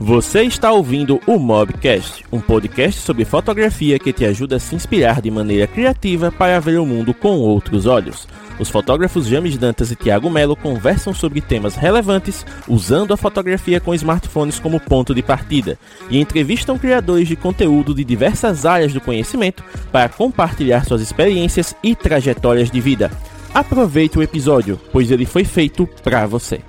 Você está ouvindo o Mobcast, um podcast sobre fotografia que te ajuda a se inspirar de maneira criativa para ver o mundo com outros olhos. Os fotógrafos James Dantas e Thiago Melo conversam sobre temas relevantes usando a fotografia com smartphones como ponto de partida e entrevistam criadores de conteúdo de diversas áreas do conhecimento para compartilhar suas experiências e trajetórias de vida. Aproveite o episódio, pois ele foi feito para você.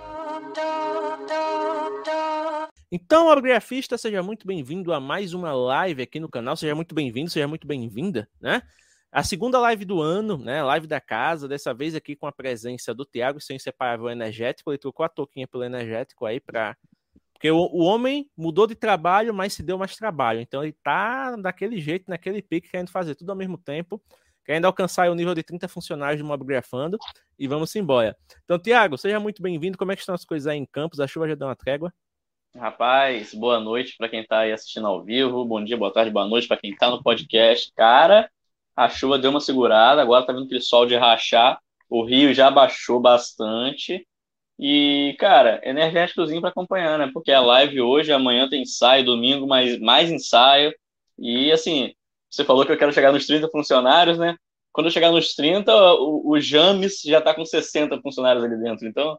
Então, Mobgrafista, seja muito bem-vindo a mais uma live aqui no canal, seja muito bem-vindo, seja muito bem-vinda, né? A segunda live do ano, né? Live da casa, dessa vez aqui com a presença do Thiago, seu inseparável energético. Ele trocou a touquinha pelo energético aí pra... Porque o homem mudou de trabalho, mas se deu mais trabalho. Então ele tá daquele jeito, naquele pique, querendo fazer tudo ao mesmo tempo, querendo alcançar o nível de 30 funcionários do Mobgrafando. E vamos embora. Então, Thiago, seja muito bem-vindo. Como é que estão as coisas aí em Campos? A chuva já deu uma trégua? Rapaz, boa noite para quem está aí assistindo ao vivo, bom dia, boa tarde, boa noite para quem está no podcast. Cara, a chuva deu uma segurada, agora tá vindo aquele sol de rachar, o rio já baixou bastante e, cara, energéticozinho para acompanhar, né? Porque a live hoje, amanhã tem ensaio, domingo mais ensaio e, assim, você falou que eu quero chegar nos 30 funcionários, né? Quando eu chegar nos 30, o James já tá com 60 funcionários ali dentro, então...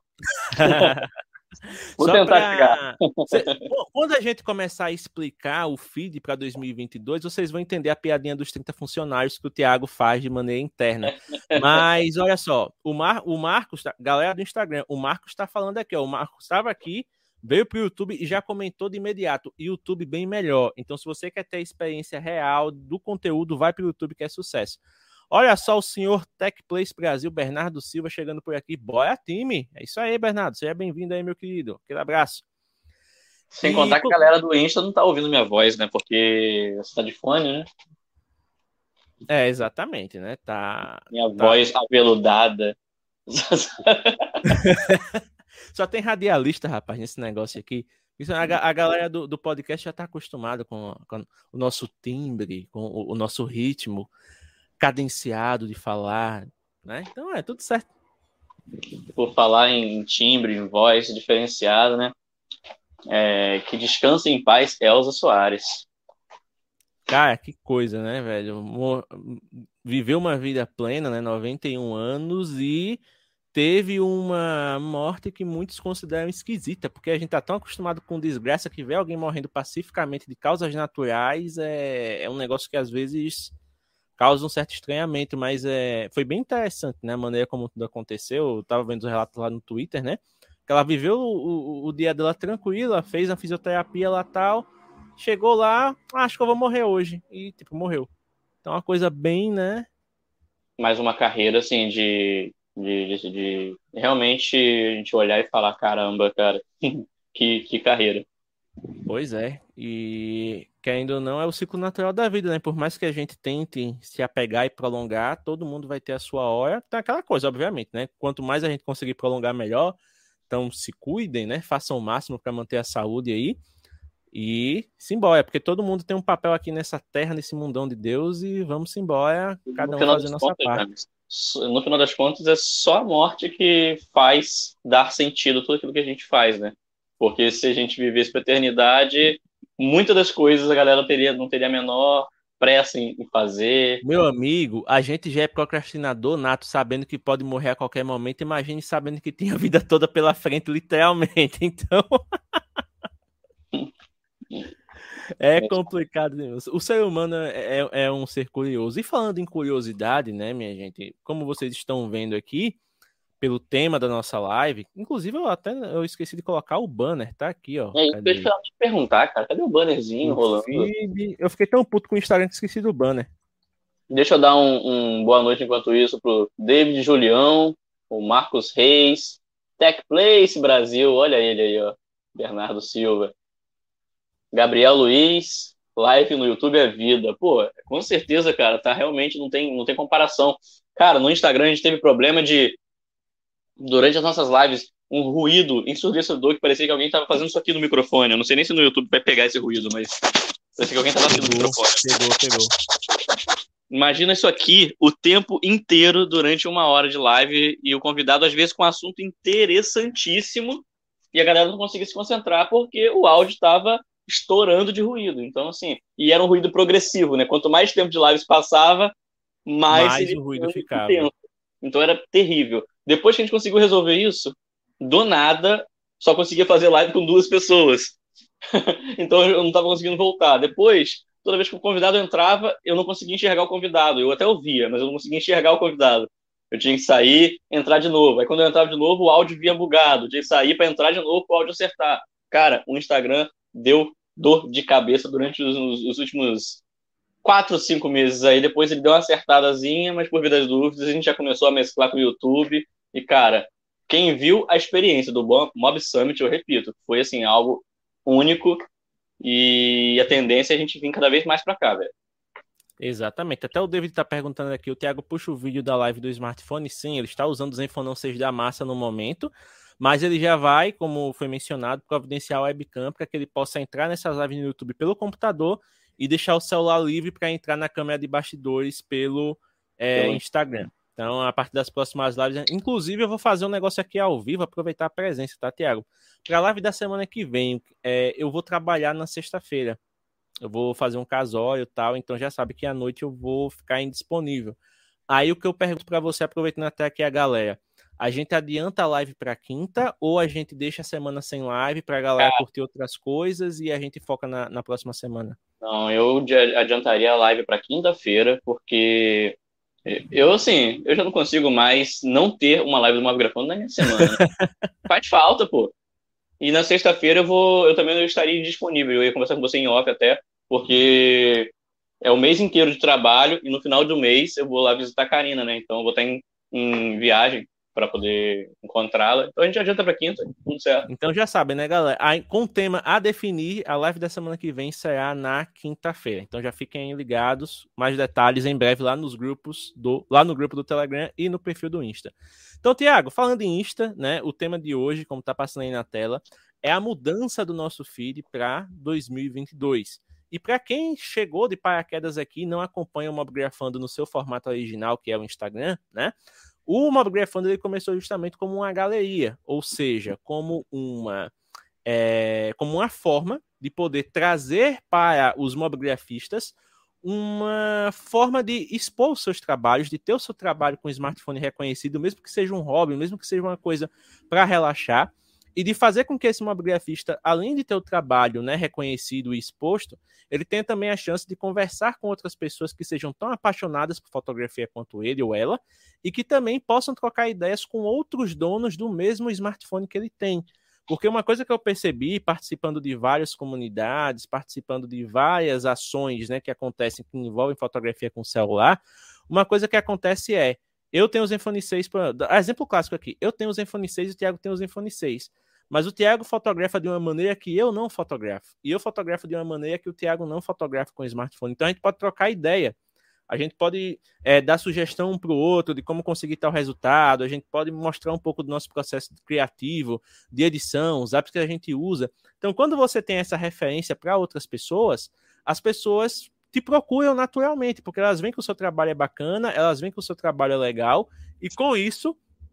Vou tentar chegar. Quando a gente começar a explicar o feed para 2022, vocês vão entender a piadinha dos 30 funcionários que o Thiago faz de maneira interna. Mas olha só, o Marcos, galera do Instagram, o Marcos está falando aqui, ó, o Marcos estava aqui, veio para o YouTube e já comentou de imediato, YouTube bem melhor. Então, se você quer ter a experiência real do conteúdo, vai para o YouTube que é sucesso. Olha só o senhor TechPlace Brasil, Bernardo Silva, chegando por aqui. Bora, time! É isso aí, Bernardo. Seja bem-vindo aí, meu querido. Aquele abraço. Sem contar que a galera do Insta não tá ouvindo minha voz, né? Porque você tá de fone, né? É, exatamente, né? Minha voz aveludada. Só tem radialista, rapaz, nesse negócio aqui. A galera do podcast já tá acostumada com o nosso timbre, com o nosso ritmo cadenciado de falar, né? Então é tudo certo. Por falar em timbre, em voz diferenciada, né? Que descanse em paz, Elza Soares. Cara, que coisa, né, velho? Viveu uma vida plena, né? 91 anos e teve uma morte que muitos consideram esquisita, porque a gente tá tão acostumado com desgraça que ver alguém morrendo pacificamente de causas naturais é um negócio que às vezes causa um certo estranhamento, mas foi bem interessante, né, a maneira como tudo aconteceu. Eu tava vendo os relatos lá no Twitter, né, que ela viveu o dia dela tranquila, fez a fisioterapia lá tal, chegou lá, acho que eu vou morrer hoje, e tipo, morreu. Então uma coisa bem, né. Mais uma carreira, assim, de realmente a gente olhar e falar, caramba, cara, que carreira. Pois é, e querendo ou não, é o ciclo natural da vida, né? Por mais que a gente tente se apegar e prolongar, todo mundo vai ter a sua hora. Tá aquela coisa, obviamente, né? Quanto mais a gente conseguir prolongar, melhor. Então, se cuidem, né? Façam o máximo para manter a saúde aí. E simbora, porque todo mundo tem um papel aqui nessa terra, nesse mundão de Deus, e vamos embora, cada um fazer a nossa parte. No final das contas, é só a morte que faz dar sentido a tudo aquilo que a gente faz, né? Porque se a gente vivesse para a eternidade, muitas das coisas a galera não teria a menor pressa em fazer. Meu amigo, a gente já é procrastinador nato, sabendo que pode morrer a qualquer momento. Imagine sabendo que tem a vida toda pela frente, literalmente. Então, é complicado. O ser humano é um ser curioso. E falando em curiosidade, né, minha gente? Como vocês estão vendo aqui, pelo tema da nossa live, inclusive eu esqueci de colocar o banner, tá aqui, ó. Deixa eu te perguntar, cara, cadê o bannerzinho rolando? Eu fiquei tão puto com o Instagram que esqueci do banner. Deixa eu dar um boa noite enquanto isso pro David Julião, o Marcos Reis, TechPlace Brasil, olha ele aí, ó, Bernardo Silva, Gabriel Luiz, live no YouTube é vida. Pô, com certeza, cara, tá realmente não tem comparação. Cara, no Instagram a gente teve problema durante as nossas lives, um ruído ensurdecedor que parecia que alguém estava fazendo isso aqui no microfone. Eu não sei nem se no YouTube vai pegar esse ruído, mas parecia que alguém estava aqui no microfone. Pegou. Imagina isso aqui o tempo inteiro durante 1 hora de live e o convidado, às vezes, com um assunto interessantíssimo e a galera não conseguia se concentrar porque o áudio estava estourando de ruído. Então, assim, e era um ruído progressivo, né? Quanto mais tempo de lives passava, mais Mais ele o ruído ficando ficava. intenso. Então era terrível. Depois que a gente conseguiu resolver isso, do nada, só conseguia fazer live com 2 pessoas. Então eu não estava conseguindo voltar. Depois, toda vez que o convidado entrava, eu não conseguia enxergar o convidado. Eu até ouvia, mas eu não conseguia enxergar o convidado. Eu tinha que sair, entrar de novo. Aí quando eu entrava de novo, o áudio vinha bugado. Eu tinha que sair para entrar de novo para o áudio acertar. Cara, o Instagram deu dor de cabeça durante os últimos 4, 5 meses aí. Depois ele deu uma acertadazinha, mas por via das dúvidas, a gente já começou a mesclar com o YouTube. E, cara, quem viu a experiência do Mob Summit, eu repito, foi assim, algo único e a tendência é a gente vir cada vez mais para cá, velho. Exatamente. Até o David está perguntando aqui, o Thiago puxa o vídeo da live do smartphone. Sim, ele está usando o Zenfone 6 da massa no momento, mas ele já vai, como foi mencionado, providenciar o webcam para que ele possa entrar nessas lives no YouTube pelo computador e deixar o celular livre para entrar na câmera de bastidores pelo Instagram. Então, a partir das próximas lives, inclusive eu vou fazer um negócio aqui ao vivo, aproveitar a presença, tá, Thiago? Para a live da semana que vem, eu vou trabalhar na sexta-feira. Eu vou fazer um casório e tal, então já sabe que à noite eu vou ficar indisponível. Aí o que eu pergunto para você, aproveitando até aqui a galera, a gente adianta a live para quinta ou a gente deixa a semana sem live para a galera curtir outras coisas e a gente foca na próxima semana? Não, eu adiantaria a live para quinta-feira, porque eu, assim, eu já não consigo mais não ter uma live do Mob Grafando na minha semana, né? Faz falta, pô. E na sexta-feira eu também não estaria disponível. Eu ia conversar com você em off até, porque é o mês inteiro de trabalho e no final do mês eu vou lá visitar a Karina, né? Então eu vou estar em viagem para poder encontrá-la. Então a gente adianta para quinta, tudo certo. Então já sabem, né, galera? Aí, com o tema a definir, a live da semana que vem será na quinta-feira. Então já fiquem ligados. Mais detalhes em breve lá nos grupos lá no grupo do Telegram e no perfil do Insta. Então, Thiago, falando em Insta, né? O tema de hoje, como tá passando aí na tela, é a mudança do nosso feed para 2022. E para quem chegou de paraquedas aqui e não acompanha o Mobgrafando no seu formato original, que é o Instagram, né? O Mobgrafando ele começou justamente como uma galeria, ou seja, como uma forma de poder trazer para os mobgrafistas uma forma de expor os seus trabalhos, de ter o seu trabalho com smartphone reconhecido, mesmo que seja um hobby, mesmo que seja uma coisa para relaxar, e de fazer com que esse mobigrafista, além de ter o trabalho, né, reconhecido e exposto, ele tenha também a chance de conversar com outras pessoas que sejam tão apaixonadas por fotografia quanto ele ou ela, e que também possam trocar ideias com outros donos do mesmo smartphone que ele tem. Porque uma coisa que eu percebi, participando de várias comunidades, participando de várias ações, né, que acontecem, que envolvem fotografia com celular, uma coisa que acontece eu tenho o Zenfone 6, exemplo clássico aqui, eu tenho o Zenfone 6 e o Thiago tem o Zenfone 6. Mas o Thiago fotografa de uma maneira que eu não fotografo. E eu fotografo de uma maneira que o Thiago não fotografa com o smartphone. Então a gente pode trocar ideia. A gente pode dar sugestão um para o outro de como conseguir tal resultado. A gente pode mostrar um pouco do nosso processo criativo, de edição, os apps que a gente usa. Então, quando você tem essa referência para outras pessoas, as pessoas te procuram naturalmente, porque elas veem que o seu trabalho é bacana, elas veem que o seu trabalho é legal, e com isso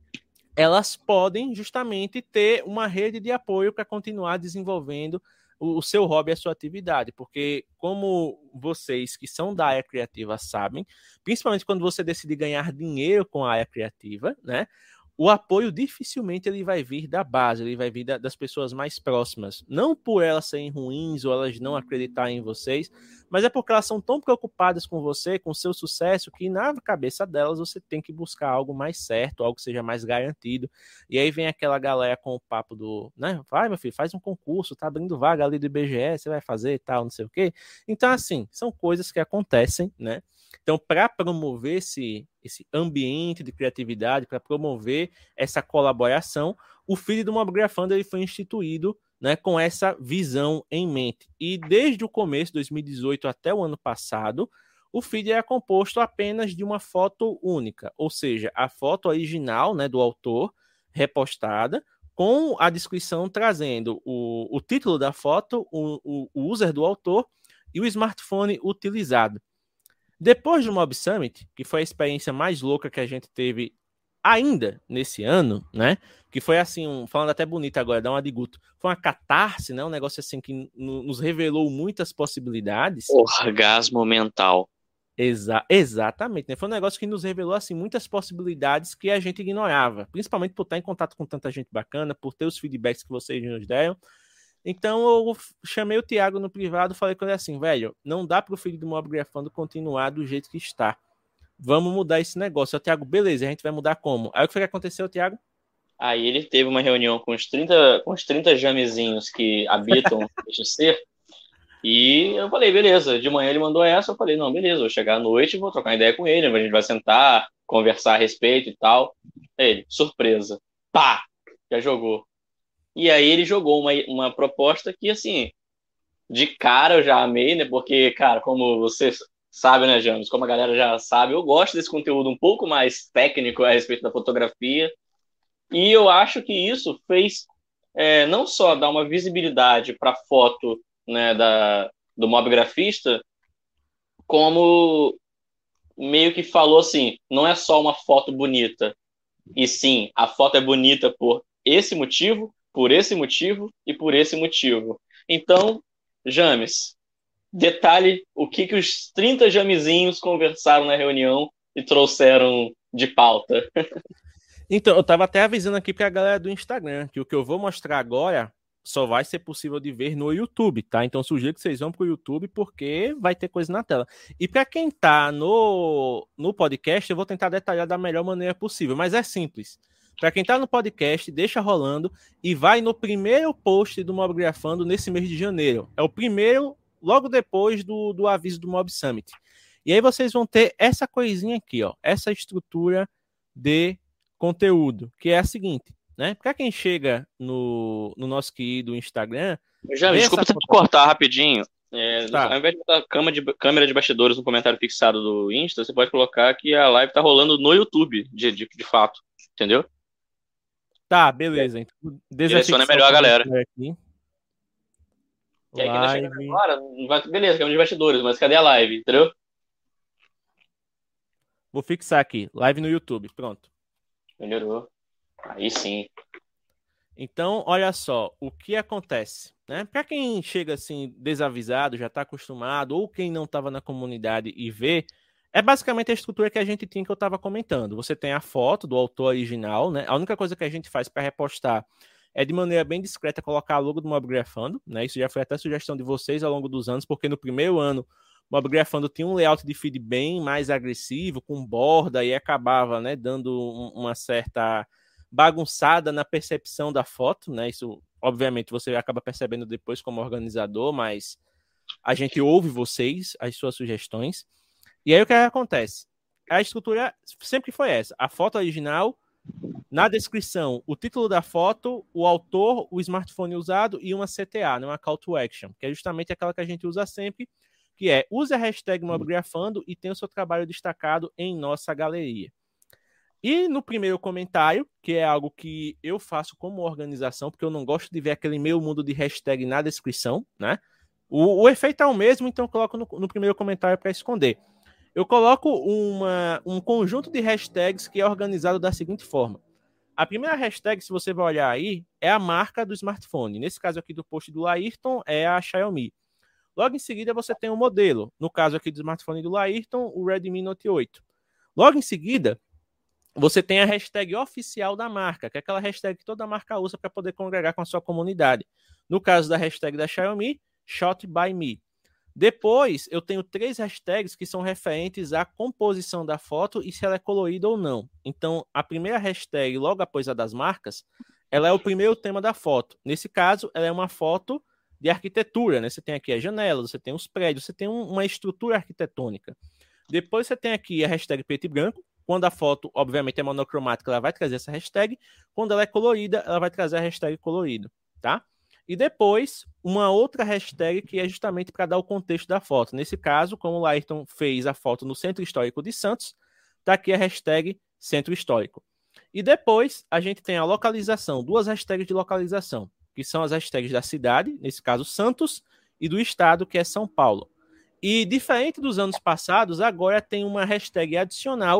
elas podem justamente ter uma rede de apoio para continuar desenvolvendo o seu hobby, a sua atividade, porque como vocês que são da área criativa sabem, principalmente quando você decide ganhar dinheiro com a área criativa, né? O apoio dificilmente ele vai vir da base, ele vai vir das pessoas mais próximas. Não por elas serem ruins ou elas não acreditarem em vocês, mas é porque elas são tão preocupadas com você, com o seu sucesso, que na cabeça delas você tem que buscar algo mais certo, algo que seja mais garantido. E aí vem aquela galera com o papo do, né? Vai, meu filho, faz um concurso, tá abrindo vaga ali do IBGE, você vai fazer e tal, não sei o quê. Então, assim, são coisas que acontecem, né? Então, para promover esse ambiente de criatividade, para promover essa colaboração, o feed do Mobgrafando ele foi instituído, né, com essa visão em mente. E desde o começo, 2018 até o ano passado, o feed era composto apenas de uma foto única, ou seja, a foto original, né, do autor, repostada, com a descrição trazendo o título da foto, o user do autor e o smartphone utilizado. Depois do Mob Summit, que foi a experiência mais louca que a gente teve ainda nesse ano, né? Que foi assim, falando até bonito agora, dá uma de Guto. Foi uma catarse, né? Um negócio assim que nos revelou muitas possibilidades. Orgasmo mental. Exatamente, né? Foi um negócio que nos revelou assim muitas possibilidades que a gente ignorava, principalmente por estar em contato com tanta gente bacana, por ter os feedbacks que vocês nos deram. Então eu chamei o Thiago no privado, falei com ele assim, velho, não dá para o filho do Mob Grafando continuar do jeito que está. Vamos mudar esse negócio. O Thiago, beleza, a gente vai mudar como? Aí o que foi que aconteceu, Thiago? Aí ele teve uma reunião com os 30 jamezinhos que habitam este ser. E eu falei, beleza. De manhã ele mandou essa, eu falei, não, beleza, vou chegar à noite e vou trocar ideia com ele, a gente vai sentar, conversar a respeito e tal. Ele, surpresa. Pá! Já jogou. E aí ele jogou uma proposta que, assim, de cara eu já amei, né? Porque, cara, como você sabe, né, James? Como a galera já sabe, eu gosto desse conteúdo um pouco mais técnico a respeito da fotografia. E eu acho que isso fez não só dar uma visibilidade para a foto, né, do mob grafista, como meio que falou assim, não é só uma foto bonita, e sim, a foto é bonita por esse motivo, por esse motivo e por esse motivo. Então, James, detalhe o que os 30 jamezinhos conversaram na reunião e trouxeram de pauta. Então, eu tava até avisando aqui pra galera do Instagram que o que eu vou mostrar agora só vai ser possível de ver no YouTube, tá? Então, sugiro que vocês vão pro YouTube porque vai ter coisa na tela. E para quem tá no podcast, eu vou tentar detalhar da melhor maneira possível, mas é simples. Para quem tá no podcast, deixa rolando e vai no primeiro post do Mob Grafando nesse mês de janeiro. É o primeiro, logo depois do aviso do Mob Summit. E aí vocês vão ter essa coisinha aqui, ó, essa estrutura de conteúdo, que é a seguinte, né? Para quem chega no nosso querido Instagram... Já, desculpa te cortar rapidinho. Tá. Ao invés de botar câmera de bastidores no comentário fixado do Insta, você pode colocar que a live tá rolando no YouTube, de fato. Entendeu? Tá, beleza. Então, direciona melhor a galera. Aqui. Quem tá chegando agora, beleza, câmera de bastidores, mas cadê a live, entendeu? Vou fixar aqui, live no YouTube, pronto. Melhorou. Aí sim. Então, olha só, o que acontece, né? Para quem chega assim desavisado, já está acostumado, ou quem não estava na comunidade e vê, é basicamente a estrutura que a gente tinha que eu estava comentando. Você tem a foto do autor original, né? A única coisa que a gente faz para repostar é de maneira bem discreta colocar a logo do Mob Grafando, né? Isso já foi até sugestão de vocês ao longo dos anos, porque no primeiro ano o Mob Grafando tinha um layout de feed bem mais agressivo, com borda, e acabava, né, dando uma certa bagunçada na percepção da foto, né? Isso, obviamente, você acaba percebendo depois como organizador, mas a gente ouve vocês, as suas sugestões. E aí o que acontece? A estrutura sempre foi essa. A foto original, na descrição, o título da foto, o autor, o smartphone usado e uma CTA, né? Uma call to action, que é justamente aquela que a gente usa sempre, que é use a hashtag mobgrafando e tenha o seu trabalho destacado em nossa galeria. E no primeiro comentário, que é algo que eu faço como organização, porque eu não gosto de ver aquele meio mundo de hashtag na descrição, né? O efeito é o mesmo, então eu coloco no primeiro comentário para esconder. Eu coloco um conjunto de hashtags que é organizado da seguinte forma. A primeira hashtag, se você vai olhar aí, é a marca do smartphone. Nesse caso aqui do post do Laírton, é a Xiaomi. Logo em seguida, você tem o modelo. No caso aqui do smartphone do Laírton, o Redmi Note 8. Logo em seguida, você tem a hashtag oficial da marca, que é aquela hashtag que toda marca usa para poder congregar com a sua comunidade. No caso da hashtag da Xiaomi, Shot by Me. Depois, eu tenho 3 hashtags que são referentes à composição da foto e se ela é colorida ou não. Então, a primeira hashtag, logo após a das marcas, ela é o primeiro tema da foto. Nesse caso, ela é uma foto de arquitetura, né? Você tem aqui as janelas, você tem os prédios, você tem uma estrutura arquitetônica. Depois você tem aqui a hashtag preto e branco. Quando a foto, obviamente, é monocromática, ela vai trazer essa hashtag. Quando ela é colorida, ela vai trazer a hashtag colorido, tá? E depois, uma outra hashtag que é justamente para dar o contexto da foto. Nesse caso, como o Laírton fez a foto no Centro Histórico de Santos, tá aqui a hashtag Centro Histórico. E depois, a gente tem a localização, 2 hashtags de localização, que são as hashtags da cidade, nesse caso Santos, e do estado, que é São Paulo. E diferente dos anos passados, agora tem uma hashtag adicional,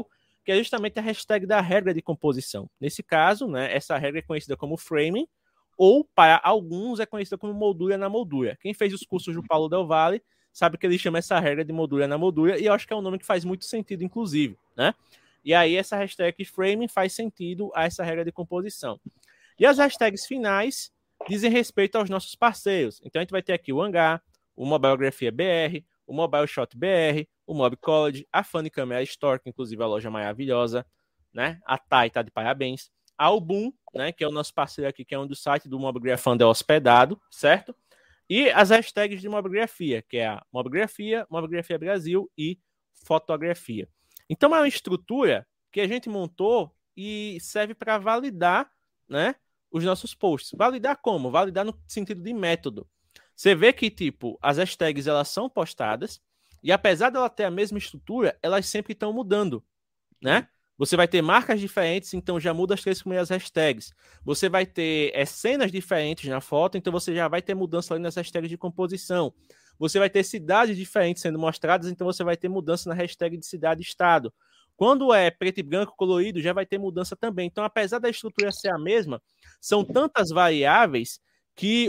que é justamente a hashtag da regra de composição. Nesse caso, né, essa regra é conhecida como framing, ou para alguns é conhecida como moldura na moldura. Quem fez os cursos do Paulo Del Valle sabe que ele chama essa regra de moldura na moldura, e eu acho que é um nome que faz muito sentido, inclusive, né? E aí essa hashtag framing faz sentido a essa regra de composição. E as hashtags finais dizem respeito aos nossos parceiros. Então a gente vai ter aqui o Hangar, o Mobilegrafia BR, o Mobile Shot BR, o Mob College, a Funny Camera Store, que inclusive é a loja maravilhosa, né? A Thay tá de parabéns. A Album, né, que é o nosso parceiro aqui, que é um do site do Mobigrafando é hospedado, certo? E as hashtags de mobigrafia, que é a Mobigrafia, Mobigrafia Brasil e Fotografia. Então é uma estrutura que a gente montou e serve para validar, né, os nossos posts. Validar como? Validar no sentido de método. Você vê que, tipo, as hashtags, elas são postadas e apesar dela ter a mesma estrutura, elas sempre estão mudando, né? Você vai ter marcas diferentes, então já muda as 3 primeiras hashtags. Você vai ter cenas diferentes na foto, então você já vai ter mudança ali nas hashtags de composição. Você vai ter cidades diferentes sendo mostradas, então você vai ter mudança na hashtag de cidade e estado. Quando é preto e branco colorido, já vai ter mudança também. Então, apesar da estrutura ser a mesma, são tantas variáveis que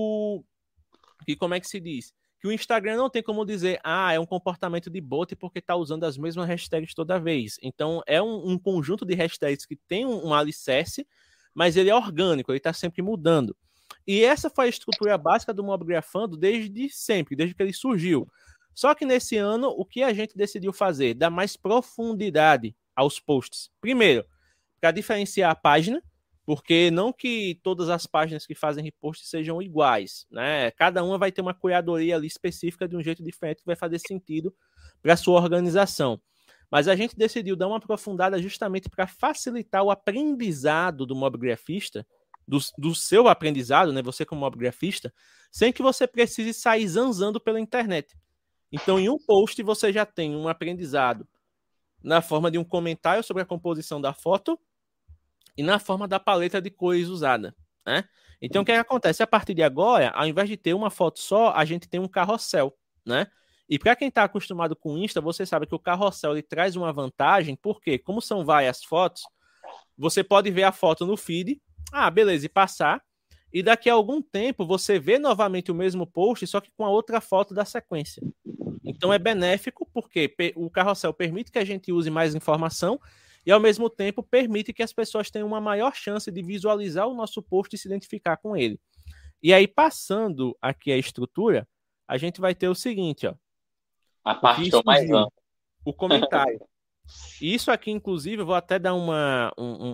como é que se diz? Que o Instagram não tem como dizer, é um comportamento de bot porque está usando as mesmas hashtags toda vez. Então, é um conjunto de hashtags que tem um alicerce, mas ele é orgânico, ele está sempre mudando. E essa foi a estrutura básica do Mobigrafando desde sempre, desde que ele surgiu. Só que nesse ano, o que a gente decidiu fazer? Dar mais profundidade aos posts. Primeiro, para diferenciar a página, porque não que todas as páginas que fazem repost sejam iguais, né? Cada uma vai ter uma curadoria ali específica de um jeito diferente que vai fazer sentido para a sua organização. Mas a gente decidiu dar uma aprofundada justamente para facilitar o aprendizado do mobigrafista, do seu aprendizado, né? Você como mobigrafista, sem que você precise sair zanzando pela internet. Então, em um post, você já tem um aprendizado na forma de um comentário sobre a composição da foto e na forma da paleta de cores usada, né? Então, o que acontece? A partir de agora, ao invés de ter uma foto só, a gente tem um carrossel, né? E para quem está acostumado com o Insta, você sabe que o carrossel ele traz uma vantagem, porque como são várias fotos, você pode ver a foto no feed, beleza, e passar, e daqui a algum tempo você vê novamente o mesmo post, só que com a outra foto da sequência. Então é benéfico, porque o carrossel permite que a gente use mais informação e, ao mesmo tempo, permite que as pessoas tenham uma maior chance de visualizar o nosso post e se identificar com ele. E aí, passando aqui a estrutura, a gente vai ter o seguinte, ó. A parte que eu mais amo. O comentário. E isso aqui, inclusive, eu vou até dar uma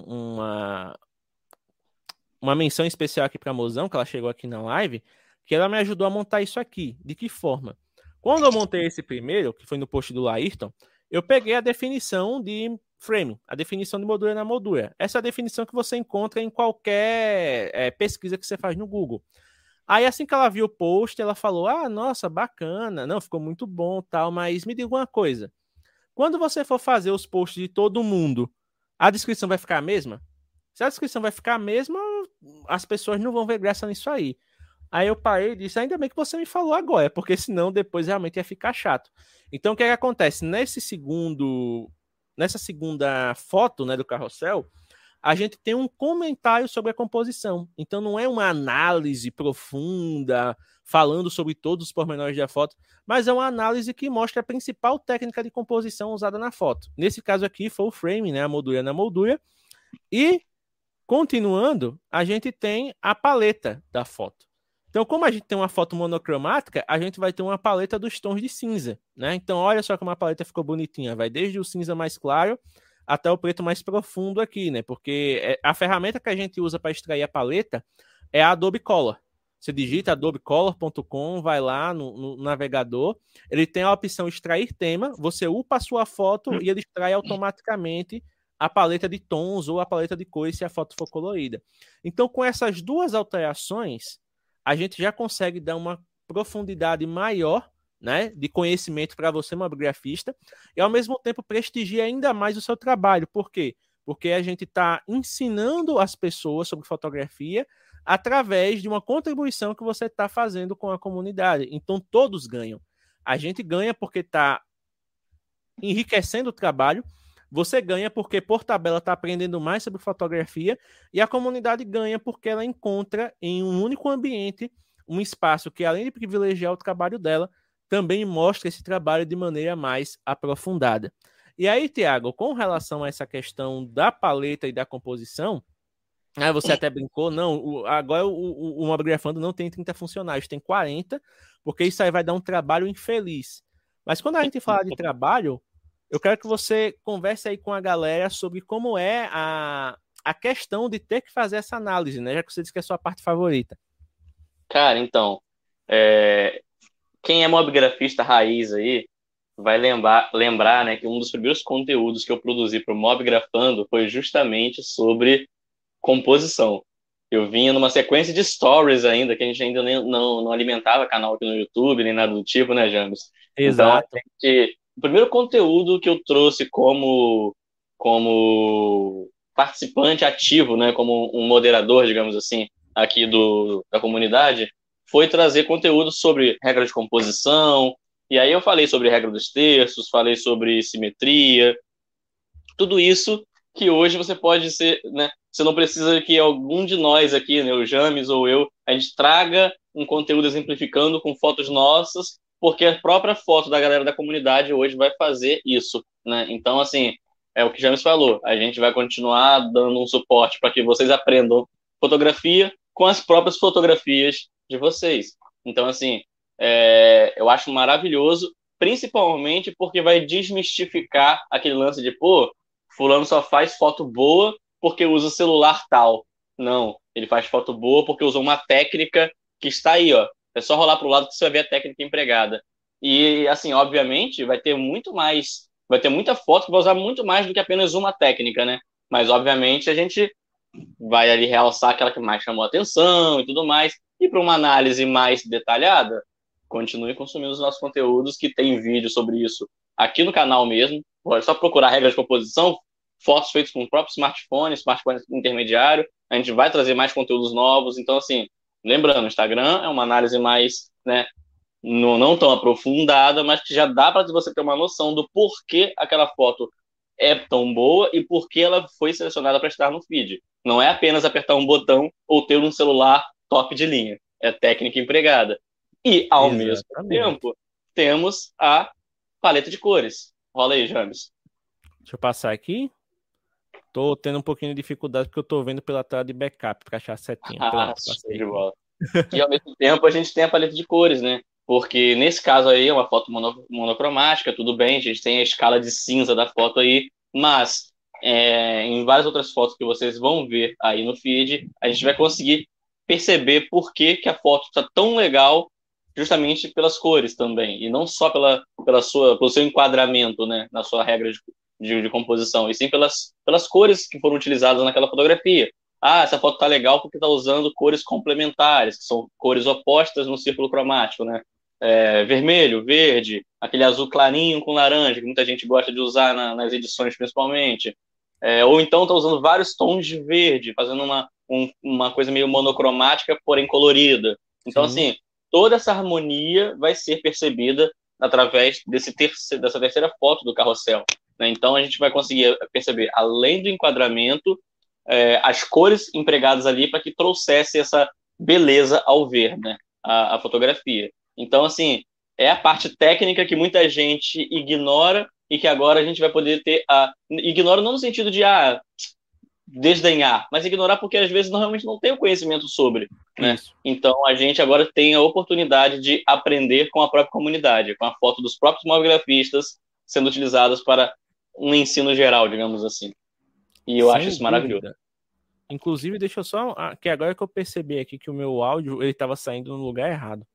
menção especial aqui para a Mozão, que ela chegou aqui na live, que ela me ajudou a montar isso aqui. De que forma? Quando eu montei esse primeiro, que foi no post do Laírton, eu peguei a definição de framing, a definição de moldura na moldura. Essa é a definição que você encontra em qualquer pesquisa que você faz no Google. Aí, assim que ela viu o post, ela falou, nossa, bacana, não, ficou muito bom, tal, mas me diga uma coisa, quando você for fazer os posts de todo mundo, a descrição vai ficar a mesma? Se a descrição vai ficar a mesma, as pessoas não vão ver graça nisso aí. Aí eu parei e disse, ainda bem que você me falou agora, porque senão depois realmente ia ficar chato. Então, o que acontece? Nessa segunda foto, né, do carrossel, a gente tem um comentário sobre a composição. Então, não é uma análise profunda, falando sobre todos os pormenores da foto, mas é uma análise que mostra a principal técnica de composição usada na foto. Nesse caso aqui, foi o framing, né, a moldura na moldura. E, continuando, a gente tem a paleta da foto. Então, como a gente tem uma foto monocromática, a gente vai ter uma paleta dos tons de cinza, né? Então, olha só como a paleta ficou bonitinha. Vai desde o cinza mais claro até o preto mais profundo aqui, né? Porque a ferramenta que a gente usa para extrair a paleta é a Adobe Color. Você digita adobecolor.com, vai lá no navegador, ele tem a opção extrair tema, você upa a sua foto e ele extrai automaticamente a paleta de tons ou a paleta de cores se a foto for colorida. Então, com essas duas alterações, a gente já consegue dar uma profundidade maior, né, de conhecimento para você, mobigrafista, e ao mesmo tempo prestigiar ainda mais o seu trabalho. Por quê? Porque a gente está ensinando as pessoas sobre fotografia através de uma contribuição que você está fazendo com a comunidade. Então, todos ganham. A gente ganha porque está enriquecendo o trabalho, você ganha porque, por tabela, está aprendendo mais sobre fotografia, e a comunidade ganha porque ela encontra em um único ambiente um espaço que, além de privilegiar o trabalho dela, também mostra esse trabalho de maneira mais aprofundada. E aí, Tiago, com relação a essa questão da paleta e da composição, você até brincou, não, agora o Mobigrafando não tem 30 funcionários, tem 40, porque isso aí vai dar um trabalho infeliz. Mas quando a gente fala de trabalho, eu quero que você converse aí com a galera sobre como é a questão de ter que fazer essa análise, né? Já que você disse que é a sua parte favorita. Cara, então, quem é mobigrafista raiz aí vai lembrar, né, que um dos primeiros conteúdos que eu produzi para o Mobigrafando foi justamente sobre composição. Eu vinha numa sequência de stories ainda, que a gente ainda não alimentava canal aqui no YouTube, nem nada do tipo, né, James? Então, Exato. o primeiro conteúdo que eu trouxe como participante ativo, né, como um moderador, digamos assim, aqui da comunidade, foi trazer conteúdo sobre regra de composição, e aí eu falei sobre regra dos terços, falei sobre simetria, tudo isso que hoje você pode ser, né? Você não precisa que algum de nós aqui, né, o James ou eu, a gente traga um conteúdo exemplificando com fotos nossas, porque a própria foto da galera da comunidade hoje vai fazer isso, né? Então, assim, é o que o James falou, a gente vai continuar dando um suporte para que vocês aprendam fotografia com as próprias fotografias de vocês. Então, assim, eu acho maravilhoso, principalmente porque vai desmistificar aquele lance de, pô, fulano só faz foto boa porque usa celular tal. Não, ele faz foto boa porque usou uma técnica que está aí, ó. É só rolar pro lado que você vai ver a técnica empregada. E, assim, obviamente, vai ter muita foto que vai usar muito mais do que apenas uma técnica, né? Mas, obviamente, a gente vai ali realçar aquela que mais chamou a atenção e tudo mais. E para uma análise mais detalhada, continue consumindo os nossos conteúdos, que tem vídeo sobre isso aqui no canal mesmo. Pode só procurar regras de composição, fotos feitas com o próprio smartphone intermediário. A gente vai trazer mais conteúdos novos. Então, assim, lembrando, o Instagram é uma análise mais, né, não tão aprofundada, mas que já dá para você ter uma noção do porquê aquela foto é tão boa e por que ela foi selecionada para estar no feed. Não é apenas apertar um botão ou ter um celular top de linha. É técnica empregada. E, ao mesmo Exatamente. tempo, temos a paleta de cores. Rola aí, James. Deixa eu passar aqui. Tô tendo um pouquinho de dificuldade porque eu tô vendo pela tela de backup para achar a setinha. Pronto, Show passei de aqui. bola. E, ao mesmo tempo, a gente tem a paleta de cores, né? Porque, nesse caso aí, é uma foto monocromática, tudo bem, a gente tem a escala de cinza da foto aí, mas em várias outras fotos que vocês vão ver aí no feed, a gente vai conseguir perceber por que a foto está tão legal justamente pelas cores também, e não só pelo seu enquadramento, né, na sua regra de composição, e sim pelas cores que foram utilizadas naquela fotografia. Ah, essa foto tá legal porque tá usando cores complementares, que são cores opostas no círculo cromático, né? Vermelho, verde, aquele azul clarinho com laranja, que muita gente gosta de usar nas edições principalmente. Ou então tá usando vários tons de verde, fazendo uma coisa meio monocromática, porém colorida. Então, Sim. assim, toda essa harmonia vai ser percebida através dessa terceira foto do carrossel, né? Então, a gente vai conseguir perceber, além do enquadramento, as cores empregadas ali para que trouxesse essa beleza ao ver, né, a fotografia. Então, assim, é a parte técnica que muita gente ignora e que agora a gente vai poder ignora não no sentido de desdenhar, mas ignorar porque às vezes realmente não tem o conhecimento sobre, né? Isso. Então a gente agora tem a oportunidade de aprender com a própria comunidade, com a foto dos próprios mobigrafistas sendo utilizadas para um ensino geral, digamos assim. E eu acho Sem isso maravilhoso. dúvida. Inclusive, deixa eu só. Que agora que eu percebi aqui que o meu áudio ele estava saindo no lugar errado.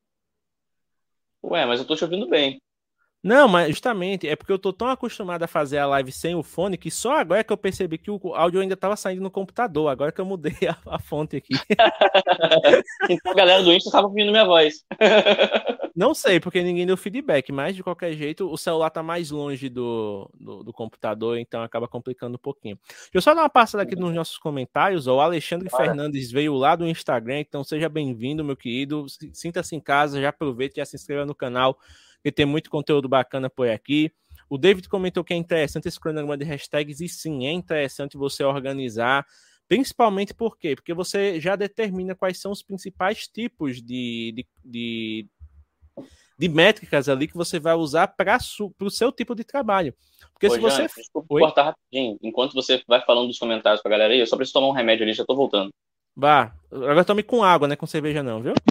Ué, mas eu tô te ouvindo bem. Não, mas justamente é porque eu tô tão acostumado a fazer a live sem o fone que só agora que eu percebi que o áudio ainda estava saindo no computador. Agora que eu mudei a fonte aqui. Então a galera do Insta estava ouvindo minha voz. Não sei, porque ninguém deu feedback, mas de qualquer jeito o celular tá mais longe do computador, então acaba complicando um pouquinho. Deixa eu só dar uma passada aqui nos nossos comentários. O Alexandre Fernandes veio lá do Instagram, então seja bem-vindo, meu querido. Sinta-se em casa, já aproveite e já se inscreva no canal, que tem muito conteúdo bacana por aqui. O David comentou que é interessante esse cronograma de hashtags, e sim, é interessante você organizar, principalmente por quê? Porque você já determina quais são os principais tipos de métricas ali que você vai usar para o seu tipo de trabalho. Porque Ô, se você... Jane, desculpa Oi? cortar rapidinho. Enquanto você vai falando dos comentários pra galera aí, eu só preciso tomar um remédio ali, já tô voltando. Vá, agora tome com água, né? Com cerveja não, viu?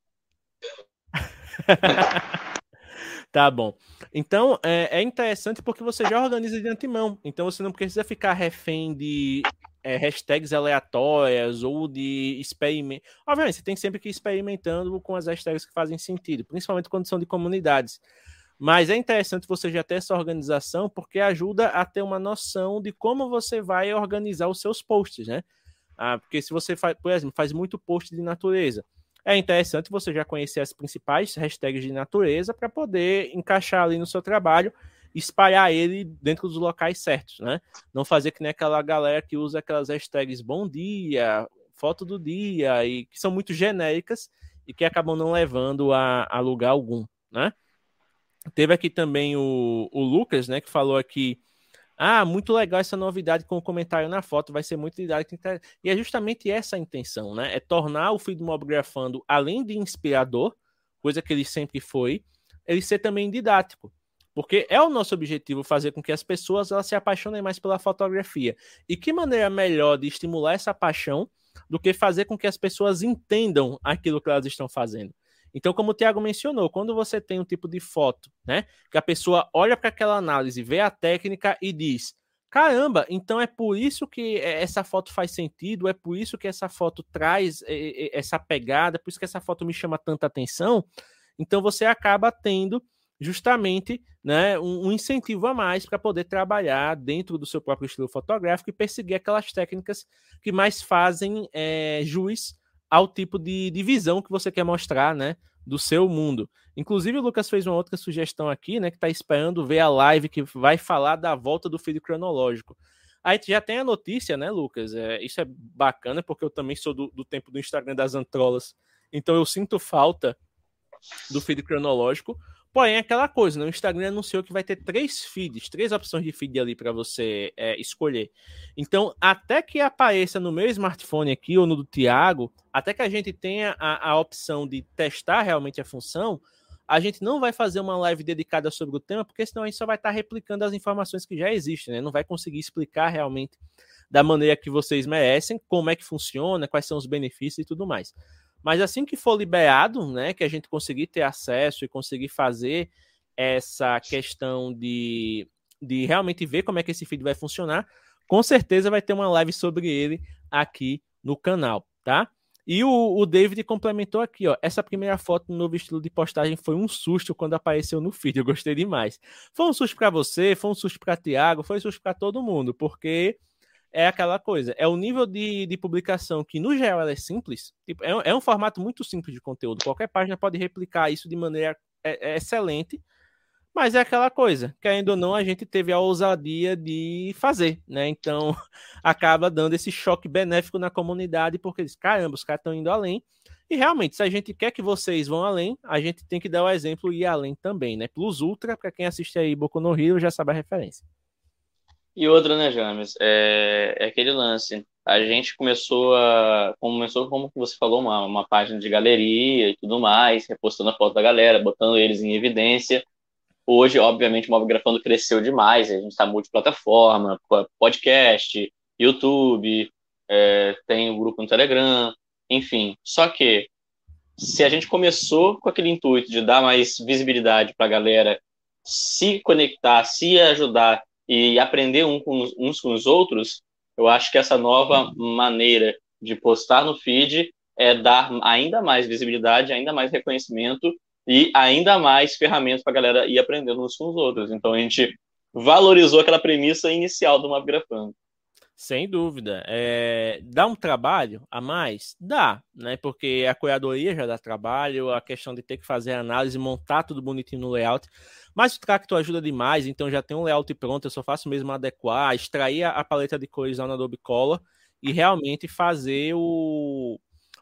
Tá bom. Então, é interessante porque você já organiza de antemão. Então, você não precisa ficar refém de hashtags aleatórias ou de experimento. Obviamente, você tem sempre que ir experimentando com as hashtags que fazem sentido, principalmente quando são de comunidades. Mas é interessante você já ter essa organização porque ajuda a ter uma noção de como você vai organizar os seus posts, né? Porque se você faz, por exemplo, faz muito post de natureza, é interessante você já conhecer as principais hashtags de natureza para poder encaixar ali no seu trabalho e espalhar ele dentro dos locais certos, né? Não fazer que nem aquela galera que usa aquelas hashtags bom dia, foto do dia, e que são muito genéricas e que acabam não levando a lugar algum, né? Teve aqui também o Lucas, né, que falou aqui: muito legal essa novidade com o comentário na foto, vai ser muito didático. E é justamente essa a intenção, né? É tornar o feed Mobgrafando, além de inspirador, coisa que ele sempre foi, ele ser também didático. Porque é o nosso objetivo fazer com que as pessoas elas se apaixonem mais pela fotografia. E que maneira melhor de estimular essa paixão do que fazer com que as pessoas entendam aquilo que elas estão fazendo? Então, como o Thiago mencionou, quando você tem um tipo de foto, né, que a pessoa olha para aquela análise, vê a técnica e diz: caramba, então é por isso que essa foto faz sentido, é por isso que essa foto traz essa pegada, por isso que essa foto me chama tanta atenção. Então você acaba tendo justamente, né, um incentivo a mais para poder trabalhar dentro do seu próprio estilo fotográfico e perseguir aquelas técnicas que mais fazem jus ao tipo de visão que você quer mostrar, né, do seu mundo. Inclusive, o Lucas fez uma outra sugestão aqui, né, que está esperando ver a live que vai falar da volta do feed cronológico. Aí já tem a notícia, né, Lucas? Isso é bacana, porque eu também sou do tempo do Instagram das Antrolas, então eu sinto falta do feed cronológico. Porém, é aquela coisa, né? O Instagram anunciou que vai ter 3 feeds, 3 opções de feed ali para você escolher. Então, até que apareça no meu smartphone aqui ou no do Thiago, até que a gente tenha a opção de testar realmente a função, a gente não vai fazer uma live dedicada sobre o tema, porque senão a gente só vai estar replicando as informações que já existem, né? Não vai conseguir explicar realmente da maneira que vocês merecem, como é que funciona, quais são os benefícios e tudo mais. Mas assim que for liberado, né, que a gente conseguir ter acesso e conseguir fazer essa questão de realmente ver como é que esse feed vai funcionar, com certeza vai ter uma live sobre ele aqui no canal, tá? E o David complementou aqui, ó, essa primeira foto no novo estilo de postagem foi um susto quando apareceu no feed, eu gostei demais. Foi um susto para você, foi um susto para Thiago, foi um susto para todo mundo, porque é aquela coisa, é o nível de publicação que, no geral, ela é simples. Tipo, é um formato muito simples de conteúdo. Qualquer página pode replicar isso de maneira excelente, mas é aquela coisa, querendo ou não, a gente teve a ousadia de fazer, né? Então, acaba dando esse choque benéfico na comunidade, porque diz, caramba, os caras estão indo além. E realmente, se a gente quer que vocês vão além, a gente tem que dar o exemplo e ir além também, né? Plus Ultra, para quem assiste aí Boku no Hero, já sabe a referência. E outra, né, James? É aquele lance. A gente começou, como você falou, uma página de galeria e tudo mais, repostando a foto da galera, botando eles em evidência. Hoje, obviamente, o Mobgrafando cresceu demais, a gente está multiplataforma, podcast, YouTube, tem o grupo no Telegram, enfim. Só que, se a gente começou com aquele intuito de dar mais visibilidade para a galera se conectar, se ajudar e aprender uns com os outros, eu acho que essa nova maneira de postar no feed é dar ainda mais visibilidade, ainda mais reconhecimento e ainda mais ferramentas para a galera ir aprendendo uns com os outros. Então a gente valorizou aquela premissa inicial do Mapgrafando. Sem dúvida. Dá um trabalho a mais? Dá, né? Porque a curadoria já dá trabalho, a questão de ter que fazer a análise, montar tudo bonitinho no layout. Mas o Tracto ajuda demais, então já tem um layout pronto, eu só faço mesmo adequar, extrair a paleta de cores lá no Adobe Color e realmente fazer o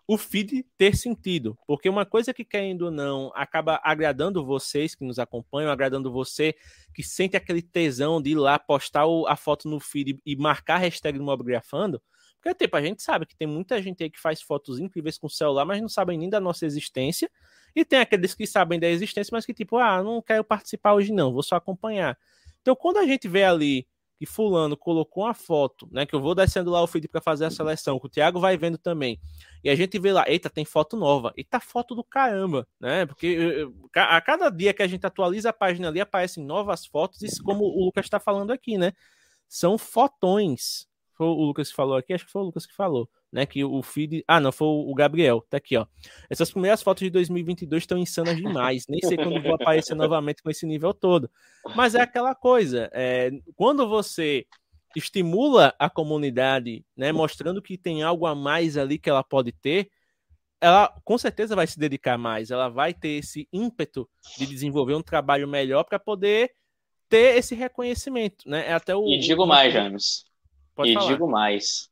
o feed ter sentido. Porque uma coisa que, querendo ou não, acaba agradando vocês que nos acompanham, agradando você que sente aquele tesão de ir lá postar a foto no feed e marcar a hashtag do Mobigrafando. Porque, tipo, a gente sabe que tem muita gente aí que faz fotos incríveis com o celular, mas não sabem nem da nossa existência. E tem aqueles que sabem da existência, mas que, tipo, não quero participar hoje não, vou só acompanhar. Então, quando a gente vê ali que fulano colocou uma foto, né, que eu vou descendo lá o feed para fazer a seleção, que o Thiago vai vendo também, e a gente vê lá, eita, tem foto nova, eita, foto do caramba, né, porque a cada dia que a gente atualiza a página ali, aparecem novas fotos, e como o Lucas está falando aqui, né, são fotões. Foi o Lucas que falou aqui, acho que foi o Lucas que falou, né, que o feed... não, foi o Gabriel, tá aqui, ó. Essas primeiras fotos de 2022 estão insanas demais, nem sei quando vou aparecer novamente com esse nível todo. Mas é aquela coisa, quando você estimula a comunidade, né, mostrando que tem algo a mais ali que ela pode ter, ela com certeza vai se dedicar mais, ela vai ter esse ímpeto de desenvolver um trabalho melhor para poder ter esse reconhecimento, né? E digo mais, James. Pode falar. Digo mais.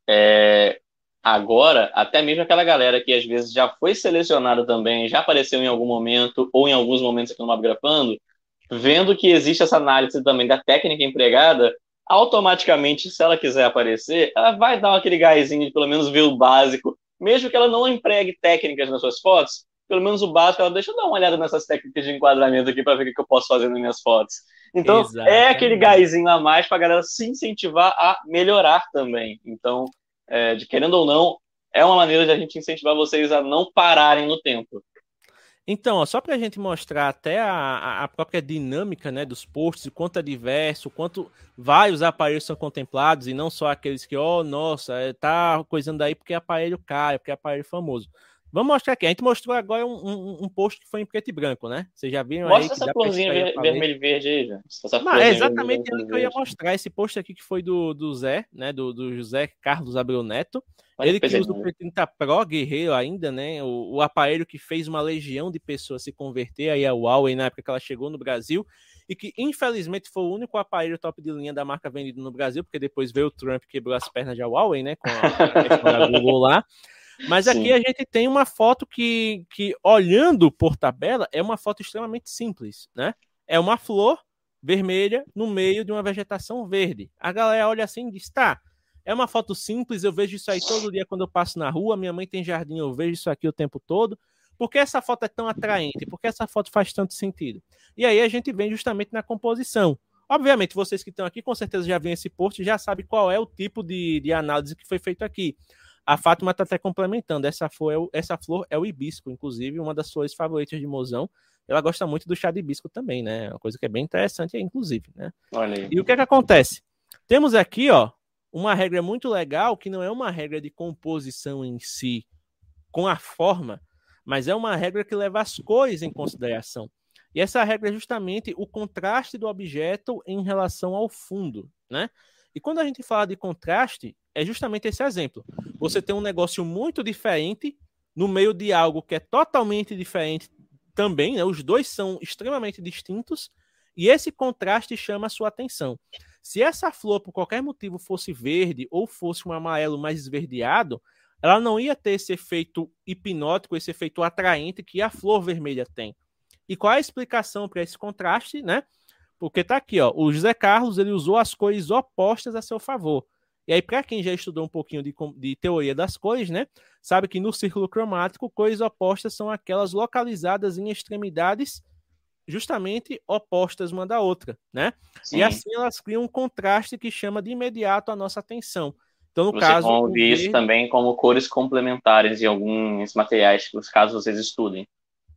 Agora, até mesmo aquela galera que às vezes já foi selecionada também, já apareceu em algum momento, ou em alguns momentos aqui no Mobigrafando, vendo que existe essa análise também da técnica empregada, automaticamente, se ela quiser aparecer, ela vai dar aquele gásinho de pelo menos ver o básico, mesmo que ela não empregue técnicas nas suas fotos, pelo menos o básico, ela deixa eu dar uma olhada nessas técnicas de enquadramento aqui para ver o que eu posso fazer nas minhas fotos. Então, é aquele gásinho a mais para a galera se incentivar a melhorar também. Então, querendo ou não, é uma maneira de a gente incentivar vocês a não pararem no tempo. Então, só para a gente mostrar até a própria dinâmica, né, dos posts, o quanto é diverso, o quanto vários aparelhos são contemplados, e não só aqueles que, nossa, tá coisando aí porque é aparelho caro, porque é aparelho famoso. Vamos mostrar aqui. A gente mostrou agora um post que foi em preto e branco, né? Vocês já viram Mostra aí? Essa florzinha vermelho e verde aí, já. É exatamente ele que eu ia mostrar. Esse post aqui que foi do Zé, né? Do José Carlos Abreu Neto. Ele que usa o P30 Pro guerreiro ainda, né? O aparelho que fez uma legião de pessoas se converter aí a Huawei na época que ela chegou no Brasil, e que infelizmente foi o único aparelho top de linha da marca vendido no Brasil, porque depois veio o Trump e quebrou as pernas da Huawei, né? Com a questão da Google lá. Mas aqui a gente tem uma foto que, olhando por tabela, é uma foto extremamente simples, né? É uma flor vermelha no meio de uma vegetação verde. A galera olha assim e diz, tá, é uma foto simples, eu vejo isso aí todo dia quando eu passo na rua, minha mãe tem jardim, eu vejo isso aqui o tempo todo. Por que essa foto é tão atraente? Por que essa foto faz tanto sentido? E aí a gente vem justamente na composição. Obviamente, vocês que estão aqui, com certeza já viram esse post e já sabem qual é o tipo de análise que foi feito aqui. A Fátima está até complementando. Essa flor é o hibisco, inclusive, uma das flores favoritas de Mozão. Ela gosta muito do chá de hibisco também, né? Uma coisa que é bem interessante, inclusive, né? Olha aí. E o que acontece? Temos aqui, uma regra muito legal, que não é uma regra de composição em si, com a forma, mas é uma regra que leva as cores em consideração. E essa regra é justamente o contraste do objeto em relação ao fundo, né? E quando a gente fala de contraste, é justamente esse exemplo. Você tem um negócio muito diferente no meio de algo que é totalmente diferente também, né? Os dois são extremamente distintos e esse contraste chama a sua atenção. Se essa flor, por qualquer motivo, fosse verde ou fosse um amarelo mais esverdeado, ela não ia ter esse efeito hipnótico, esse efeito atraente que a flor vermelha tem. E qual é a explicação para esse contraste, né? Porque tá aqui, o José Carlos, ele usou as cores opostas a seu favor. E aí, para quem já estudou um pouquinho de teoria das cores, né, sabe que no círculo cromático, cores opostas são aquelas localizadas em extremidades justamente opostas uma da outra, né? Sim. E assim elas criam um contraste que chama de imediato a nossa atenção. Então, no caso, vão ouvir isso também como cores complementares em alguns materiais, caso vocês estudem.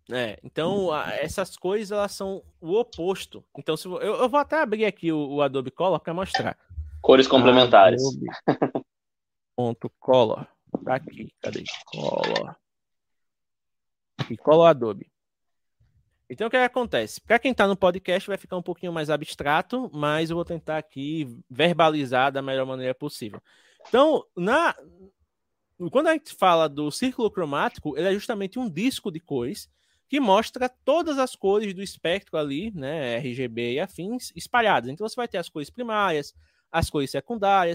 Então, essas cores, elas são o oposto. Então, eu vou até abrir aqui o Adobe Color para mostrar. Cores complementares. Color. Tá aqui. Cadê? Color. E Color Adobe. Então, o que acontece? Para quem está no podcast, vai ficar um pouquinho mais abstrato, mas eu vou tentar aqui verbalizar da melhor maneira possível. Então, quando a gente fala do círculo cromático, ele é justamente um disco de cores que mostra todas as cores do espectro ali, né, RGB e afins, espalhadas. Então, você vai ter as cores primárias, as cores secundárias,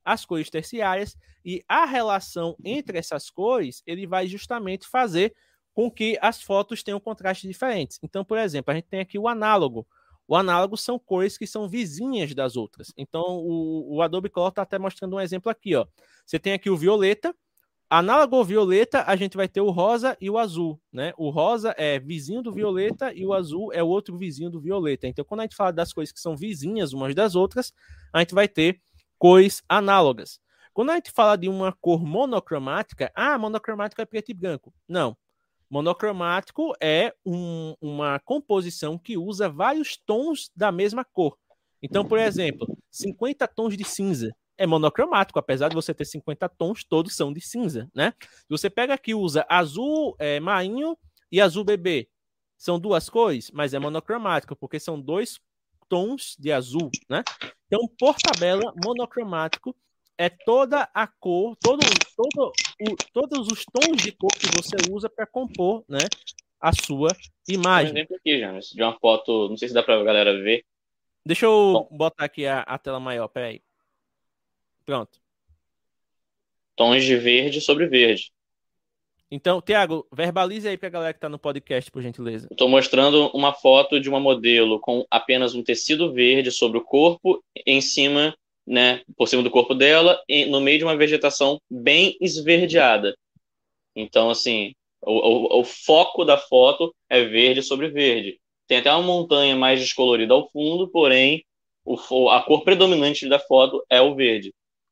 as cores terciárias, e a relação entre essas cores, ele vai justamente fazer com que as fotos tenham contrastes diferentes. Então, por exemplo, a gente tem aqui o análogo. O análogo são cores que são vizinhas das outras. Então, o Adobe Color está até mostrando um exemplo aqui, ó. Você tem aqui o violeta. Análogo ao violeta, a gente vai ter o rosa e o azul, né? O rosa é vizinho do violeta e o azul é o outro vizinho do violeta. Então, quando a gente fala das cores que são vizinhas umas das outras, a gente vai ter cores análogas. Quando a gente fala de uma cor monocromática, monocromático é preto e branco. Não. Monocromático é uma composição que usa vários tons da mesma cor. Então, por exemplo, 50 tons de cinza é monocromático, apesar de você ter 50 tons, todos são de cinza, né? Se você pega aqui e usa azul marinho e azul bebê, são duas cores, mas é monocromático, porque são dois tons de azul, né? Então, por tabela, monocromático é toda a cor, todos os tons de cor que você usa para compor, né, a sua imagem. Tem um exemplo aqui, James, de uma foto, não sei se dá para a galera ver. Deixa eu botar aqui a tela maior, peraí. Pronto. Tons de verde sobre verde. Então, Thiago, verbalize aí para a galera que está no podcast, por gentileza. Estou mostrando uma foto de uma modelo com apenas um tecido verde sobre o corpo, em cima, né, por cima do corpo dela, no meio de uma vegetação bem esverdeada. Então, assim, o foco da foto é verde sobre verde. Tem até uma montanha mais descolorida ao fundo, porém, a cor predominante da foto é o verde.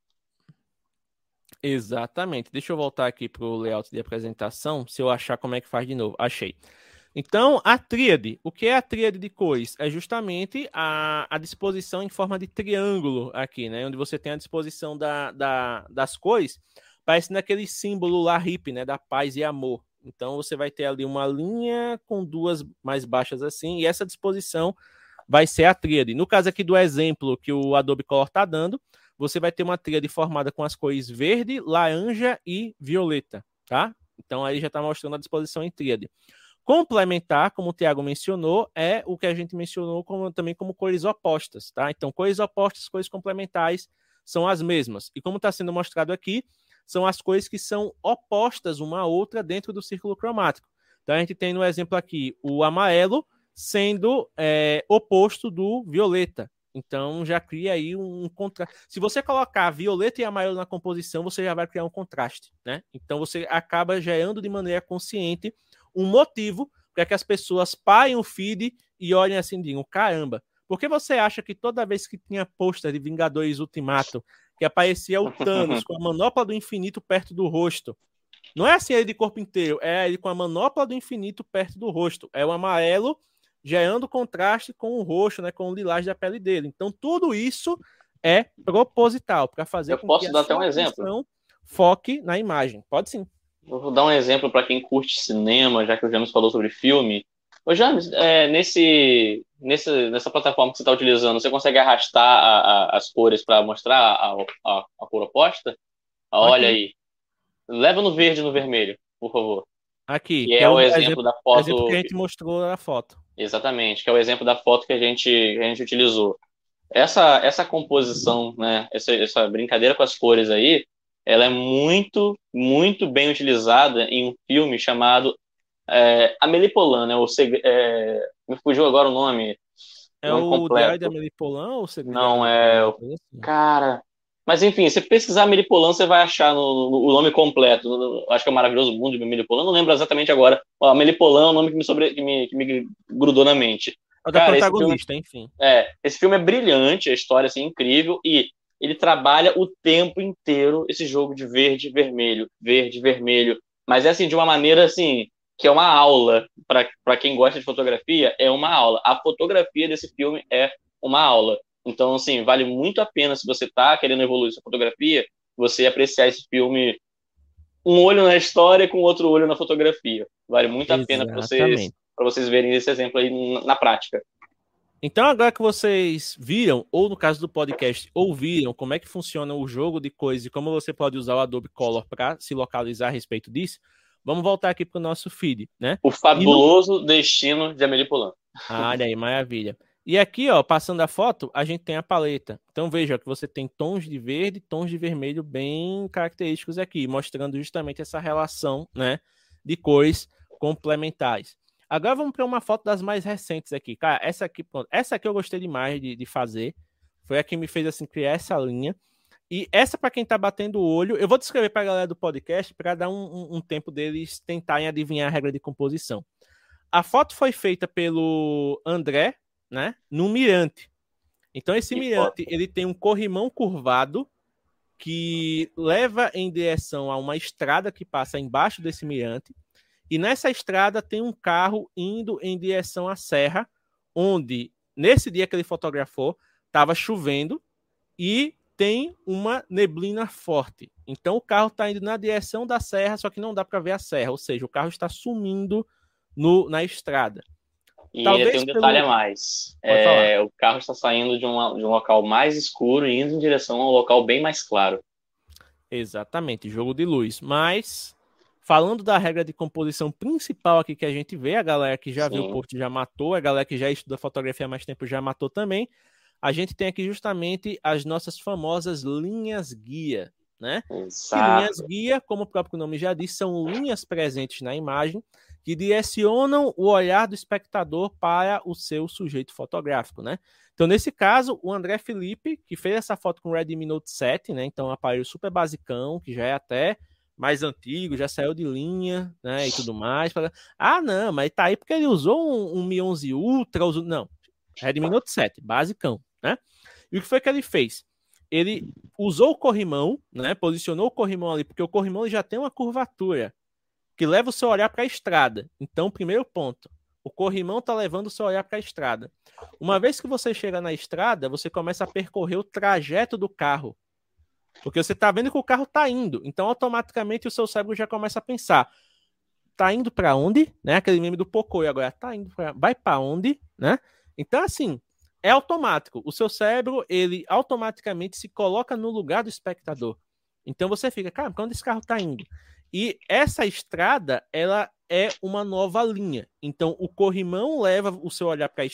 Exatamente. Deixa eu voltar aqui para o layout de apresentação, se eu achar como é que faz de novo. Achei. Então, a tríade. O que é a tríade de cores? É justamente a disposição em forma de triângulo aqui, né? Onde você tem a disposição das cores, parecendo aquele símbolo lá hippie, né? Da paz e amor. Então, você vai ter ali uma linha com duas mais baixas assim, e essa disposição vai ser a tríade. No caso aqui do exemplo que o Adobe Color está dando, você vai ter uma tríade formada com as cores verde, laranja e violeta, tá? Então, aí já está mostrando a disposição em tríade. Complementar, como o Thiago mencionou, é o que a gente mencionou também como cores opostas, tá? Então, cores opostas, cores complementares são as mesmas. E como está sendo mostrado aqui, são as cores que são opostas uma à outra dentro do círculo cromático. Então, a gente tem no exemplo aqui o amarelo sendo oposto do violeta. Então, já cria aí um contraste. Se você colocar violeta e amarelo na composição, você já vai criar um contraste, né? Então, você acaba gerando de maneira consciente um motivo para que as pessoas parem o feed e olhem assim e digam, caramba, por que você acha que toda vez que tinha pôster de Vingadores Ultimato, que aparecia o Thanos com a manopla do infinito perto do rosto, não é assim ele de corpo inteiro, é ele com a manopla do infinito perto do rosto, é o amarelo gerando contraste com o roxo, né, com o lilás da pele dele. Então, tudo isso é proposital, para fazer com que a sua atenção foque na imagem. Pode sim. Eu vou dar um exemplo para quem curte cinema, já que o James falou sobre filme. Ô, James, nessa plataforma que você está utilizando, você consegue arrastar as cores para mostrar a cor oposta? Olha aí. Leva no verde e no vermelho, por favor. Aqui. Que é o exemplo da foto. O exemplo que a gente mostrou na foto. Exatamente, que é o exemplo da foto que a gente utilizou. Essa composição, né, essa brincadeira com as cores aí, ela é muito, muito bem utilizada em um filme chamado Amélie Poulain, né? Me fugiu agora o nome. É o Diário de Amélie Poulain ou o Segredo? Não, cara... Mas, enfim, se pesquisar Amélie Poulain, você vai achar o nome completo. Acho que é o Maravilhoso Mundo de Amélie Poulain. Não lembro exatamente agora. Amélie Poulain é o nome que me grudou na mente. É o da protagonista, enfim. Esse filme é brilhante, a história assim, é incrível, e ele trabalha o tempo inteiro esse jogo de verde, vermelho, mas é assim, de uma maneira assim, que é uma aula, para quem gosta de fotografia, é uma aula. A fotografia desse filme é uma aula. Então, assim, vale muito a pena, se você tá querendo evoluir sua fotografia, você apreciar esse filme um olho na história com outro olho na fotografia. Vale muito a pena para vocês verem esse exemplo aí na prática. Então, agora que vocês viram, ou no caso do podcast, ouviram como é que funciona o jogo de cores e como você pode usar o Adobe Color para se localizar a respeito disso, vamos voltar aqui para o nosso feed, né? O fabuloso destino de Amélie Poulain. Olha aí, maravilha. E aqui, ó, passando a foto, a gente tem a paleta. Então veja que você tem tons de verde, tons de vermelho bem característicos aqui, mostrando justamente essa relação, né, de cores complementares. Agora vamos para uma foto das mais recentes aqui. Cara, essa aqui, pronto, essa aqui eu gostei demais de fazer. Foi a que me fez assim criar essa linha. E essa, para quem tá batendo o olho, eu vou descrever para a galera do podcast para dar um tempo deles tentarem adivinhar a regra de composição. A foto foi feita pelo André, né, no mirante. Então esse mirante, ele tem um corrimão curvado que leva em direção a uma estrada que passa embaixo desse mirante. E nessa estrada tem um carro indo em direção à serra, onde nesse dia que ele fotografou estava chovendo e tem uma neblina forte. Então o carro está indo na direção da serra, só que não dá para ver a serra, ou seja, o carro está sumindo na estrada. E ainda tem um detalhe a mais. O carro está saindo de um local mais escuro e indo em direção a um local bem mais claro. Exatamente, jogo de luz. Mas, falando da regra de composição principal aqui que a gente vê, a galera que já viu o post já matou, a galera que já estuda fotografia há mais tempo já matou também, a gente tem aqui justamente as nossas famosas linhas guia, né? Linhas guia, como o próprio nome já diz, são linhas presentes na imagem que direcionam o olhar do espectador para o seu sujeito fotográfico, né? Então, nesse caso, o André Felipe, que fez essa foto com o Redmi Note 7, né? Então, um aparelho super basicão, que já é até mais antigo, já saiu de linha, né? E tudo mais. Ah, não, mas tá aí porque ele usou um Mi 11 Ultra, não, Redmi Note 7, basicão, né? E o que foi que ele fez? Ele usou o corrimão, né? Posicionou o corrimão ali, porque o corrimão já tem uma curvatura que leva o seu olhar para a estrada. Então, primeiro ponto, o corrimão está levando o seu olhar para a estrada. Uma vez que você chega na estrada, você começa a percorrer o trajeto do carro. Porque você está vendo que o carro está indo. Então, automaticamente, o seu cérebro já começa a pensar, tá indo para onde? Né? Aquele meme do Pocoyo agora, tá indo vai para onde? Né? Então, assim, é automático. O seu cérebro, ele automaticamente se coloca no lugar do espectador. Então, você fica, cara, para onde esse carro está indo? E essa estrada, ela é uma nova linha. Então, o corrimão leva o seu olhar para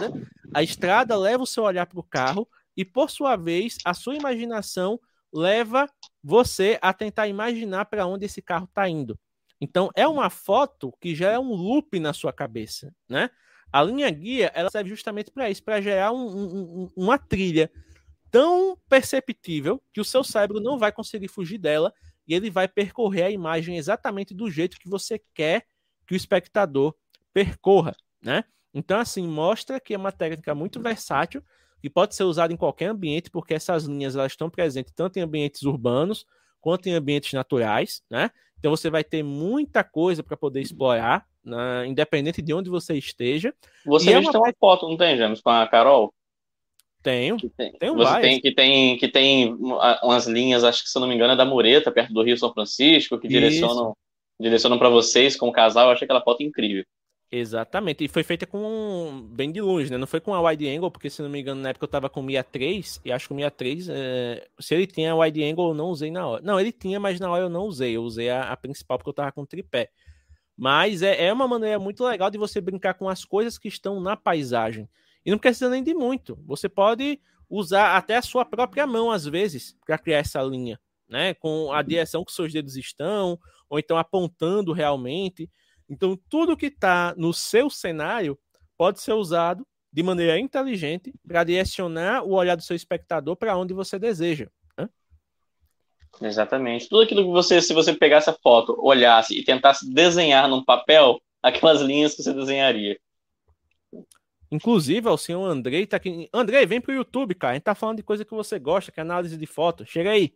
a estrada leva o seu olhar para o carro, e, por sua vez, a sua imaginação leva você a tentar imaginar para onde esse carro está indo. Então, é uma foto que já é um loop na sua cabeça, né? A linha guia, ela serve justamente para isso, para gerar uma trilha tão perceptível que o seu cérebro não vai conseguir fugir dela e ele vai percorrer a imagem exatamente do jeito que você quer que o espectador percorra, né? Então, assim, mostra que é uma técnica muito versátil e pode ser usada em qualquer ambiente, porque essas linhas elas estão presentes tanto em ambientes urbanos quanto em ambientes naturais, né? Então você vai ter muita coisa para poder explorar, né? Independente de onde você esteja. Você mesmo tem uma foto, não tem, James, com a Carol? Tenho. Tenho várias. Que tem umas linhas, acho que se eu não me engano, é da Mureta, perto do Rio São Francisco, que direcionam para vocês como casal. Eu achei aquela foto incrível. Exatamente, e foi feita com bem de longe, né? Não foi com a wide angle, porque se não me engano, na época eu tava com o Mi A3, e acho que o Mi A3, se ele tinha wide angle, eu não usei na hora. Não, ele tinha, mas na hora eu não usei, eu usei a principal porque eu tava com tripé. Mas é uma maneira muito legal de você brincar com as coisas que estão na paisagem. E não precisa nem de muito. Você pode usar até a sua própria mão, às vezes, para criar essa linha, né? Com a direção que seus dedos estão, ou então apontando realmente. Então, tudo que está no seu cenário pode ser usado de maneira inteligente para direcionar o olhar do seu espectador para onde você deseja. Né? Exatamente. Tudo aquilo que você, se você pegasse a foto, olhasse e tentasse desenhar num papel, aquelas linhas que você desenharia. Inclusive, o senhor Andrei tá aqui. Andrei, vem pro YouTube, cara. A gente tá falando de coisa que você gosta, que é análise de foto. Chega aí.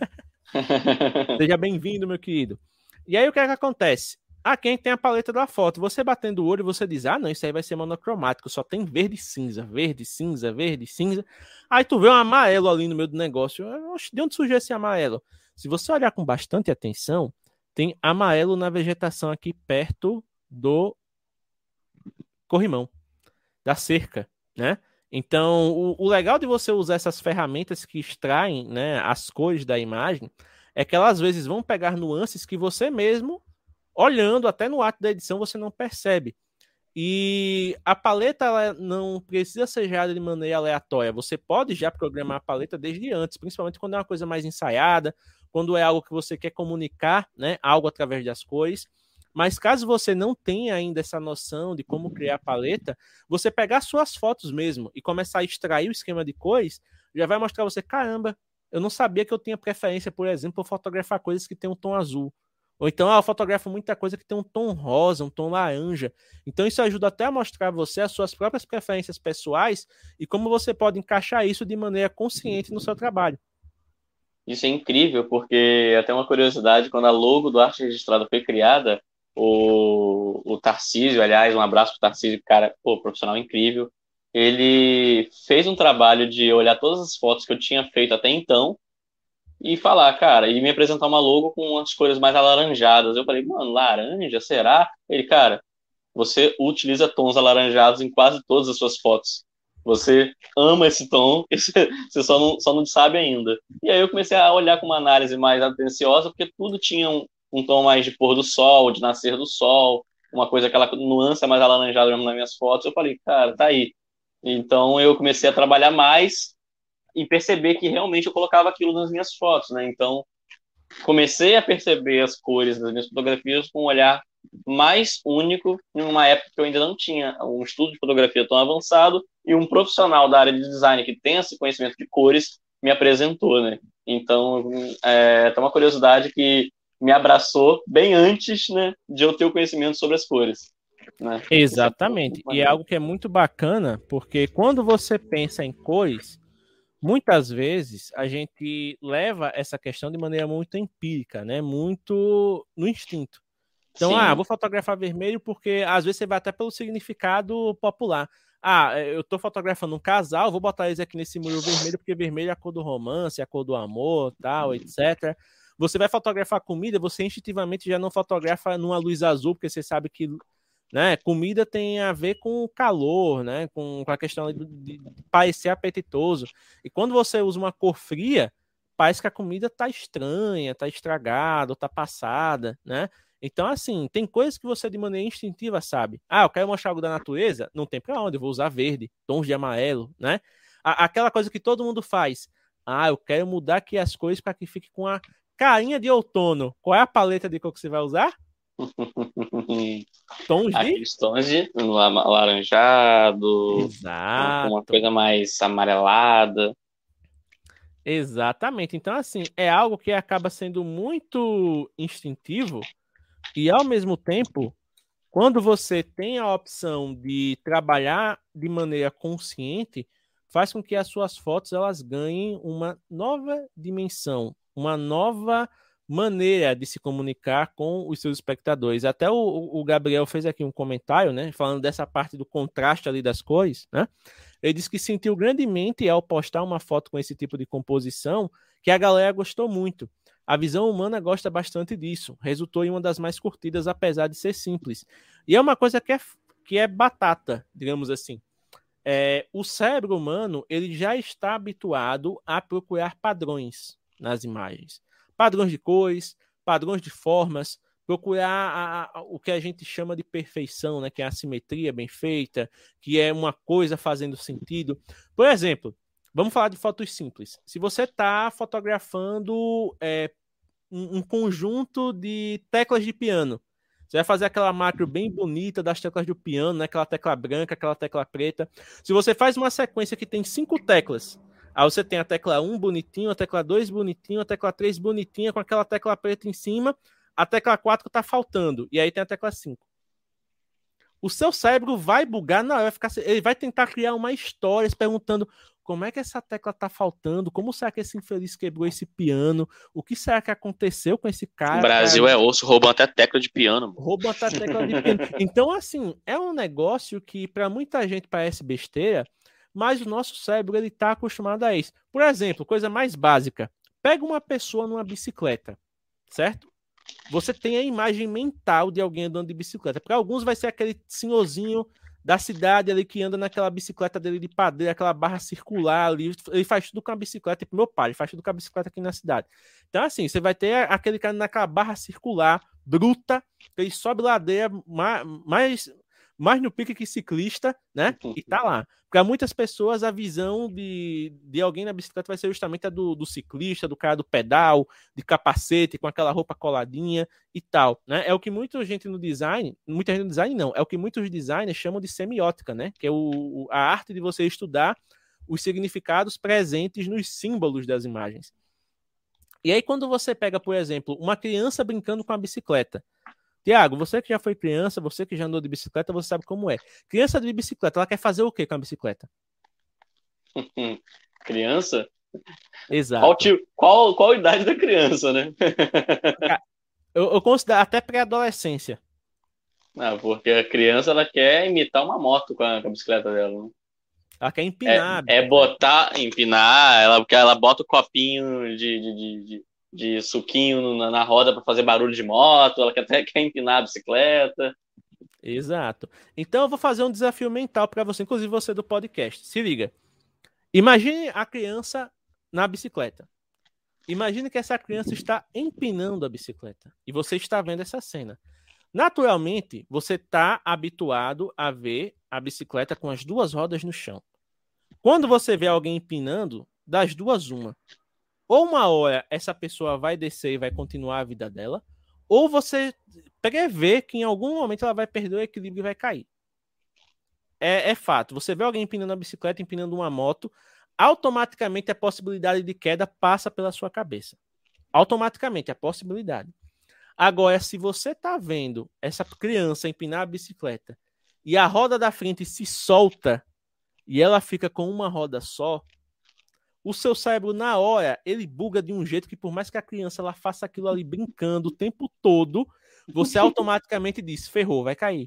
Seja bem-vindo, meu querido. E aí, o que é que acontece? Aqui a gente tem a paleta da foto. Você batendo o olho, você diz, não, isso aí vai ser monocromático. Só tem verde e cinza, verde, cinza, verde, cinza. Aí tu vê um amarelo ali no meio do negócio. De onde surgiu esse amarelo? Se você olhar com bastante atenção, tem amarelo na vegetação aqui perto do corrimão, da cerca, né? Então, o legal de você usar essas ferramentas que extraem, né, as cores da imagem é que elas às vezes vão pegar nuances que você mesmo, olhando até no ato da edição, você não percebe. E a paleta ela não precisa ser gerada de maneira aleatória. Você pode já programar a paleta desde antes, principalmente quando é uma coisa mais ensaiada, quando é algo que você quer comunicar, né, algo através das cores. Mas caso você não tenha ainda essa noção de como criar a paleta, você pegar suas fotos mesmo e começar a extrair o esquema de cores, já vai mostrar você, caramba, eu não sabia que eu tinha preferência, por exemplo, por fotografar coisas que têm um tom azul. Ou então, eu fotografo muita coisa que tem um tom rosa, um tom laranja. Então, isso ajuda até a mostrar a você as suas próprias preferências pessoais e como você pode encaixar isso de maneira consciente no seu trabalho. Isso é incrível, porque até uma curiosidade, quando a logo do Arte Registrada foi criada, o Tarcísio, aliás, um abraço para o Tarcísio, cara, pô, profissional incrível, ele fez um trabalho de olhar todas as fotos que eu tinha feito até então e falar, cara, e me apresentar uma logo com as cores mais alaranjadas. Eu falei, mano, laranja, será? Ele, cara, você utiliza tons alaranjados em quase todas as suas fotos. Você ama esse tom, você só não sabe ainda. E aí eu comecei a olhar com uma análise mais atenciosa, porque tudo tinha um tom mais de pôr do sol, de nascer do sol, uma coisa, aquela nuance mais alaranjada mesmo nas minhas fotos. Eu falei, cara, tá aí. Então eu comecei a trabalhar mais e perceber que realmente eu colocava aquilo nas minhas fotos, né? Então comecei a perceber as cores das minhas fotografias com um olhar mais único, em uma época que eu ainda não tinha um estudo de fotografia tão avançado e um profissional da área de design que tem esse conhecimento de cores me apresentou, né? Então, tem uma curiosidade que me abraçou bem antes, né, de eu ter o conhecimento sobre as cores, né? Exatamente. E é algo que é muito bacana, porque quando você pensa em cores, muitas vezes a gente leva essa questão de maneira muito empírica, né? Muito no instinto. Então, Sim. vou fotografar vermelho porque às vezes você vai até pelo significado popular. Eu tô fotografando um casal, vou botar eles aqui nesse muro vermelho porque vermelho é a cor do romance, é a cor do amor, tal, etc. Você vai fotografar comida, você instintivamente já não fotografa numa luz azul, porque você sabe que, né, comida tem a ver com o calor, né, com a questão de parecer apetitoso. E quando você usa uma cor fria, parece que a comida tá estranha, tá estragada, tá passada, né? Então, assim, tem coisas que você de maneira instintiva sabe. Eu quero mostrar algo da natureza? Não tem pra onde, eu vou usar verde, tons de amarelo, né? Aquela coisa que todo mundo faz. Eu quero mudar aqui as cores para que fique com a carinha de outono. Qual é a paleta de cor que você vai usar? Tons de? Aqueles tons de alaranjado, uma Exato. coisa mais amarelada. Exatamente. Então, assim, é algo que acaba sendo muito instintivo e, ao mesmo tempo, quando você tem a opção de trabalhar de maneira consciente, faz com que as suas fotos elas ganhem uma nova dimensão, uma nova maneira de se comunicar com os seus espectadores. Até o Gabriel fez aqui um comentário, né, falando dessa parte do contraste ali das cores, né? Ele disse que sentiu grandemente ao postar uma foto com esse tipo de composição, que a galera gostou muito. A visão humana gosta bastante disso. Resultou em uma das mais curtidas, apesar de ser simples. E é uma coisa que é batata, digamos assim. O cérebro humano ele já está habituado a procurar padrões nas imagens. Padrões de cores, padrões de formas, procurar o que a gente chama de perfeição, né? Que é a simetria bem feita, que é uma coisa fazendo sentido. Por exemplo, vamos falar de fotos simples. Se você está fotografando um conjunto de teclas de piano, você vai fazer aquela macro bem bonita das teclas do piano, né? Aquela tecla branca, aquela tecla preta. Se você faz uma sequência que tem 5 teclas, aí você tem a tecla 1 bonitinho, a tecla 2 bonitinho, a tecla 3 bonitinha, com aquela tecla preta em cima, a tecla 4 tá faltando, e aí tem a tecla 5. O seu cérebro vai bugar na hora, ele vai tentar criar uma história se perguntando como é que essa tecla tá faltando, como será que esse infeliz quebrou esse piano, o que será que aconteceu com esse O cara? Brasil é osso, roubam até tecla de piano. Roubam até tecla de piano. Então, assim, é um negócio que para muita gente parece besteira, mas o nosso cérebro ele tá acostumado a isso. Por exemplo, coisa mais básica, pega uma pessoa numa bicicleta, certo? Você tem a imagem mental de alguém andando de bicicleta. Para alguns vai ser aquele senhorzinho da cidade ali que anda naquela bicicleta dele de padeira, aquela barra circular ali. Ele faz tudo com a bicicleta. Tipo, meu pai, ele faz tudo com a bicicleta aqui na cidade. Então, assim, você vai ter aquele cara naquela barra circular, bruta, ele sobe ladeira mais no pique que ciclista, né? E tá lá. Para muitas pessoas, a visão de alguém na bicicleta vai ser justamente a do ciclista, do cara do pedal, de capacete, com aquela roupa coladinha e tal, né? É o que muita gente no design não, é o que muitos designers chamam de semiótica, né? Que é a arte de você estudar os significados presentes nos símbolos das imagens. E aí, quando você pega, por exemplo, uma criança brincando com a bicicleta, Tiago, você que já foi criança, você que já andou de bicicleta, você sabe como é. Criança de bicicleta, ela quer fazer o que com a bicicleta? Criança? Exato. Qual a idade da criança, né? Eu considero até pré-adolescência. Porque a criança ela quer imitar uma moto com a bicicleta dela, né? Ela quer empinar a bicicleta. Empinar, porque ela bota o copinho de suquinho na roda para fazer barulho de moto, ela até quer empinar a bicicleta. Exato. Então eu vou fazer um desafio mental para você, inclusive você do podcast. Se liga. Imagine a criança na bicicleta. Imagine que essa criança está empinando a bicicleta e você está vendo essa cena. Naturalmente, você está habituado a ver a bicicleta com as duas rodas no chão. Quando você vê alguém empinando, das duas, uma. Ou uma hora essa pessoa vai descer e vai continuar a vida dela, ou você prevê que em algum momento ela vai perder o equilíbrio e vai cair. É fato. Você vê alguém empinando a bicicleta, empinando uma moto, automaticamente a possibilidade de queda passa pela sua cabeça. Automaticamente, a possibilidade. Agora, se você está vendo essa criança empinar a bicicleta e a roda da frente se solta e ela fica com uma roda só, o seu cérebro, na hora, ele buga de um jeito que, por mais que a criança ela faça aquilo ali brincando o tempo todo, você automaticamente diz, ferrou, vai cair.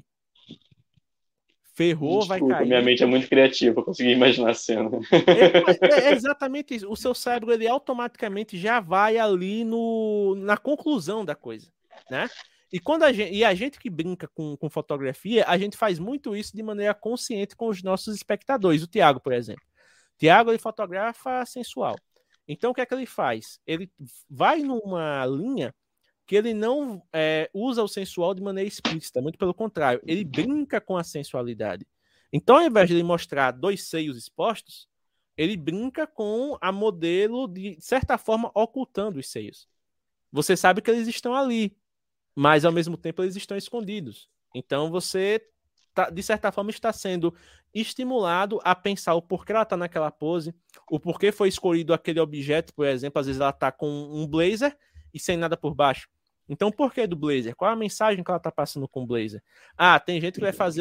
Ferrou, vai cair. Minha mente é muito criativa, eu consegui imaginar a cena. É exatamente isso. O seu cérebro, ele automaticamente já vai ali na conclusão da coisa, né? E a gente que brinca com fotografia, a gente faz muito isso de maneira consciente com os nossos espectadores. O Thiago, por exemplo. O Thiago, ele fotografa sensual. Então, o que é que ele faz? Ele vai numa linha que ele não usa o sensual de maneira explícita, muito pelo contrário, ele brinca com a sensualidade. Então, ao invés de ele mostrar dois seios expostos, ele brinca com a modelo de certa forma, ocultando os seios. Você sabe que eles estão ali, mas ao mesmo tempo eles estão escondidos. Então, você, de certa forma, está sendo estimulado a pensar o porquê ela está naquela pose, o porquê foi escolhido aquele objeto, por exemplo, às vezes ela está com um blazer e sem nada por baixo. Então, por que do blazer? Qual é a mensagem que ela está passando com o blazer? Ah, tem gente que vai fazer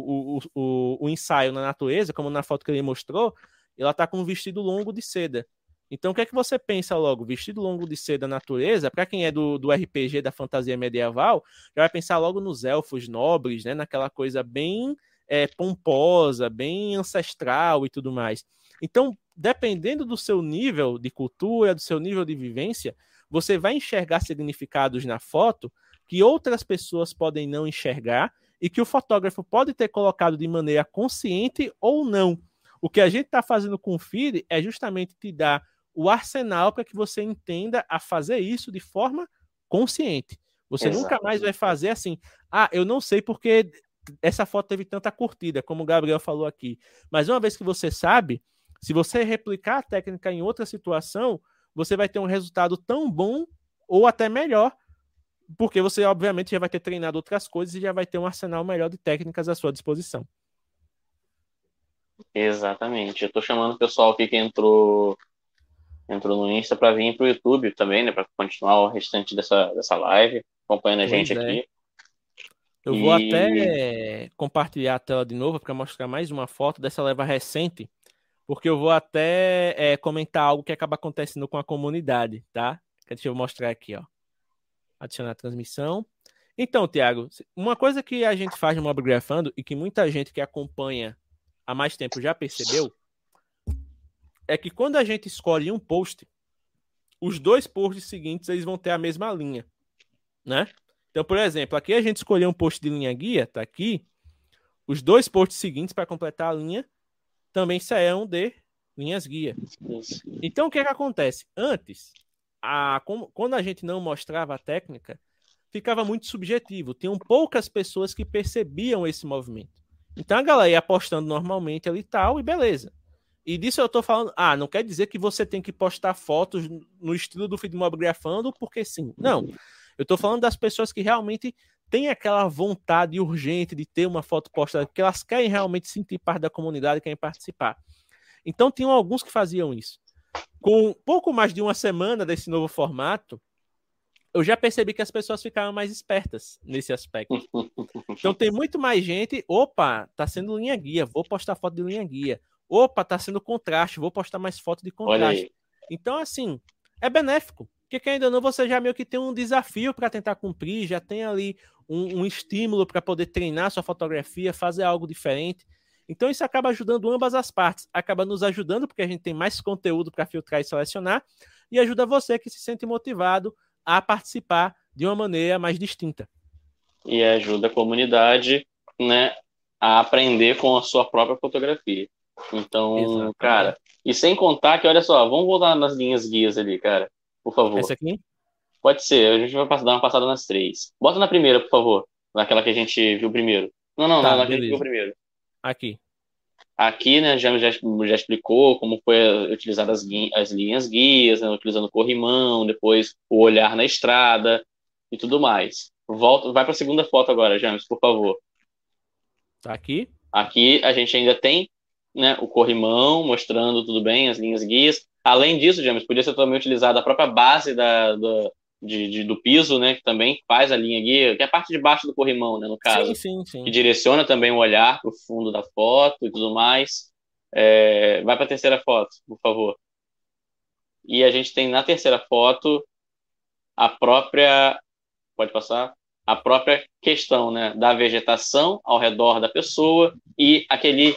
o ensaio na natureza, como na foto que ele mostrou, e ela está com um vestido longo de seda. Então, o que é que você pensa logo? Vestido longo de seda natureza, para quem é do RPG, da fantasia medieval, já vai pensar logo nos elfos nobres, né? Naquela coisa bem pomposa, bem ancestral e tudo mais. Então, dependendo do seu nível de cultura, do seu nível de vivência, você vai enxergar significados na foto que outras pessoas podem não enxergar e que o fotógrafo pode ter colocado de maneira consciente ou não. O que a gente está fazendo com o feed é justamente te dar o arsenal para que você entenda a fazer isso de forma consciente. Você nunca mais vai fazer assim, eu não sei porque essa foto teve tanta curtida, como o Gabriel falou aqui. Mas uma vez que você sabe, se você replicar a técnica em outra situação, você vai ter um resultado tão bom ou até melhor, porque você, obviamente, já vai ter treinado outras coisas e já vai ter um arsenal melhor de técnicas à sua disposição. Exatamente. Eu tô chamando o pessoal aqui que entrou no Insta para vir pro YouTube também, né? Para continuar o restante dessa live, acompanhando a gente aqui. Eu vou até compartilhar a tela de novo para mostrar mais uma foto dessa leva recente, porque eu vou até comentar algo que acaba acontecendo com a comunidade, tá? Deixa eu mostrar aqui, ó. Adicionar a transmissão. Então, Thiago, uma coisa que a gente faz no Mobgrafando e que muita gente que acompanha há mais tempo já percebeu é que quando a gente escolhe um post, os dois posts seguintes eles vão ter a mesma linha, né? Então, por exemplo, aqui a gente escolheu um post de linha guia, tá aqui. Os dois posts seguintes para completar a linha também serão de linhas guia. Então, o que é que acontece? Antes, quando a gente não mostrava a técnica, ficava muito subjetivo. Tinham poucas pessoas que percebiam esse movimento. Então a galera ia postando normalmente ali e tal, e beleza. E disso eu tô falando, não quer dizer que você tem que postar fotos no estilo do Feed Mob Grafando, porque sim. Não. Eu tô falando das pessoas que realmente têm aquela vontade urgente de ter uma foto postada, porque elas querem realmente sentir parte da comunidade, querem participar. Então tinham alguns que faziam isso. Com pouco mais de uma semana desse novo formato, eu já percebi que as pessoas ficaram mais espertas nesse aspecto. Então tem muito mais gente, tá sendo linha guia, vou postar foto de linha guia. Tá sendo contraste, vou postar mais foto de contraste. Então, assim, é benéfico. Porque ainda não, você já meio que tem um desafio para tentar cumprir, já tem ali um estímulo para poder treinar sua fotografia, fazer algo diferente. Então isso acaba ajudando ambas as partes. Acaba nos ajudando porque a gente tem mais conteúdo para filtrar e selecionar, e ajuda você que se sente motivado a participar de uma maneira mais distinta. E ajuda a comunidade, né, a aprender com a sua própria fotografia. Então, exatamente. Cara, e sem contar que, olha só, vamos voltar nas linhas guias ali, cara, por favor. Essa aqui? Pode ser, a gente vai dar uma passada nas 3. Bota na primeira, por favor, naquela que a gente viu primeiro. Não, na que a gente viu primeiro. Aqui, né, já explicou como foi utilizada as linhas guias, né, utilizando o corrimão, depois o olhar na estrada e tudo mais. Vai para a segunda foto agora, James, por favor. Tá aqui. Aqui a gente ainda tem, né, o corrimão mostrando tudo bem, as linhas guias. Além disso, James, podia ser também utilizada a própria base do piso, né, que também faz a linha guia, que é a parte de baixo do corrimão, né, no caso. Sim. Que direciona também o olhar para o fundo da foto e tudo mais. Vai para a terceira foto, por favor. E a gente tem na terceira foto a própria... Pode passar? A própria questão, né, da vegetação ao redor da pessoa e aquele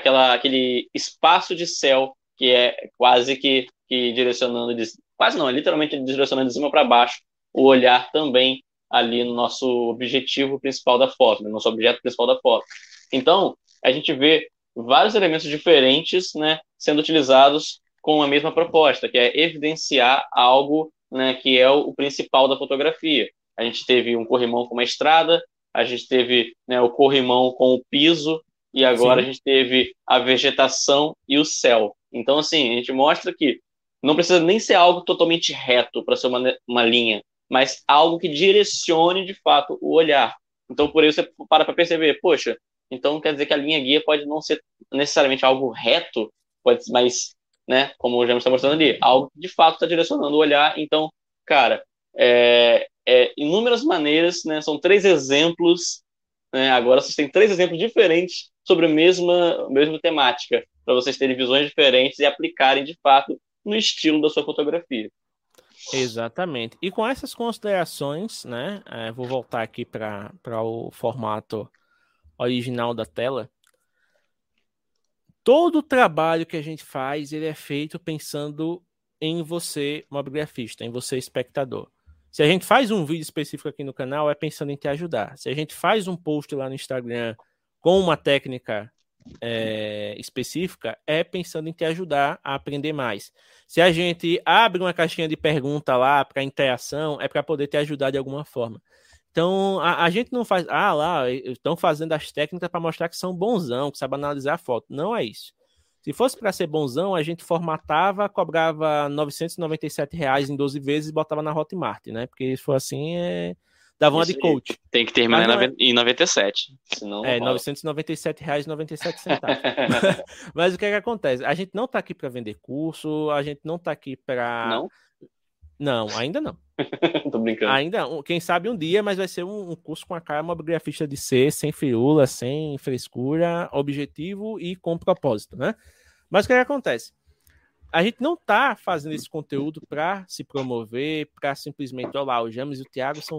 espaço de céu que é quase que direcionando... Quase não, é literalmente direcionando de cima para baixo o olhar também ali no nosso objetivo principal da foto, no nosso objeto principal da foto. Então, a gente vê vários elementos diferentes, né, sendo utilizados com a mesma proposta, que é evidenciar algo, né, que é o principal da fotografia. A gente teve um corrimão com uma estrada, a gente teve, né, o corrimão com o piso, e agora a gente teve a vegetação e o céu. Então, assim, a gente mostra que não precisa nem ser algo totalmente reto para ser uma linha, mas algo que direcione, de fato, o olhar. Então, por isso, você para perceber, poxa, então quer dizer que a linha guia pode não ser necessariamente algo reto, mas, né, como o James está mostrando ali, algo que, de fato, está direcionando o olhar. Então, cara, inúmeras maneiras, né, são 3 exemplos, né, agora vocês têm 3 exemplos diferentes sobre a mesma temática, para vocês terem visões diferentes e aplicarem, de fato, no estilo da sua fotografia. Exatamente. E com essas considerações, né, vou voltar aqui para o formato original da tela. Todo o trabalho que a gente faz, ele é feito pensando em você, mobigrafista, em você, espectador. Se a gente faz um vídeo específico aqui no canal, é pensando em te ajudar. Se a gente faz um post lá no Instagram com uma técnica específica, é pensando em te ajudar a aprender mais. Se a gente abre uma caixinha de pergunta lá para interação, é para poder te ajudar de alguma forma. Então, a gente não faz... lá, estão fazendo as técnicas para mostrar que são bonzão, que sabe analisar a foto. Não é isso. Se fosse para ser bonzão, a gente formatava, cobrava R$ 997 em 12 vezes e botava na Hotmart, né? Porque se for assim, dava uma de coach. Tem que terminar em 97. Senão R$ 997,97. Mas o que acontece? A gente não está aqui para vender curso, a gente não está aqui para... Não, ainda não. Tô brincando. Ainda, quem sabe um dia, mas vai ser um curso com a cara mobigrafista de ser, sem firula, sem frescura, objetivo e com propósito, né? Mas o que acontece? A gente não tá fazendo esse conteúdo para se promover, para simplesmente, olha lá, o James e o Thiago são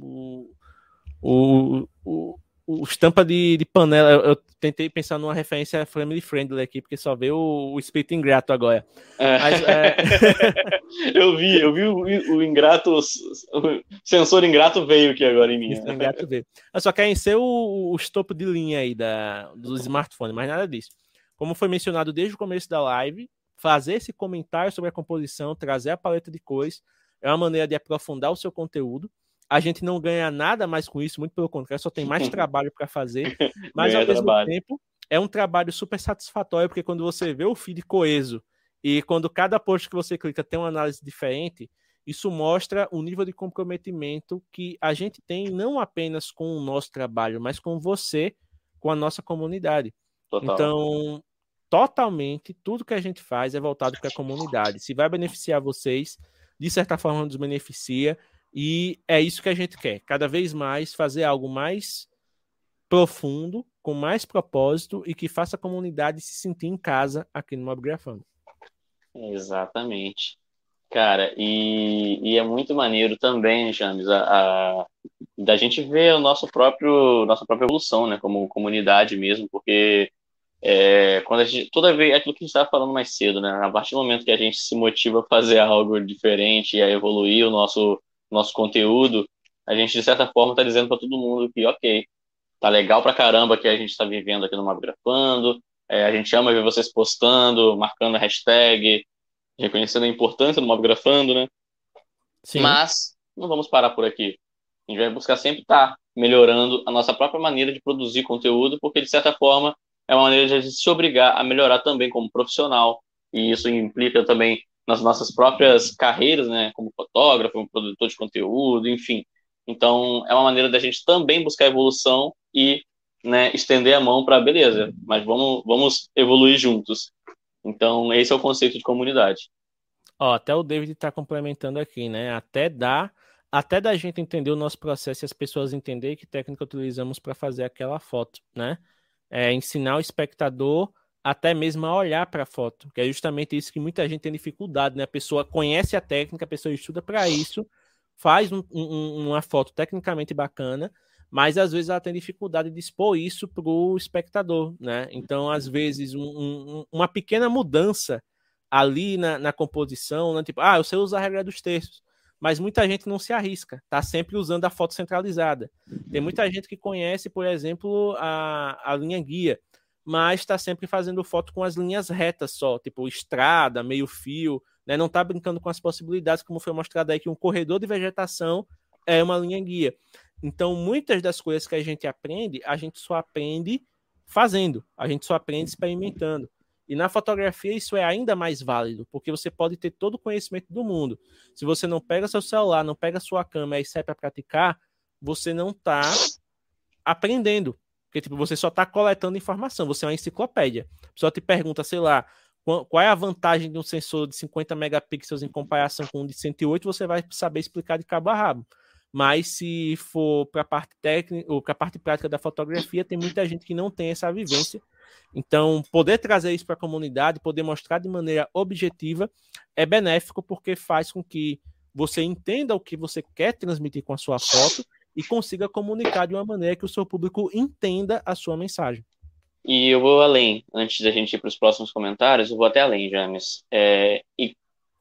os tampa de panela. Eu tentei pensar numa referência family friendly aqui, porque só veio o espírito ingrato agora. Mas, eu vi o ingrato, o sensor ingrato veio aqui agora em mim. O ingrato veio. Só querem ser os topo de linha aí dos smartphones, mas nada disso. Como foi mencionado desde o começo da live, fazer esse comentário sobre a composição, trazer a paleta de cores, é uma maneira de aprofundar o seu conteúdo. A gente não ganha nada mais com isso, muito pelo contrário, só tem mais trabalho para fazer, mas ao Ganha mesmo trabalho. tempo é um trabalho super satisfatório, porque quando você vê o feed coeso e quando cada post que você clica tem uma análise diferente, isso mostra o nível de comprometimento que a gente tem não apenas com o nosso trabalho, mas com você, com a nossa comunidade. Total. Então, totalmente, tudo que a gente faz é voltado para a comunidade. Se vai beneficiar vocês, de certa forma nos beneficia, e é isso que a gente quer. Cada vez mais fazer algo mais profundo, com mais propósito e que faça a comunidade se sentir em casa aqui no Mobgrafando. Exatamente. Cara, e é muito maneiro também, James, da gente ver nossa própria evolução, né, como comunidade mesmo, porque quando a gente, toda vez, é aquilo que a gente estava falando mais cedo, né, a partir do momento que a gente se motiva a fazer algo diferente e a evoluir o nosso conteúdo, a gente, de certa forma, está dizendo para todo mundo que, ok, tá legal pra caramba que a gente está vivendo aqui no Mobgrafando, a gente ama ver vocês postando, marcando a hashtag, reconhecendo a importância do Mobgrafando, né? Sim, Mas não vamos parar por aqui. A gente vai buscar sempre estar melhorando a nossa própria maneira de produzir conteúdo, porque, de certa forma, é uma maneira de a gente se obrigar a melhorar também como profissional, e isso implica também nas nossas próprias carreiras, né, como fotógrafo, como produtor de conteúdo, enfim. Então, é uma maneira da gente também buscar evolução e, né, estender a mão para, beleza, mas vamos evoluir juntos. Então, esse é o conceito de comunidade. ó, até o David está complementando aqui, né? Até da gente entender o nosso processo e as pessoas entenderem que técnica utilizamos para fazer aquela foto, né? Ensinar o espectador até mesmo a olhar para a foto, que é justamente isso que muita gente tem dificuldade, né? A pessoa conhece a técnica, a pessoa estuda para isso, faz uma foto tecnicamente bacana, mas às vezes ela tem dificuldade de expor isso para o espectador, né? Então, às vezes, uma pequena mudança ali na composição, né? Tipo, eu sei usar a regra dos terços, mas muita gente não se arrisca, tá sempre usando a foto centralizada. Tem muita gente que conhece, por exemplo, a linha guia, mas está sempre fazendo foto com as linhas retas só, tipo estrada, meio fio, né? Não está brincando com as possibilidades, como foi mostrado aí, que um corredor de vegetação é uma linha guia. Então, muitas das coisas que a gente só aprende fazendo, a gente só aprende experimentando. E na fotografia isso é ainda mais válido, porque você pode ter todo o conhecimento do mundo. Se você não pega seu celular, não pega sua câmera e sai para praticar, você não está aprendendo. Porque tipo, você só está coletando informação, você é uma enciclopédia. A pessoa te pergunta, sei lá, qual é a vantagem de um sensor de 50 megapixels em comparação com um de 108, você vai saber explicar de cabo a rabo. Mas se for para a parte técnica ou para a parte prática da fotografia, tem muita gente que não tem essa vivência. Então, poder trazer isso para a comunidade, poder mostrar de maneira objetiva, é benéfico porque faz com que você entenda o que você quer transmitir com a sua foto e consiga comunicar de uma maneira que o seu público entenda a sua mensagem. E eu vou além, antes da gente ir para os próximos comentários, eu vou até além, James. E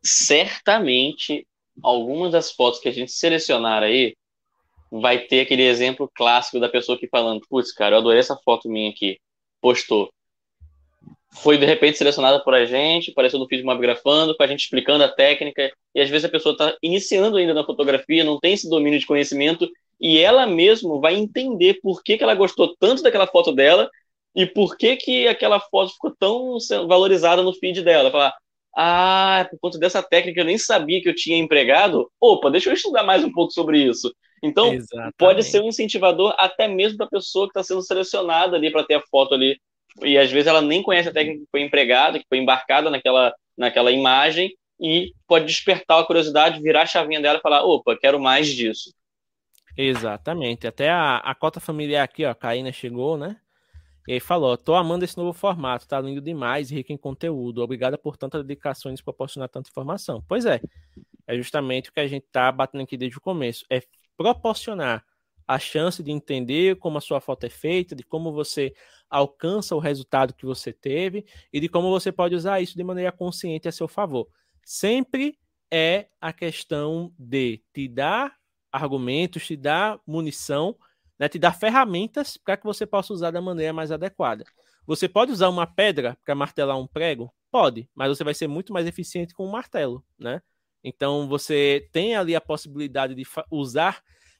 certamente, algumas das fotos que a gente selecionar aí, vai ter aquele exemplo clássico da pessoa que falando, putz, cara, eu adorei essa foto minha aqui, postou. Foi de repente selecionada por a gente, apareceu no feed Mobgrafando, com a gente explicando a técnica, e às vezes a pessoa está iniciando ainda na fotografia, não tem esse domínio de conhecimento, e ela mesmo vai entender por que ela gostou tanto daquela foto dela e por que aquela foto ficou tão valorizada no feed dela. Falar, por conta dessa técnica eu nem sabia que eu tinha empregado. Opa, deixa eu estudar mais um pouco sobre isso. Então, pode ser Exatamente. um incentivador até mesmo para a pessoa que está sendo selecionada ali para ter a foto ali. E às vezes ela nem conhece a técnica que foi empregada, que foi embarcada naquela imagem, e pode despertar a curiosidade, virar a chavinha dela e falar, opa, quero mais disso. Exatamente. Até a cota familiar aqui, ó, a Caína chegou, né? E aí falou, tô amando esse novo formato, tá lindo demais, rico em conteúdo. Obrigada por tanta dedicação e nos proporcionar tanta informação. Pois é justamente o que a gente tá batendo aqui desde o começo. É proporcionar a chance de entender como a sua foto é feita, de como você alcança o resultado que você teve e de como você pode usar isso de maneira consciente a seu favor. Sempre é a questão de te dar argumentos, te dar munição, né, te dar ferramentas para que você possa usar da maneira mais adequada. Você pode usar uma pedra para martelar um prego? Pode, mas você vai ser muito mais eficiente com um martelo, né? Então você tem ali a possibilidade de usar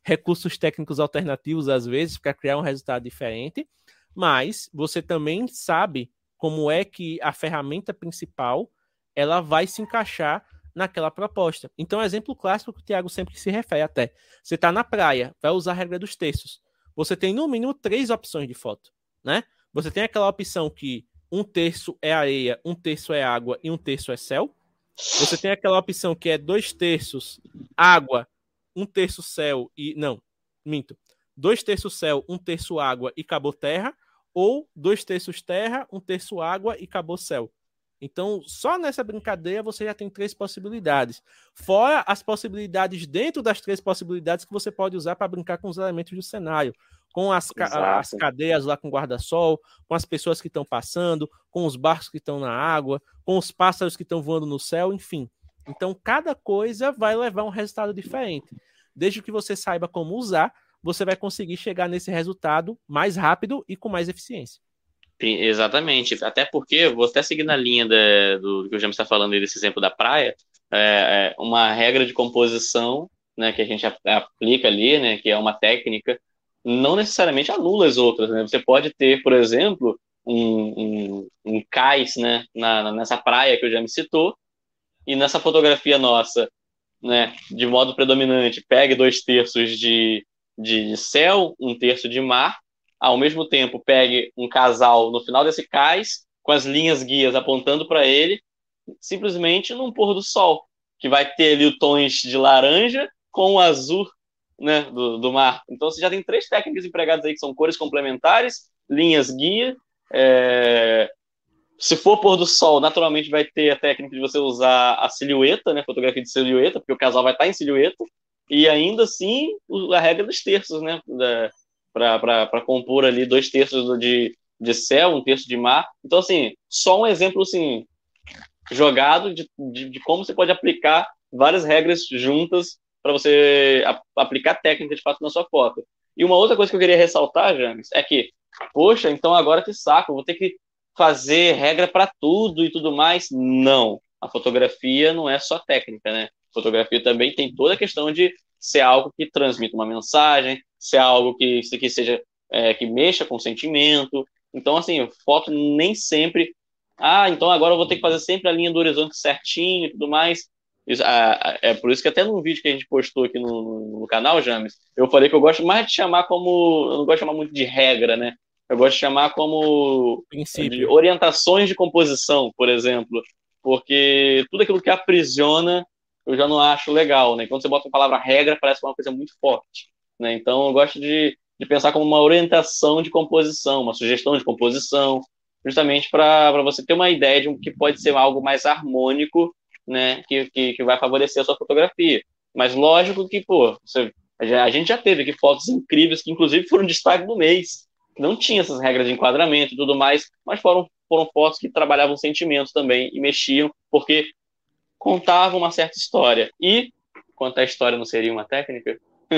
recursos técnicos alternativos, às vezes, para criar um resultado diferente, mas você também sabe como é que a ferramenta principal ela vai se encaixar naquela proposta. Então, exemplo clássico que o Thiago sempre se refere até. Você está na praia, vai usar a regra dos terços. Você tem, no mínimo, 3 opções de foto, né? Você tem aquela opção que 1/3 é areia, 1/3 é água e 1/3 é céu. Você tem aquela opção que é 2/3 água, 1/3 céu e... Não, minto. 2/3 céu, 1/3 água e acabou terra. Ou 2/3 terra, 1/3 água e acabou céu. Então, só nessa brincadeira você já tem 3 possibilidades. Fora as possibilidades dentro das 3 possibilidades que você pode usar para brincar com os elementos do cenário. Com as cadeias lá com guarda-sol, com as pessoas que estão passando, com os barcos que estão na água, com os pássaros que estão voando no céu, enfim. Então, cada coisa vai levar um resultado diferente. Desde que você saiba como usar, você vai conseguir chegar nesse resultado mais rápido e com mais eficiência. Exatamente, até porque, vou até seguir na linha do que o James está falando aí, desse exemplo da praia, uma regra de composição, né, que a gente aplica ali, né, que é uma técnica, não necessariamente anula as outras, né? Você pode ter, por exemplo, um cais, né, nessa praia que o James citou, e nessa fotografia nossa, né, de modo predominante, pegue 2/3 de céu, 1/3 de mar, ao mesmo tempo pegue um casal no final desse cais, com as linhas guias apontando para ele, simplesmente num pôr do sol, que vai ter ali tons de laranja com o azul, né, do mar. Então você já tem 3 técnicas empregadas aí, que são cores complementares, linhas guia. Se for pôr do sol, naturalmente vai ter a técnica de você usar a silhueta, né, fotografia de silhueta, porque o casal vai estar em silhueta, e ainda assim a regra dos terços, né, para compor ali 2/3 de céu, 1/3 de mar. Então, assim, só um exemplo assim, jogado de como você pode aplicar várias regras juntas para você aplicar técnica de fato na sua foto. E uma outra coisa que eu queria ressaltar, James, é que, poxa, então agora que saco, vou ter que fazer regra para tudo e tudo mais. Não, a fotografia não é só técnica, né? A fotografia também tem toda a questão de ser algo que transmita uma mensagem, ser algo que seja que mexa com o sentimento. Então, assim, foto nem sempre... então agora eu vou ter que fazer sempre a linha do horizonte certinho e tudo mais. É por isso que até num vídeo que a gente postou aqui no canal, James, eu falei que eu gosto mais de chamar como... Eu não gosto de chamar muito de regra, né? Eu gosto de chamar como de orientações de composição, por exemplo. Porque tudo aquilo que aprisiona, eu já não acho legal, né? Quando você bota a palavra regra, parece uma coisa muito forte, né? Então eu gosto de pensar como uma orientação de composição, uma sugestão de composição, justamente para você ter uma ideia de que pode ser algo mais harmônico, né? Que vai favorecer a sua fotografia. Mas lógico que, pô, a gente já teve aqui fotos incríveis que inclusive foram destaque do mês, que não tinha essas regras de enquadramento e tudo mais, mas foram fotos que trabalhavam sentimentos também e mexiam, porque contavam uma certa história. E contar a história não seria uma técnica?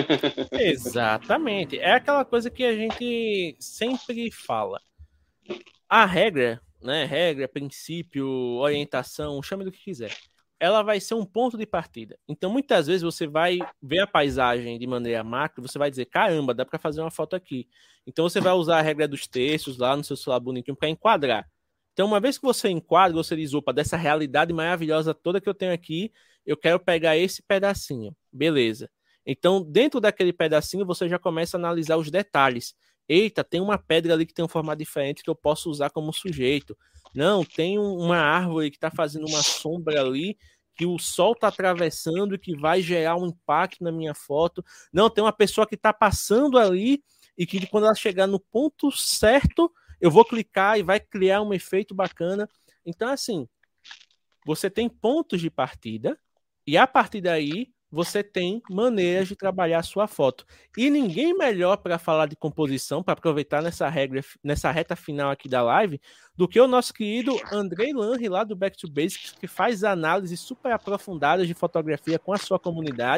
Exatamente. É aquela coisa que a gente sempre fala. A regra, né? Regra, princípio, orientação, chame do que quiser. Ela vai ser um ponto de partida. Então, muitas vezes você vai ver a paisagem de maneira macro, você vai dizer, caramba, dá para fazer uma foto aqui. Então, você vai usar a regra dos terços lá no seu celular bonitinho para enquadrar. Então, uma vez que você enquadra, você diz, opa, dessa realidade maravilhosa toda que eu tenho aqui, eu quero pegar esse pedacinho. Beleza. Então, dentro daquele pedacinho, você já começa a analisar os detalhes. Eita, tem uma pedra ali que tem um formato diferente que eu posso usar como sujeito. Não, tem uma árvore que está fazendo uma sombra ali que o sol está atravessando e que vai gerar um impacto na minha foto. Não, tem uma pessoa que está passando ali e que quando ela chegar no ponto certo, eu vou clicar e vai criar um efeito bacana. Então, assim, você tem pontos de partida e a partir daí você tem maneiras de trabalhar a sua foto. E ninguém melhor para falar de composição, para aproveitar nessa reta final aqui da live, do que o nosso querido Andrei Lanri, lá do Back to Basics, que faz análises super aprofundadas de fotografia com a sua comunidade.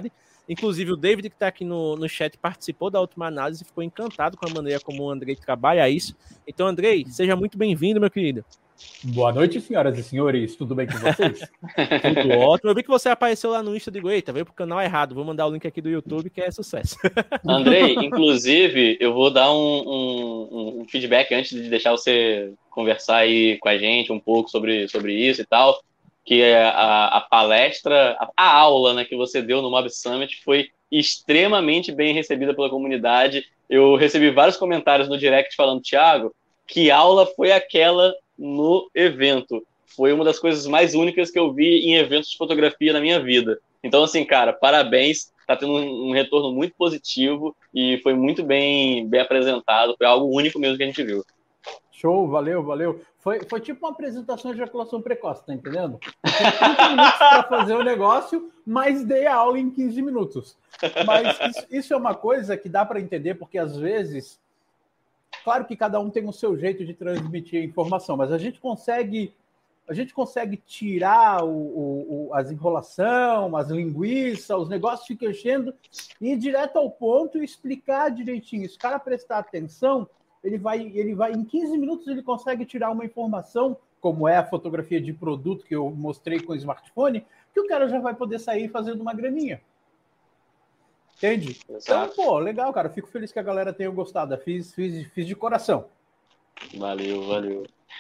Inclusive, o David, que está aqui no chat, participou da última análise e ficou encantado com a maneira como o Andrei trabalha isso. Então, Andrei, seja muito bem-vindo, meu querido. Boa noite, senhoras e senhores. Tudo bem com vocês? Tudo ótimo. Eu vi que você apareceu lá no Insta de Eita, veio pro canal errado. Vou mandar o link aqui do YouTube, que é sucesso. Andrei, inclusive, eu vou dar um feedback antes de deixar você conversar aí com a gente um pouco sobre isso e tal, que a palestra, a aula, né, que você deu no Mob Summit foi extremamente bem recebida pela comunidade. Eu recebi vários comentários no direct falando, Thiago, que aula foi aquela no evento? Foi uma das coisas mais únicas que eu vi em eventos de fotografia na minha vida. Então, assim, cara, parabéns. Tá tendo um retorno muito positivo e foi muito bem apresentado. Foi algo único mesmo que a gente viu. Show, valeu. Foi tipo uma apresentação de ejaculação precoce, tá entendendo? Tinha 30 minutos para fazer o negócio, mas dei a aula em 15 minutos. Mas isso é uma coisa que dá para entender, porque às vezes, claro que cada um tem o seu jeito de transmitir a informação, mas a gente consegue tirar as enrolação, as linguiças, os negócios ficam enchendo, e ir direto ao ponto e explicar direitinho. Se o cara prestar atenção, ele vai em 15 minutos ele consegue tirar uma informação, como é a fotografia de produto que eu mostrei com o smartphone, que o cara já vai poder sair fazendo uma graninha. Entende? Exato. Então, pô, legal, cara. Fico feliz que a galera tenha gostado. Fiz de coração. Valeu.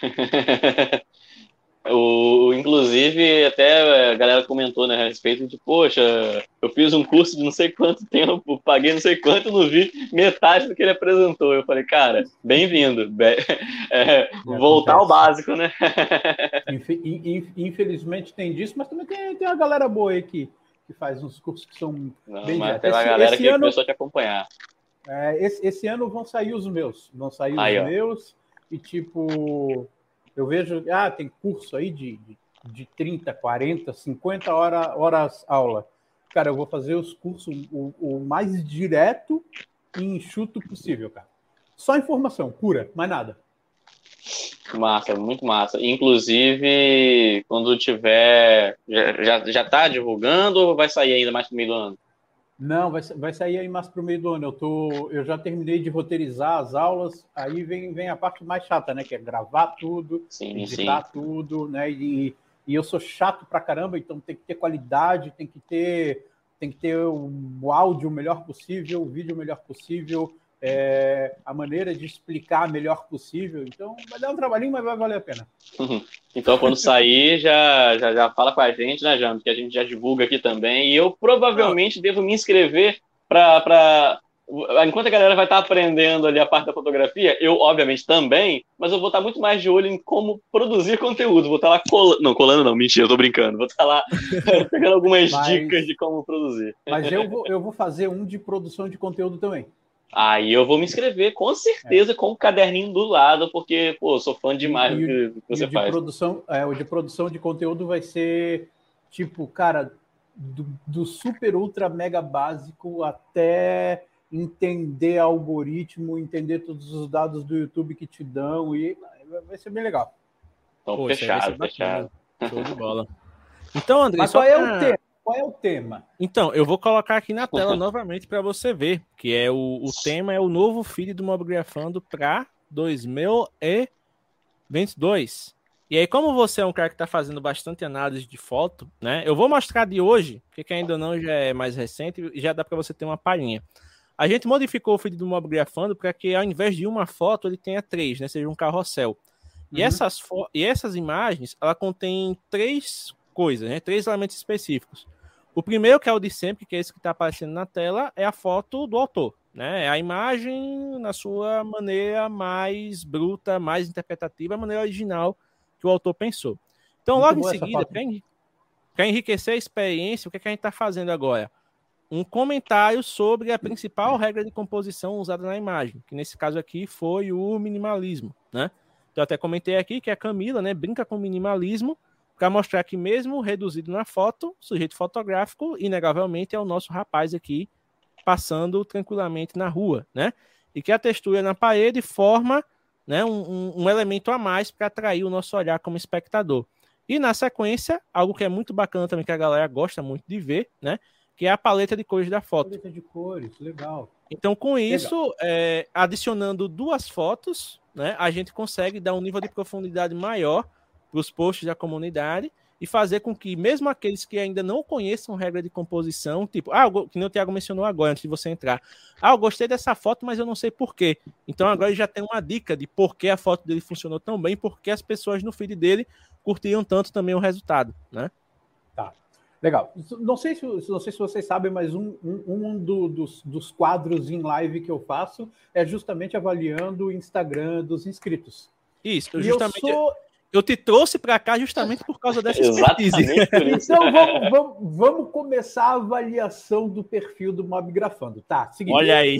Inclusive, até a galera comentou, né, a respeito de, poxa, eu fiz um curso de não sei quanto tempo, paguei não sei quanto, não vi metade do que ele apresentou. Eu falei, cara, bem-vindo. Voltar ao básico, né? Infelizmente tem disso, mas também tem uma galera boa aí que faz uns cursos que são bem diretos. Tem uma galera que começou a te acompanhar. Esse ano vão sair os meus. E, tipo... Eu vejo, tem curso aí de 30, 40, 50 horas aula. Cara, eu vou fazer os cursos o mais direto e enxuto possível, cara. Só informação, pura, mais nada. Massa, muito massa. Inclusive, quando tiver... Já tá divulgando ou vai sair ainda mais pro meio do ano? Não, vai sair aí mais para o meio do ano. Eu já terminei de roteirizar as aulas, aí vem a parte mais chata, né? Que é gravar tudo, editar tudo, né? E eu sou chato pra caramba, então tem que ter qualidade, tem que ter o áudio o melhor possível, o vídeo o melhor possível, a maneira de explicar melhor possível. Então vai dar um trabalhinho, mas vai valer a pena. Então, quando sair, já fala com a gente, né, Jam? Que a gente já divulga aqui também. E eu provavelmente devo me inscrever para... Enquanto a galera vai estar aprendendo ali a parte da fotografia, eu, obviamente, também, mas eu vou estar muito mais de olho em como produzir conteúdo. Vou estar lá colando... Não, colando não, mentira, eu tô brincando. Vou estar lá pegando algumas dicas de como produzir. Mas eu vou fazer um de produção de conteúdo também. Aí eu vou me inscrever, com certeza, com o caderninho do lado, porque, pô, eu sou fã demais do que você faz. O de produção de conteúdo vai ser, tipo, cara, do super, ultra, mega básico até entender algoritmo, entender todos os dados do YouTube que te dão, e vai ser bem legal. Então, fechado. Show de bola. Então, André, mas qual é o tema? Então, eu vou colocar aqui na tela novamente para você ver, que é o tema é o novo feed do Mobgrafando para 2022. E aí, como você é um cara que está fazendo bastante análise de foto, né? Eu vou mostrar de hoje, porque ainda não já é mais recente e já dá para você ter uma palhinha. A gente modificou o feed do Mobgrafando para que, ao invés de uma foto, ele tenha 3, né? Seja um carrossel. E essas imagens, ela contém 3 coisas, né? 3 elementos específicos. O primeiro, que é o de sempre, que é esse que está aparecendo na tela, é a foto do autor, né? É a imagem na sua maneira mais bruta, mais interpretativa, a maneira original que o autor pensou. Então, logo em seguida, para enriquecer a experiência, o que a gente está fazendo agora? Um comentário sobre a principal regra de composição usada na imagem, que nesse caso aqui foi o minimalismo, né? Então, eu até comentei aqui que a Camila, né, brinca com minimalismo, para mostrar que mesmo reduzido na foto, o sujeito fotográfico, inegavelmente, é o nosso rapaz aqui, passando tranquilamente na rua, né? E que a textura na parede forma, né, um elemento a mais para atrair o nosso olhar como espectador. E na sequência, algo que é muito bacana também, que a galera gosta muito de ver, né? que é a paleta de cores da foto. Paleta de cores, legal. Então, com isso, adicionando 2 fotos, né, a gente consegue dar um nível de profundidade maior para os posts da comunidade e fazer com que, mesmo aqueles que ainda não conheçam regra de composição, tipo, que nem o Thiago mencionou agora, antes de você entrar, eu gostei dessa foto, mas eu não sei por quê. Então, agora ele já tem uma dica de por que a foto dele funcionou tão bem, porque as pessoas no feed dele curtiam tanto também o resultado, né? Tá. Legal. Não sei se vocês sabem, mas dos quadros em live que eu faço é justamente avaliando o Instagram dos inscritos. Isso, eu te trouxe para cá justamente por causa dessa expertise. Então vamos começar a avaliação do perfil do Mobgrafando. Tá, seguinte. Olha aí.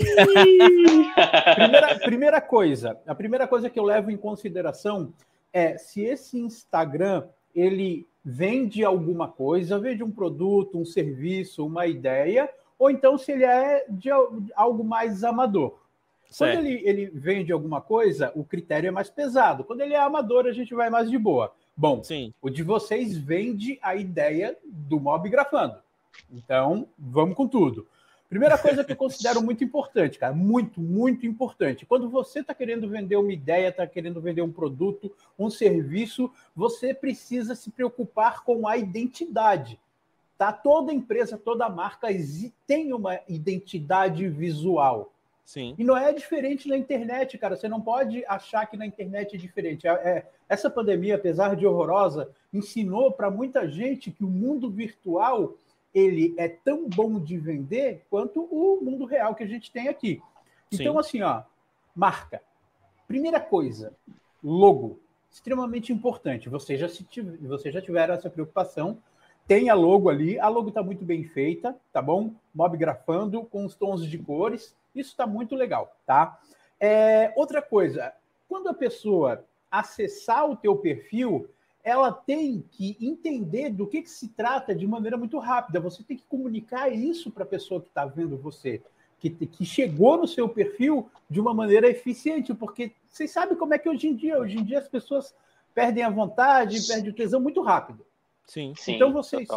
A primeira coisa que eu levo em consideração é se esse Instagram ele vende alguma coisa, vende um produto, um serviço, uma ideia, ou então se ele é de algo mais amador. Certo. Quando ele vende alguma coisa, o critério é mais pesado. Quando ele é amador, a gente vai mais de boa. Bom, sim, o de vocês vende a ideia do Mobgrafando. Então, vamos com tudo. Primeira coisa que eu considero muito importante, cara, muito, muito importante. Quando você está querendo vender uma ideia, está querendo vender um produto, um serviço, você precisa se preocupar com a identidade. Tá? Toda empresa, toda marca tem uma identidade visual. Sim. E não é diferente na internet, cara. Você não pode achar que na internet é diferente. Essa pandemia, apesar de horrorosa, ensinou para muita gente que o mundo virtual ele é tão bom de vender quanto o mundo real que a gente tem aqui. Então, sim, assim, ó, marca. Primeira coisa, logo. Extremamente importante. Vocês já tiveram essa preocupação. Tem a logo ali. A logo está muito bem feita, tá bom? Mobgrafando com os tons de cores. Isso está muito legal, tá? Outra coisa, quando a pessoa acessar o teu perfil, ela tem que entender do que se trata de maneira muito rápida. Você tem que comunicar isso para a pessoa que está vendo você, que chegou no seu perfil de uma maneira eficiente, porque vocês sabem como é que hoje em dia as pessoas perdem a vontade, perdem o tesão muito rápido. Sim. Então,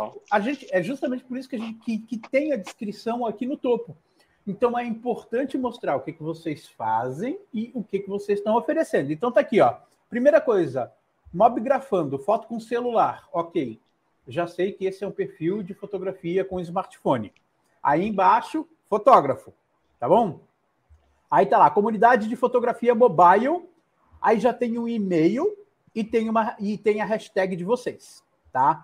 é justamente por isso que a gente que tem a descrição aqui no topo. Então, é importante mostrar o que vocês fazem e o que vocês estão oferecendo. Então, tá aqui, ó. Primeira coisa, Mobgrafando, foto com celular. Ok, já sei que esse é um perfil de fotografia com smartphone. Aí embaixo, fotógrafo, tá bom? Aí tá lá, comunidade de fotografia mobile. Aí já tem um e-mail e tem a hashtag de vocês, tá?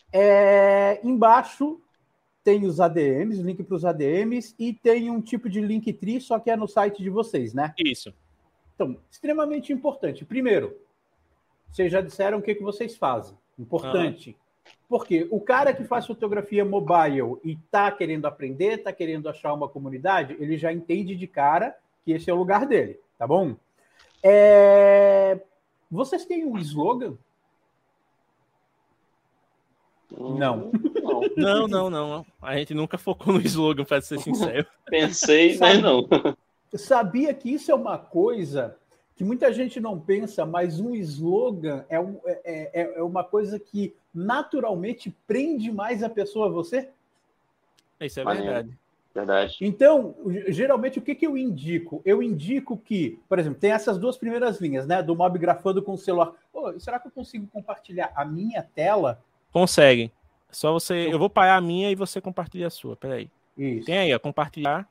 Embaixo tem os ADMs, link para os ADMs, e tem um tipo de Linktree, só que é no site de vocês, né? Isso. Então, extremamente importante. Primeiro, vocês já disseram o que vocês fazem. Importante. Porque o cara que faz fotografia mobile e está querendo aprender, está querendo achar uma comunidade, ele já entende de cara que esse é o lugar dele, tá bom? Vocês têm um slogan? Não. Não. A gente nunca focou no slogan, para ser sincero. Pensei, mas não. Sabia que isso é uma coisa que muita gente não pensa, mas um slogan é uma coisa que naturalmente prende mais a pessoa a você? Isso é verdade. Verdade. Então, geralmente, o que eu indico? Eu indico que, por exemplo, tem essas 2 primeiras linhas, né? Do Mobgrafando com o celular. Será que eu consigo compartilhar a minha tela? Consegue. Só você... Eu vou parar a minha e você compartilha a sua. Peraí. Isso. Tem aí, ó. Compartilhar.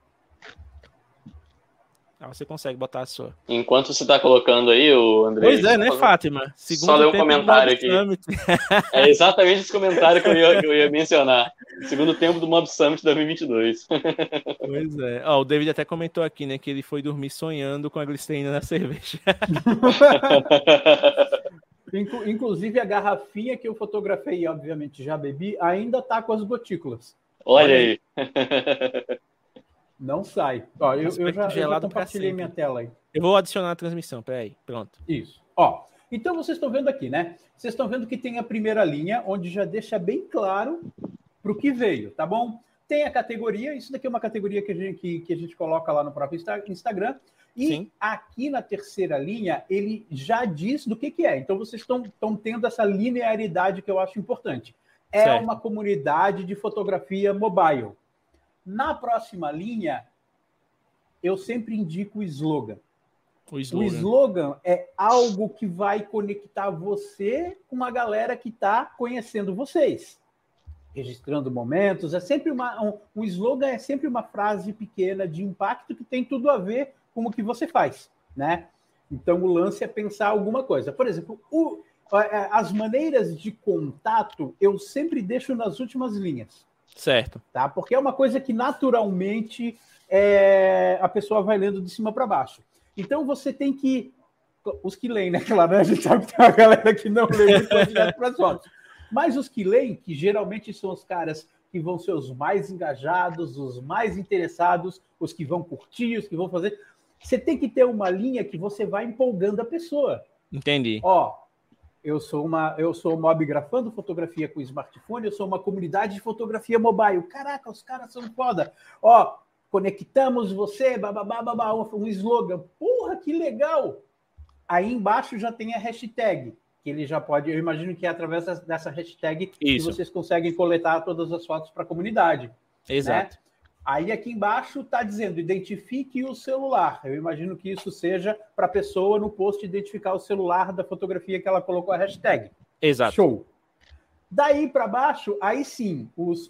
Você consegue botar a sua. Enquanto você está colocando aí, o André... Pois é, né, Fátima? Só leu um comentário aqui. É exatamente esse comentário que eu ia mencionar. Segundo tempo do Mob Summit 2022. Pois é. O David até comentou aqui, né, que ele foi dormir sonhando com a glicerina na cerveja. Inclusive, a garrafinha que eu fotografei e, obviamente, já bebi, ainda está com as gotículas. Olha aí. Não sai. Eu já compartilhei minha tela aí. Eu vou adicionar a transmissão, peraí. Pronto. Isso. Então vocês estão vendo aqui, né? Vocês estão vendo que tem a primeira linha, onde já deixa bem claro para o que veio, tá bom? Tem a categoria, isso daqui é uma categoria que a gente coloca lá no próprio Instagram. E sim, aqui na terceira linha, ele já diz do que é. Então vocês estão tendo essa linearidade que eu acho importante. é uma comunidade de fotografia mobile. Na próxima linha, eu sempre indico o slogan. O slogan é algo que vai conectar você com uma galera que está conhecendo vocês, registrando momentos. É sempre um slogan é sempre uma frase pequena de impacto que tem tudo a ver com o que você faz, né? Então, o lance é pensar alguma coisa. Por exemplo, as maneiras de contato eu sempre deixo nas últimas linhas. Certo. Tá? Porque é uma coisa que naturalmente a pessoa vai lendo de cima para baixo. Então, você tem que... Os que leem, né? Claro, a gente sabe que tem uma galera que não lê muito, vai direto para as fotos. Mas os que leem, que geralmente são os caras que vão ser os mais engajados, os mais interessados, os que vão curtir, os que vão fazer... Você tem que ter uma linha que você vai empolgando a pessoa. Entendi. Eu sou Mobgrafando fotografia com smartphone, eu sou uma comunidade de fotografia mobile. Caraca, os caras são foda. Conectamos você, bababá, um slogan. Porra, que legal! Aí embaixo já tem a hashtag, que ele já pode, eu imagino que é através dessa hashtag que vocês conseguem coletar todas as fotos para a comunidade. Exato. Né? Aí aqui embaixo está dizendo, identifique o celular. Eu imagino que isso seja para a pessoa no post identificar o celular da fotografia que ela colocou a hashtag. Exato. Show. Daí para baixo, aí sim, os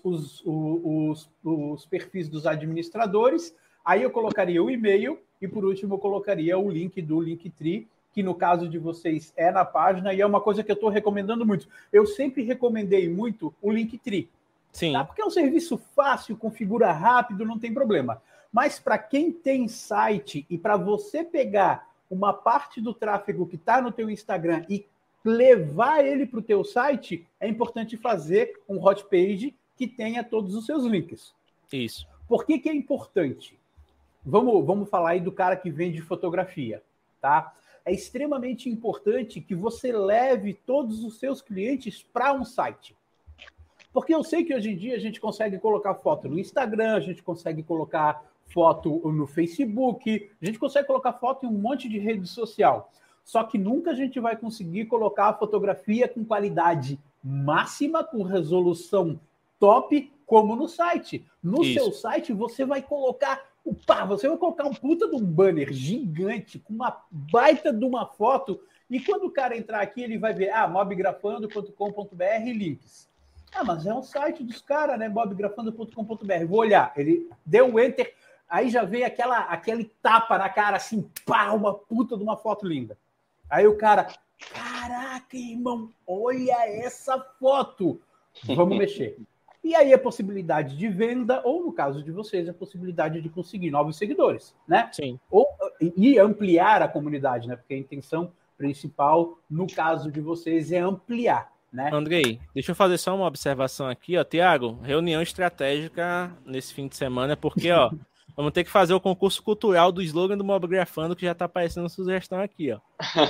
perfis dos administradores. Aí eu colocaria o e-mail e, por último, eu colocaria o link do Linktree, que no caso de vocês é na página, e é uma coisa que eu estou recomendando muito. Eu sempre recomendei muito o Linktree. Sim. Tá? Porque é um serviço fácil, configura rápido, não tem problema. Mas para quem tem site e para você pegar uma parte do tráfego que está no teu Instagram e levar ele para o teu site, é importante fazer um hot page que tenha todos os seus links. Isso. Por que é importante? Vamos falar aí do cara que vende fotografia, tá? É extremamente importante que você leve todos os seus clientes para um site. Porque eu sei que hoje em dia a gente consegue colocar foto no Instagram, a gente consegue colocar foto no Facebook, a gente consegue colocar foto em um monte de rede social. Só que nunca a gente vai conseguir colocar a fotografia com qualidade máxima, com resolução top, como no site. No seu site, você vai colocar um puta de um banner gigante, com uma baita de uma foto, e quando o cara entrar aqui, ele vai ver, mobgrafando.com.br, links. Mas é um site dos caras, né? mobgrafando.com.br. Vou olhar. Ele deu o enter, aí já veio aquele tapa na cara, assim, uma puta de uma foto linda. Aí o cara, caraca, irmão, olha essa foto. Vamos mexer. E aí a possibilidade de venda, ou no caso de vocês, a possibilidade de conseguir novos seguidores, né? Sim. E ampliar a comunidade, né? Porque a intenção principal, no caso de vocês, é ampliar. Né? Andrei, deixa eu fazer só uma observação aqui, ó. Tiago, reunião estratégica nesse fim de semana, porque, vamos ter que fazer o concurso cultural do slogan do Mobgrafando, que já tá aparecendo sugestão aqui, ó.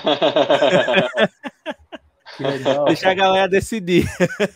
Que legal. Deixa a galera decidir.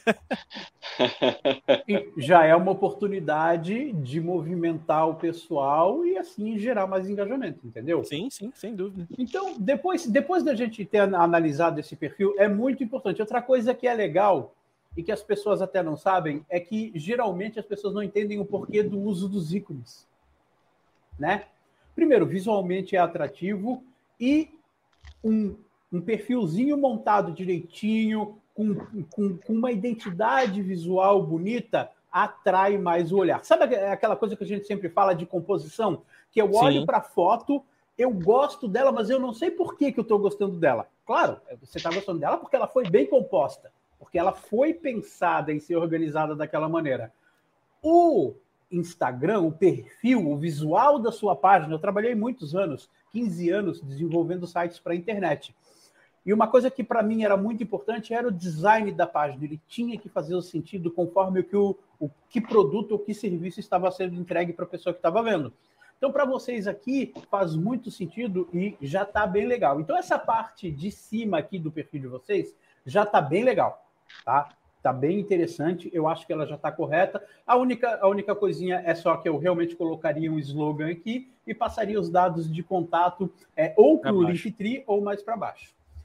E já é uma oportunidade de movimentar o pessoal e, assim, gerar mais engajamento, entendeu? Sim, sem dúvida. Então, depois da gente ter analisado esse perfil, é muito importante. Outra coisa que é legal e que as pessoas até não sabem é que, geralmente, as pessoas não entendem o porquê do uso dos ícones, né? Primeiro, visualmente é atrativo e um perfilzinho montado direitinho, com uma identidade visual bonita, atrai mais o olhar. Sabe aquela coisa que a gente sempre fala de composição? Que eu olho para a foto, eu gosto dela, mas eu não sei por que eu estou gostando dela. Claro, você está gostando dela porque ela foi bem composta, porque ela foi pensada em ser organizada daquela maneira. O Instagram, o perfil, o visual da sua página, eu trabalhei muitos anos, 15 anos, desenvolvendo sites para a internet. E uma coisa que para mim era muito importante era o design da página. Ele tinha que fazer o sentido conforme que produto ou que serviço estava sendo entregue para a pessoa que estava vendo. Então, para vocês aqui, faz muito sentido e já está bem legal. Então, essa parte de cima aqui do perfil de vocês já está bem legal, tá? Está bem interessante, eu acho que ela já está correta. A única coisinha é só que eu realmente colocaria um slogan aqui e passaria os dados de contato ou para o Linktree ou mais para baixo.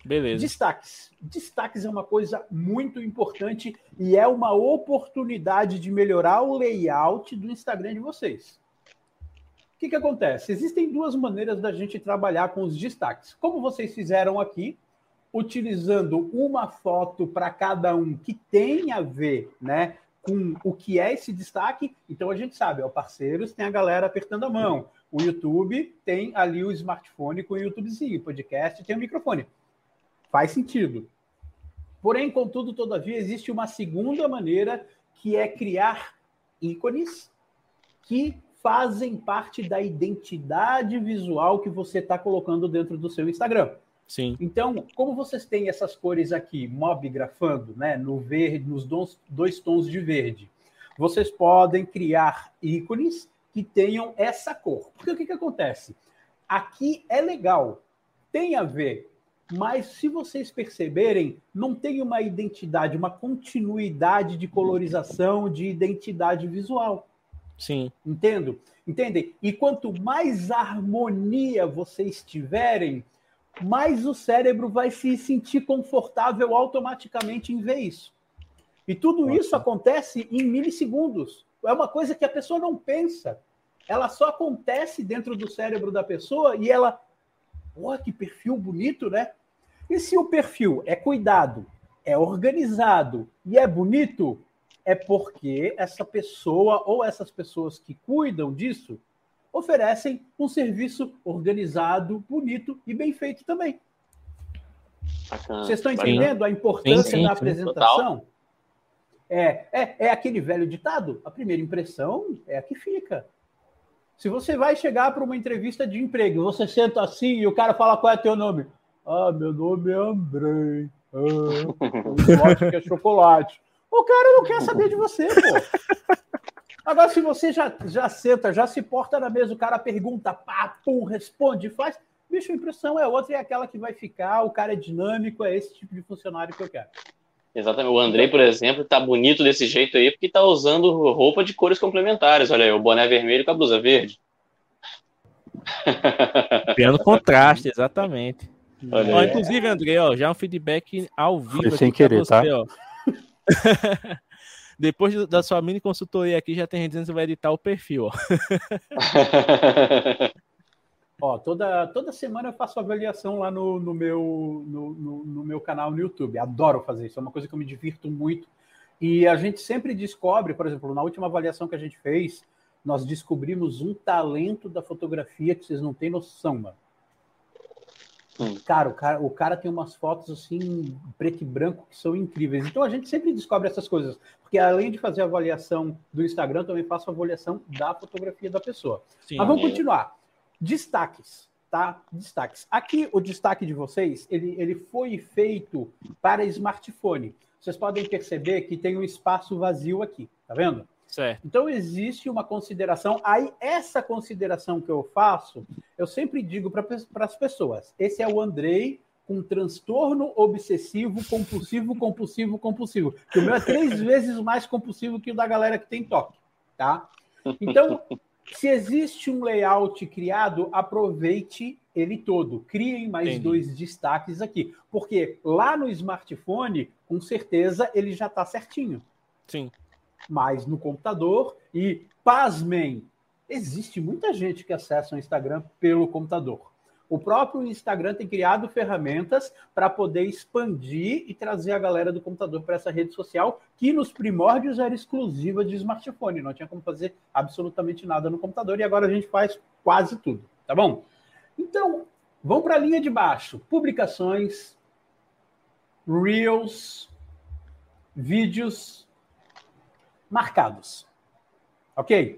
Beleza. Destaques. Destaques é uma coisa muito importante e é uma oportunidade de melhorar o layout do Instagram de vocês. O que acontece? Existem duas maneiras da gente trabalhar com os destaques. Como vocês fizeram aqui, utilizando uma foto para cada um que tem a ver, né, com o que é esse destaque. Então a gente sabe, ó, parceiros, tem a galera apertando a mão. O YouTube tem ali o smartphone com o YouTubezinho, podcast tem o microfone. Faz sentido. Porém, contudo, todavia, existe uma segunda maneira, que é criar ícones que fazem parte da identidade visual que você está colocando dentro do seu Instagram. Sim. Então, como vocês têm essas cores aqui, mobigrafando, né, no verde, nos dois tons de verde, vocês podem criar ícones que tenham essa cor. Porque o que acontece? Aqui é legal, tem a ver, mas se vocês perceberem, não tem uma identidade, uma continuidade de colorização, de identidade visual. Sim. Entendem? E quanto mais harmonia vocês tiverem, mais o cérebro vai se sentir confortável automaticamente em ver isso. E tudo isso acontece em milissegundos. É uma coisa que a pessoa não pensa. Ela só acontece dentro do cérebro da pessoa e ela... Oh, que perfil bonito, né? E se o perfil é cuidado, é organizado e é bonito, é porque essa pessoa ou essas pessoas que cuidam disso oferecem um serviço organizado, bonito e bem feito também. Vocês estão entendendo a importância da apresentação? É aquele velho ditado? A primeira impressão é a que fica. Se você vai chegar para uma entrevista de emprego, você senta assim e o cara fala qual é teu nome. Ah, meu nome é Andrei. Eu acho que é chocolate. O cara não quer saber de você, pô. Agora, se você já senta, já se porta na mesa, o cara pergunta, pá, pum, responde, faz. Bicho, a impressão é outra, é aquela que vai ficar, o cara é dinâmico, é esse tipo de funcionário que eu quero. Exatamente. O Andrei, por exemplo, tá bonito desse jeito aí, porque tá usando roupa de cores complementares. Olha aí, o boné vermelho com a blusa verde. Criando contraste, exatamente. Ó, inclusive, Andrei, ó, já um feedback ao vivo aqui sem querer, você, tá? Ó. Depois da sua mini consultoria aqui, já tem gente dizendo que você vai editar o perfil, ó. Ó, toda semana eu faço avaliação lá no meu canal no YouTube. Adoro fazer isso, é uma coisa que eu me divirto muito. E a gente sempre descobre, por exemplo, na última avaliação que a gente fez, nós descobrimos um talento da fotografia que vocês não têm noção, mano. Cara, o cara tem umas fotos assim, preto e branco, que são incríveis. Então a gente sempre descobre essas coisas. Porque além de fazer a avaliação do Instagram, também faço a avaliação da fotografia da pessoa. Sim, mas vamos continuar. Destaques, tá? Destaques. Aqui, o destaque de vocês, ele foi feito para smartphone. Vocês podem perceber que tem um espaço vazio aqui, tá vendo? Certo. Então, existe uma consideração. Aí, essa consideração que eu faço, eu sempre digo para as pessoas. Esse é o Andrei com transtorno obsessivo, compulsivo. Que o meu é 3 vezes mais compulsivo que o da galera que tem toque, tá? Então... Se existe um layout criado, aproveite ele todo. Criem mais 2 destaques aqui. Porque lá no smartphone, com certeza, ele já está certinho. Sim. Mas no computador, e pasmem, existe muita gente que acessa o Instagram pelo computador. O próprio Instagram tem criado ferramentas para poder expandir e trazer a galera do computador para essa rede social, que nos primórdios era exclusiva de smartphone. Não tinha como fazer absolutamente nada no computador e agora a gente faz quase tudo, tá bom? Então, vamos para a linha de baixo. Publicações, Reels, vídeos marcados. Ok?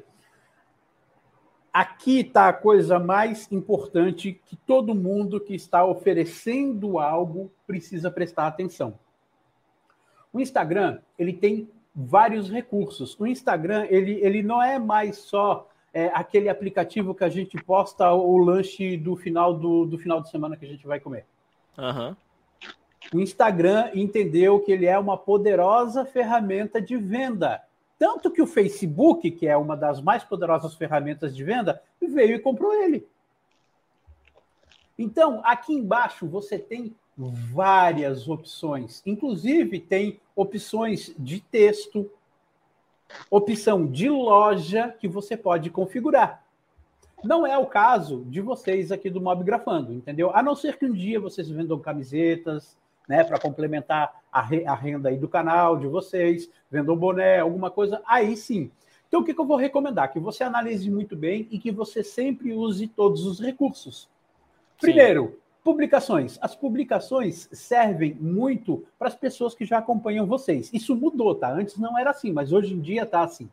Aqui está a coisa mais importante que todo mundo que está oferecendo algo precisa prestar atenção. O Instagram, ele tem vários recursos. O Instagram, ele não é mais só aquele aplicativo que a gente posta o lanche do final de semana que a gente vai comer. Uhum. O Instagram entendeu que ele é uma poderosa ferramenta de venda. Tanto que o Facebook, que é uma das mais poderosas ferramentas de venda, veio e comprou ele. Então, aqui embaixo você tem várias opções. Inclusive, tem opções de texto, opção de loja que você pode configurar. Não é o caso de vocês aqui do Mob Grafando, entendeu? A não ser que um dia vocês vendam camisetas, né, para complementar a renda aí do canal de vocês, vendam boné, alguma coisa, aí sim. Então, o que eu vou recomendar? Que você analise muito bem e que você sempre use todos os recursos. Primeiro, publicações. As publicações servem muito para as pessoas que já acompanham vocês. Isso mudou, tá? Antes não era assim, mas hoje em dia está assim.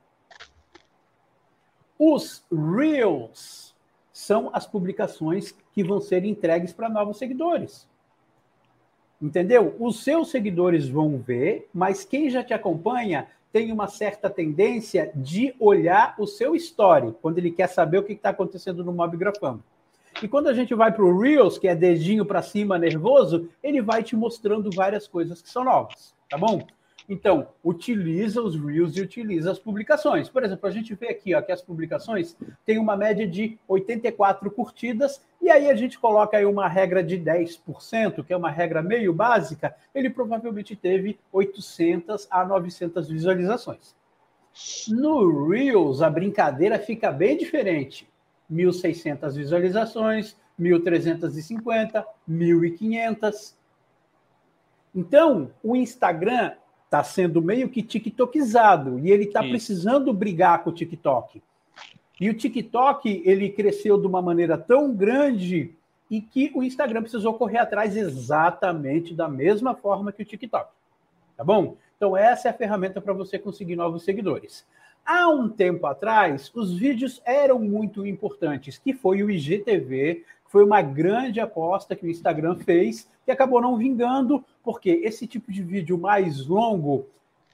Os Reels são as publicações que vão ser entregues para novos seguidores. Entendeu? Os seus seguidores vão ver, mas quem já te acompanha tem uma certa tendência de olhar o seu story, quando ele quer saber o que está acontecendo no Mob Grafando. E quando a gente vai para o Reels, que é dedinho para cima, nervoso, ele vai te mostrando várias coisas que são novas, tá bom? Então, utiliza os Reels e utiliza as publicações. Por exemplo, a gente vê aqui ó, que as publicações têm uma média de 84 curtidas, e aí a gente coloca aí uma regra de 10%, que é uma regra meio básica, ele provavelmente teve 800 a 900 visualizações. No Reels, a brincadeira fica bem diferente. 1.600 visualizações, 1.350, 1.500. Então, o Instagram está sendo meio que tiktokizado e ele está precisando brigar com o TikTok. E o TikTok, ele cresceu de uma maneira tão grande e que o Instagram precisou correr atrás exatamente da mesma forma que o TikTok. Tá bom? Então, essa é a ferramenta para você conseguir novos seguidores. Há um tempo atrás, os vídeos eram muito importantes, que foi o IGTV, foi uma grande aposta que o Instagram fez, que acabou não vingando, porque esse tipo de vídeo mais longo,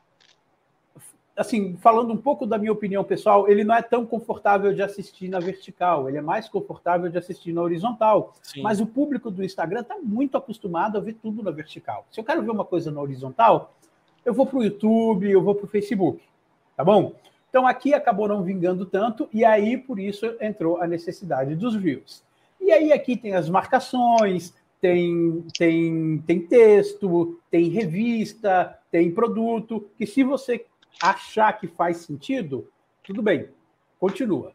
assim, falando um pouco da minha opinião pessoal, ele não é tão confortável de assistir na vertical, ele é mais confortável de assistir na horizontal. Sim. Mas o público do Instagram está muito acostumado a ver tudo na vertical. Se eu quero ver uma coisa na horizontal, eu vou para o YouTube, eu vou para o Facebook, tá bom? Então, aqui acabou não vingando tanto, e aí, por isso, entrou a necessidade dos Reels. E aí, aqui tem as marcações, tem texto, tem revista, tem produto, que se você achar que faz sentido, tudo bem, continua.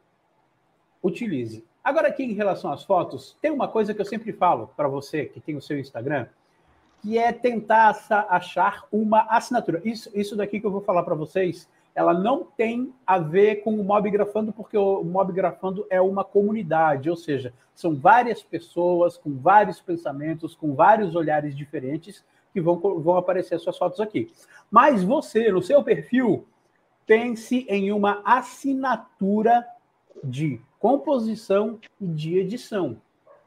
Utilize. Agora, aqui em relação às fotos, tem uma coisa que eu sempre falo para você que tem o seu Instagram, que é tentar achar uma assinatura. Isso daqui que eu vou falar para vocês, ela não tem a ver com o Mob Grafando, porque o Mob Grafando é uma comunidade, ou seja, são várias pessoas com vários pensamentos, com vários olhares diferentes que vão aparecer as suas fotos aqui. Mas você, no seu perfil, pense em uma assinatura de composição e de edição.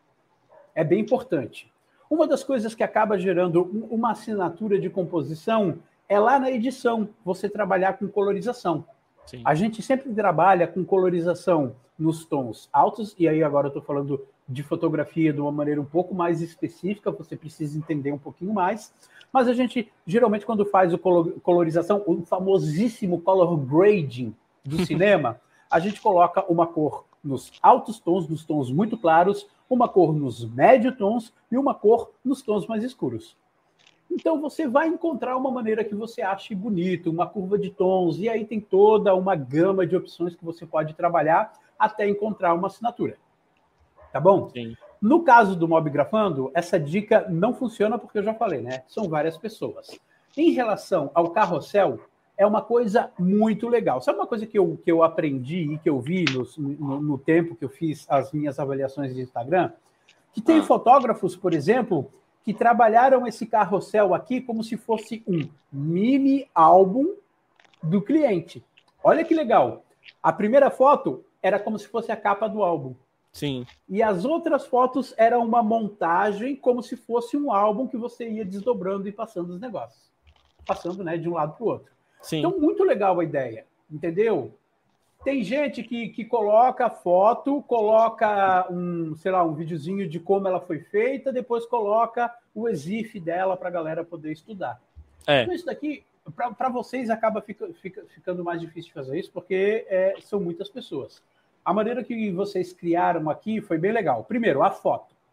É bem importante. Uma das coisas que acaba gerando uma assinatura de composição é lá na edição, você trabalhar com colorização. Sim. A gente sempre trabalha com colorização nos tons altos, e aí agora eu estou falando de fotografia de uma maneira um pouco mais específica, você precisa entender um pouquinho mais, mas a gente, geralmente, quando faz a colorização, o famosíssimo color grading do cinema, a gente coloca uma cor nos altos tons, nos tons muito claros, uma cor nos médios tons e uma cor nos tons mais escuros. Então, você vai encontrar uma maneira que você ache bonito, uma curva de tons, e aí tem toda uma gama de opções que você pode trabalhar até encontrar uma assinatura. Tá bom? Sim. No caso do Mob Grafando, essa dica não funciona porque eu já falei, né? São várias pessoas. Em relação ao carrossel, é uma coisa muito legal. Sabe uma coisa que eu aprendi e que eu vi no tempo que eu fiz as minhas avaliações de Instagram? Que tem fotógrafos, por exemplo, que trabalharam esse carrossel aqui como se fosse um mini álbum do cliente. Olha que legal. A primeira foto era como se fosse a capa do álbum. Sim. E as outras fotos eram uma montagem como se fosse um álbum que você ia desdobrando e passando os negócios. Passando, né, de um lado para o outro. Sim. Então, muito legal a ideia, entendeu? Tem gente que coloca foto, coloca um videozinho de como ela foi feita, depois coloca o EXIF dela para a galera poder estudar. Então, isso daqui, para vocês, acaba ficando mais difícil de fazer isso, porque são muitas pessoas. A maneira que vocês criaram aqui foi bem legal. Primeiro, a foto.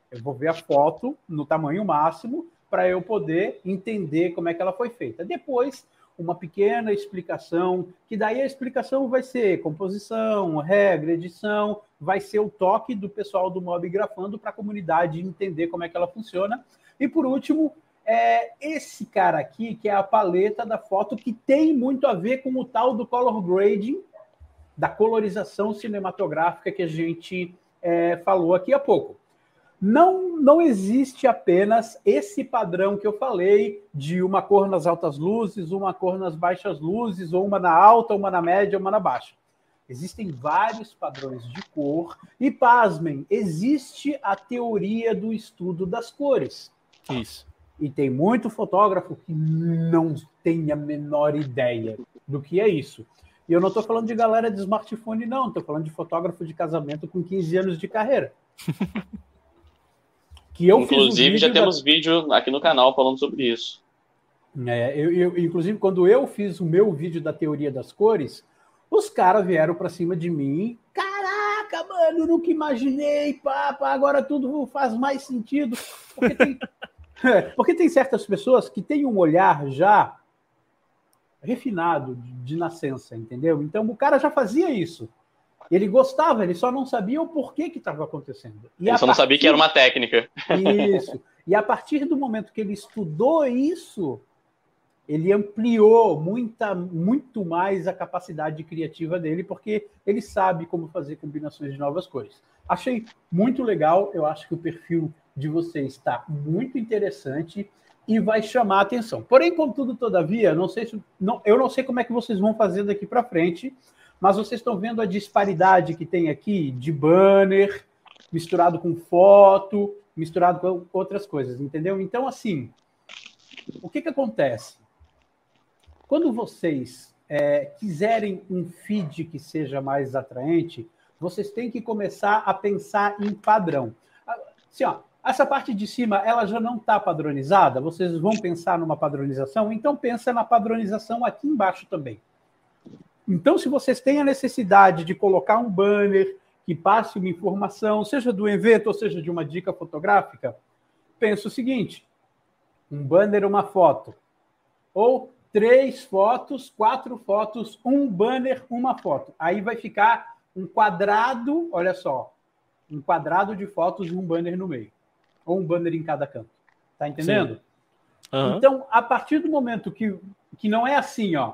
Eu vou ver a foto no tamanho máximo para eu poder entender como é que ela foi feita. Depois, uma pequena explicação, que daí a explicação vai ser composição, regra, edição, vai ser o toque do pessoal do Mob Grafando para a comunidade entender como é que ela funciona. E por último, esse cara aqui, que é a paleta da foto, que tem muito a ver com o tal do color grading, da colorização cinematográfica que a gente falou aqui há pouco. Não existe apenas esse padrão que eu falei de uma cor nas altas luzes, uma cor nas baixas luzes, ou uma na alta, uma na média, uma na baixa. Existem vários padrões de cor e, pasmem, existe a teoria do estudo das cores. Isso. E tem muito fotógrafo que não tem a menor ideia do que é isso. E eu não estou falando de galera de smartphone, não. Estou falando de fotógrafo de casamento com 15 anos de carreira. Inclusive, já temos vídeo aqui no canal falando sobre isso. Inclusive, quando eu fiz o meu vídeo da teoria das cores, os caras vieram para cima de mim. Caraca, mano, nunca imaginei, papa, agora tudo faz mais sentido. Porque tem certas pessoas que têm um olhar já refinado de nascença, entendeu? Então, o cara já fazia isso. Ele gostava, ele só não sabia o porquê que estava acontecendo. Ele só não sabia que era uma técnica. Isso. E a partir do momento que ele estudou isso, ele ampliou muito mais a capacidade criativa dele, porque ele sabe como fazer combinações de novas cores. Achei muito legal, eu acho que o perfil de vocês está muito interessante e vai chamar a atenção. Porém, contudo, todavia, eu não sei como é que vocês vão fazer daqui para frente, mas vocês estão vendo a disparidade que tem aqui de banner, misturado com foto, misturado com outras coisas, entendeu? Então, assim, o que acontece? Quando vocês quiserem um feed que seja mais atraente, vocês têm que começar a pensar em padrão. Assim, ó, essa parte de cima, ela já não está padronizada? Vocês vão pensar numa padronização? Então, pensa na padronização aqui embaixo também. Então, se vocês têm a necessidade de colocar um banner que passe uma informação, seja do evento ou seja de uma dica fotográfica, pensa o seguinte: um banner, uma foto. Ou 3 fotos, 4 fotos, um banner, uma foto. Aí vai ficar um quadrado, olha só, um quadrado de fotos e um banner no meio. Ou um banner em cada canto. Tá entendendo? Uhum. Então, a partir do momento que não é assim, ó,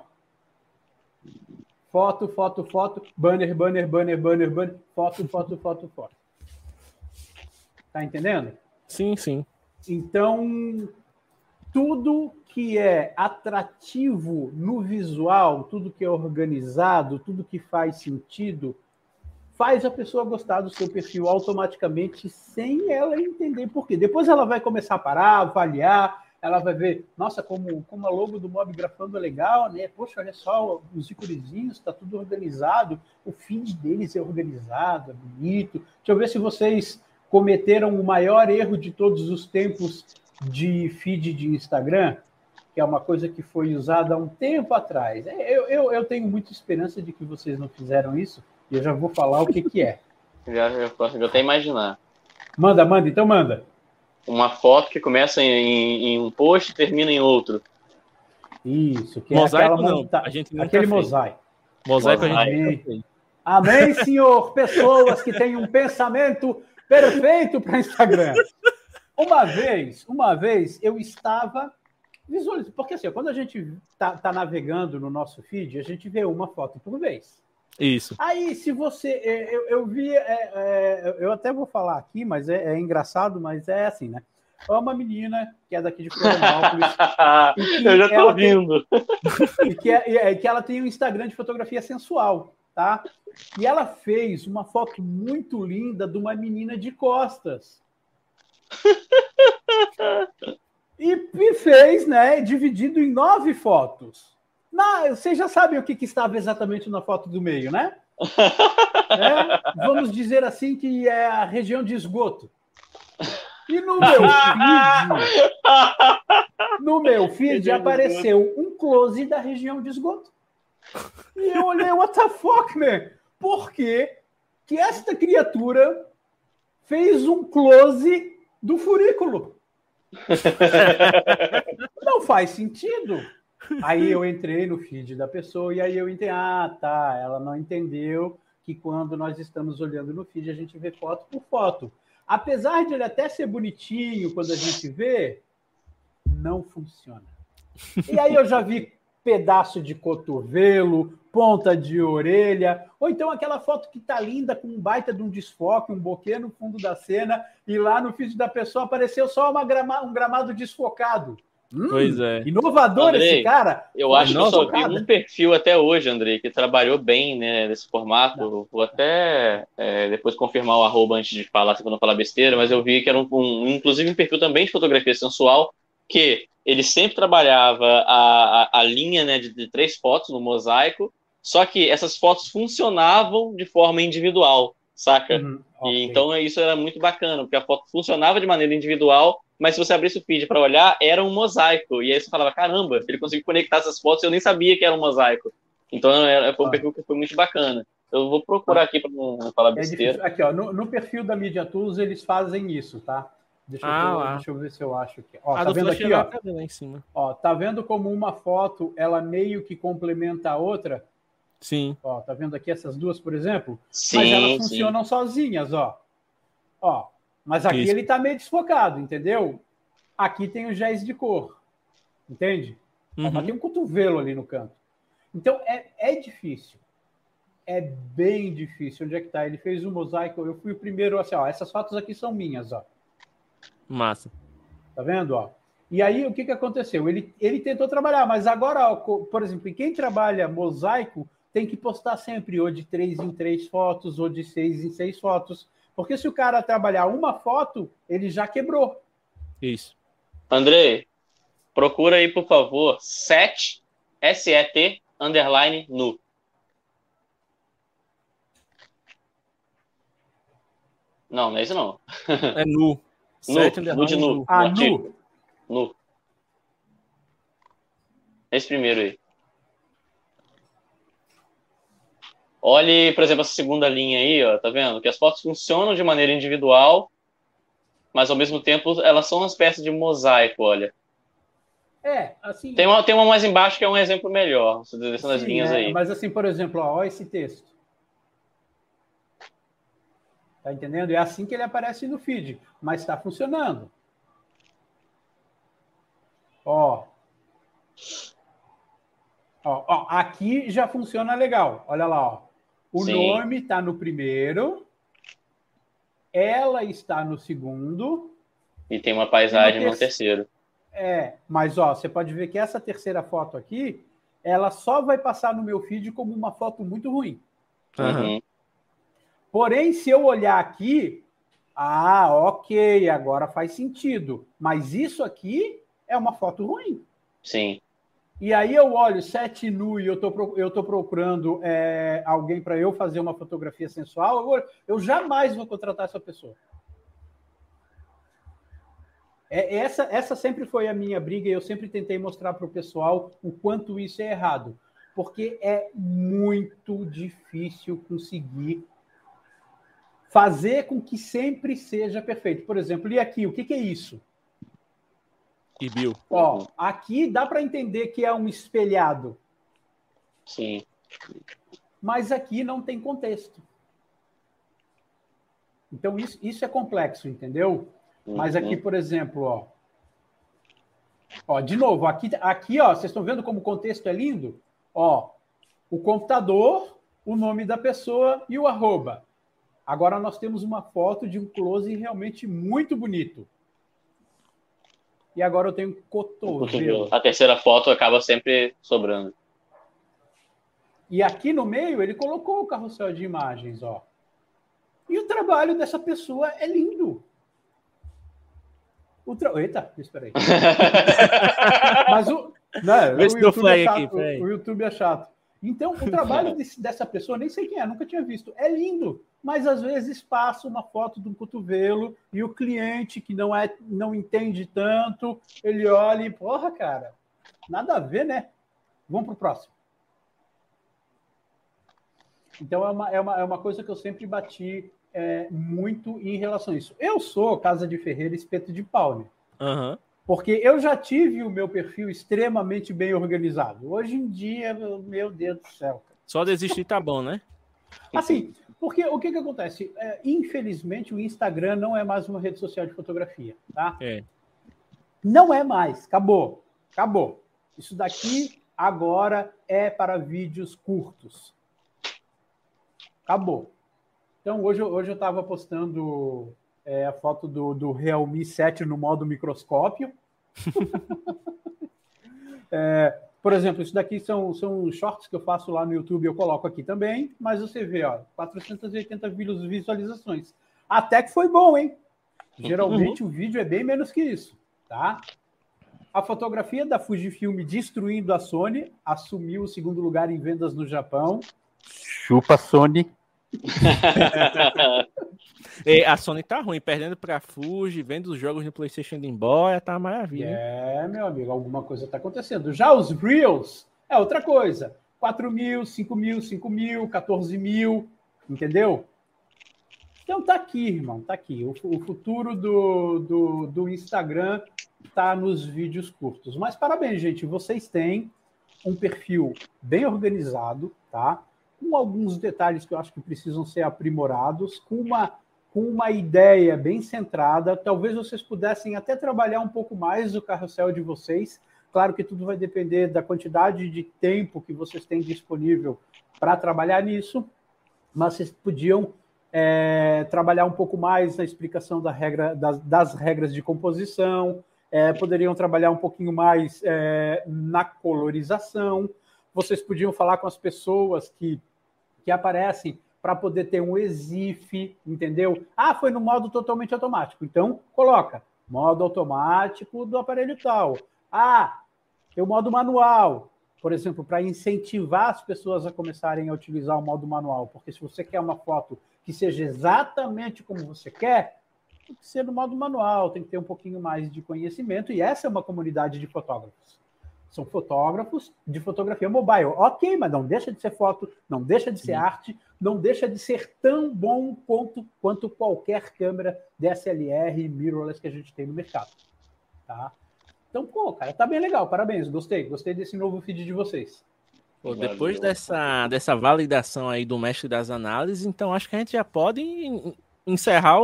foto, foto, foto, banner, banner, banner, banner, banner, foto, foto, foto, foto. Tá entendendo? Sim, sim. Então, tudo que é atrativo no visual, tudo que é organizado, tudo que faz sentido, faz a pessoa gostar do seu perfil automaticamente, sem ela entender por quê. Depois ela vai começar a parar, avaliar, ela vai ver, nossa, como a logo do Mob Grafando é legal, né? Poxa, olha só, os iconezinhos, está tudo organizado, o feed deles é organizado, é bonito. Deixa eu ver se vocês cometeram o maior erro de todos os tempos de feed de Instagram, que é uma coisa que foi usada há um tempo atrás. Eu tenho muita esperança de que vocês não fizeram isso, e eu já vou falar o que é. Já posso até imaginar. Manda, então manda. Uma foto que começa em um post e termina em outro. Isso, que mosaico é aquela a gente aquele mosaico. Mosaico a gente Amém. Amém, senhor. Pessoas que têm um pensamento perfeito para Instagram. Uma vez eu estava visualizando, porque assim, quando a gente tá navegando no nosso feed, a gente vê uma foto por vez. Isso. Aí, se você... Eu vi... eu até vou falar aqui, mas é engraçado, mas é assim, né? É uma menina que é daqui de Florianópolis. Eu já tô rindo. Que ela tem um Instagram de fotografia sensual, tá? E ela fez uma foto muito linda de uma menina de costas. E fez, né? Dividido em 9 fotos. Vocês já sabem o que estava exatamente na foto do meio, né? Vamos dizer assim que é a região de esgoto. E no meu feed apareceu um close da região de esgoto. E eu olhei, what the fuck, man? Por que esta criatura fez um close do furículo. Não faz sentido. Aí eu entrei no feed da pessoa e aí eu entendi, tá, ela não entendeu que quando nós estamos olhando no feed, a gente vê foto por foto. Apesar de ele até ser bonitinho quando a gente vê, não funciona. E aí eu já vi pedaço de cotovelo, ponta de orelha, ou então aquela foto que tá linda com um baita de um desfoque, um buquê no fundo da cena, e lá no feed da pessoa apareceu só um gramado desfocado. Pois é. Inovador, Andrei, esse cara. Eu acho que eu só vi um perfil até hoje, Andrei, que trabalhou bem, né, nesse formato. Vou até depois confirmar o @ antes de falar, se eu não falar besteira, mas eu vi que era inclusive um perfil também de fotografia sensual, que ele sempre trabalhava a linha, né, de 3 fotos no mosaico, só que essas fotos funcionavam de forma individual, saca? Okay. Então isso era muito bacana, porque a foto funcionava de maneira individual, mas se você abrisse o feed para olhar, era um mosaico. E aí você falava, caramba, ele conseguiu conectar essas fotos e eu nem sabia que era um mosaico. Então foi um perfil que foi muito bacana. Eu vou procurar aqui para não falar besteira. Aqui, ó, no perfil da Media Tools eles fazem isso, tá? Deixa eu ver se eu acho aqui. Ó, tá vendo aqui, ó? Tá vendo lá em cima. Ó, tá vendo como uma foto ela meio que complementa a outra? Sim. Ó, tá vendo aqui essas duas, por exemplo? Sim, mas elas funcionam sozinhas, ó. Ó, mas aqui ele tá meio desfocado, entendeu? Aqui tem o géis de cor, entende? Ó, mas tem um cotovelo ali no canto. Então, é difícil. É bem difícil. Onde é que tá? Ele fez um mosaico. Eu fui o primeiro, assim, ó. Essas fotos aqui são minhas, ó. Massa. Tá vendo, ó? E aí, o que aconteceu? Ele tentou trabalhar, mas agora, ó, por exemplo, quem trabalha mosaico tem que postar sempre ou de 3 em 3 fotos ou de 6 em 6 fotos. Porque se o cara trabalhar uma foto, ele já quebrou. Isso. Andrei, procura aí, por favor, set, SET, _ nu. Não é isso não. É nu. Nu de nu. Nu? Nu. Esse primeiro aí. Olhe, por exemplo, essa segunda linha aí, ó, tá vendo? Que as fotos funcionam de maneira individual, mas ao mesmo tempo elas são uma espécie de mosaico, olha. Assim... Tem uma mais embaixo que é um exemplo melhor, descendo as linhas aí. Mas assim, por exemplo, ó esse texto. Tá entendendo? É assim que ele aparece no feed, mas está funcionando. Ó, aqui já funciona legal. Olha lá, ó. O nome está no primeiro, ela está no segundo. E tem uma paisagem no terceiro. Mas ó, você pode ver que essa terceira foto aqui, ela só vai passar no meu feed como uma foto muito ruim. Uhum. Porém, se eu olhar aqui, ok, agora faz sentido. Mas isso aqui é uma foto ruim. Sim. E aí eu olho set nu e eu tô procurando alguém para eu fazer uma fotografia sensual, eu jamais vou contratar essa pessoa. Essa sempre foi a minha briga e eu sempre tentei mostrar para o pessoal o quanto isso é errado. Porque é muito difícil conseguir fazer com que sempre seja perfeito. Por exemplo, e aqui, o que é isso? Ó, aqui dá para entender que é um espelhado. Sim. Mas aqui não tem contexto. Então, isso é complexo, entendeu? Mas aqui, por exemplo, ó, de novo, aqui, ó, vocês estão vendo como o contexto é lindo? Ó, o computador, o nome da pessoa e o @. Agora nós temos uma foto de um close realmente muito bonito. E agora eu tenho cotovelo. A terceira foto acaba sempre sobrando. E aqui no meio ele colocou o carrossel de imagens, ó. E o trabalho dessa pessoa é lindo. Eita, espera aí. Mas o YouTube é chato. Então, o trabalho dessa pessoa, nem sei quem é, nunca tinha visto. É lindo, mas às vezes passa uma foto de um cotovelo e o cliente que não entende tanto, ele olha e, porra, cara, nada a ver, né? Vamos pro próximo. Então, é uma coisa que eu sempre bati muito em relação a isso. Eu sou casa de ferreiro espeto de pau, né? Uhum. Porque eu já tive o meu perfil extremamente bem organizado. Hoje em dia, meu Deus do céu. Só desistir tá bom, né? Assim, porque o que acontece? Infelizmente, o Instagram não é mais uma rede social de fotografia, tá? Não é mais. Acabou. Isso daqui agora é para vídeos curtos. Acabou. Então, hoje eu estava postando a foto do Realme 7 no modo microscópio. Por exemplo, isso daqui são shorts que eu faço lá no YouTube, eu coloco aqui também, mas você vê, 480 visualizações. Até que foi bom, hein? Geralmente o vídeo é bem menos que isso, tá? A fotografia da Fujifilm destruindo a Sony, assumiu o segundo lugar em vendas no Japão. Chupa, Sony. A Sony tá ruim, perdendo pra Fuji, vendo os jogos no PlayStation indo embora, tá uma maravilha. Meu amigo, alguma coisa tá acontecendo. Já os Reels é outra coisa. 4 mil, 5 mil, 5 mil, 14 mil, entendeu? Então tá aqui, irmão, tá aqui. O futuro do Instagram tá nos vídeos curtos. Mas parabéns, gente, vocês têm um perfil bem organizado, tá? Com alguns detalhes que eu acho que precisam ser aprimorados, com uma ideia bem centrada. Talvez vocês pudessem até trabalhar um pouco mais o carrossel de vocês. Claro que tudo vai depender da quantidade de tempo que vocês têm disponível para trabalhar nisso, mas vocês podiam trabalhar um pouco mais na explicação das regras de composição, poderiam trabalhar um pouquinho mais na colorização. Vocês podiam falar com as pessoas que aparecem para poder ter um EXIF, entendeu? Foi no modo totalmente automático. Então, coloca modo automático do aparelho tal. Tem o modo manual, por exemplo, para incentivar as pessoas a começarem a utilizar o modo manual. Porque se você quer uma foto que seja exatamente como você quer, tem que ser no modo manual, tem que ter um pouquinho mais de conhecimento. E essa é uma comunidade de fotógrafos. São fotógrafos de fotografia mobile. Ok, mas não deixa de ser foto, não deixa de ser arte, não deixa de ser tão bom quanto qualquer câmera DSLR mirrorless que a gente tem no mercado. Tá? Então, cara, tá bem legal. Parabéns, gostei desse novo feed de vocês. Depois dessa validação aí do mestre das análises, então acho que a gente já pode encerrar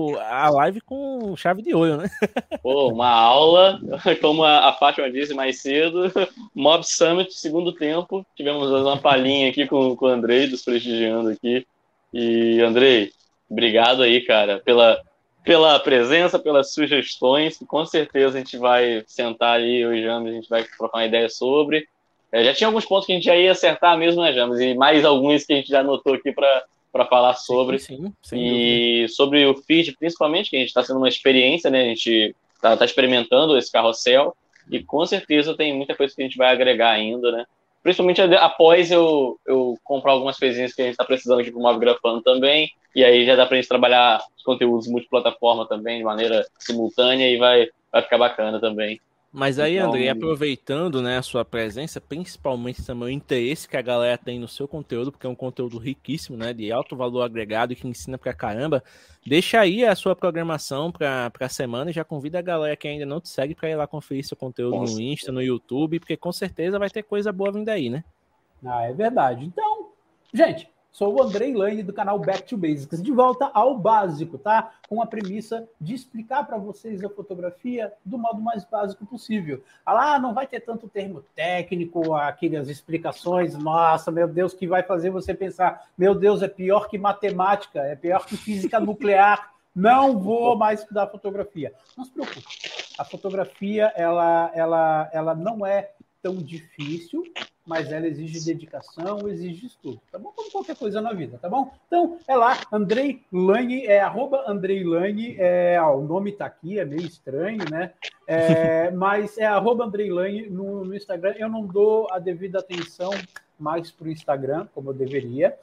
a live com chave de ouro, né? Uma aula, como a Fátima disse mais cedo, Mob Summit, segundo tempo. Tivemos uma palhinha aqui com o Andrei, dos prestigiando aqui. E, Andrei, obrigado aí, cara, pela presença, pelas sugestões, que com certeza a gente vai sentar aí, eu e James, a gente vai trocar uma ideia sobre. Já tinha alguns pontos que a gente já ia acertar mesmo, né, James? E mais alguns que a gente já anotou aqui para falar sobre. Sim, e dúvida. Sobre o feed, principalmente, que a gente está sendo uma experiência, né? A gente está experimentando esse carrossel e com certeza tem muita coisa que a gente vai agregar ainda, né? Principalmente após eu comprar algumas coisinhas que a gente está precisando aqui para o Mob Grafando também, e aí já dá para a gente trabalhar os conteúdos multiplataforma também de maneira simultânea e vai ficar bacana também. Mas aí, então, André, aproveitando, né, a sua presença, principalmente também o interesse que a galera tem no seu conteúdo, porque é um conteúdo riquíssimo, né, de alto valor agregado e que ensina pra caramba, deixa aí a sua programação pra semana e já convida a galera que ainda não te segue pra ir lá conferir seu conteúdo no Insta, no YouTube, porque com certeza vai ter coisa boa vindo aí, né? É verdade. Então, gente, sou o Andrei Lane do canal Back to Basics, de volta ao básico, tá? Com a premissa de explicar para vocês a fotografia do modo mais básico possível. Não vai ter tanto termo técnico, aquelas explicações, nossa, meu Deus, que vai fazer você pensar, meu Deus, é pior que matemática, é pior que física nuclear, não vou mais estudar fotografia. Não se preocupe, a fotografia, ela não é tão difícil, mas ela exige dedicação, exige estudo, tá bom? Como qualquer coisa na vida, tá bom? Então, é lá, Andrei Lane, @Andrei Lane, o nome tá aqui, é meio estranho, né? Mas é @Andrei Lane no Instagram. Eu não dou a devida atenção mais pro Instagram, como eu deveria,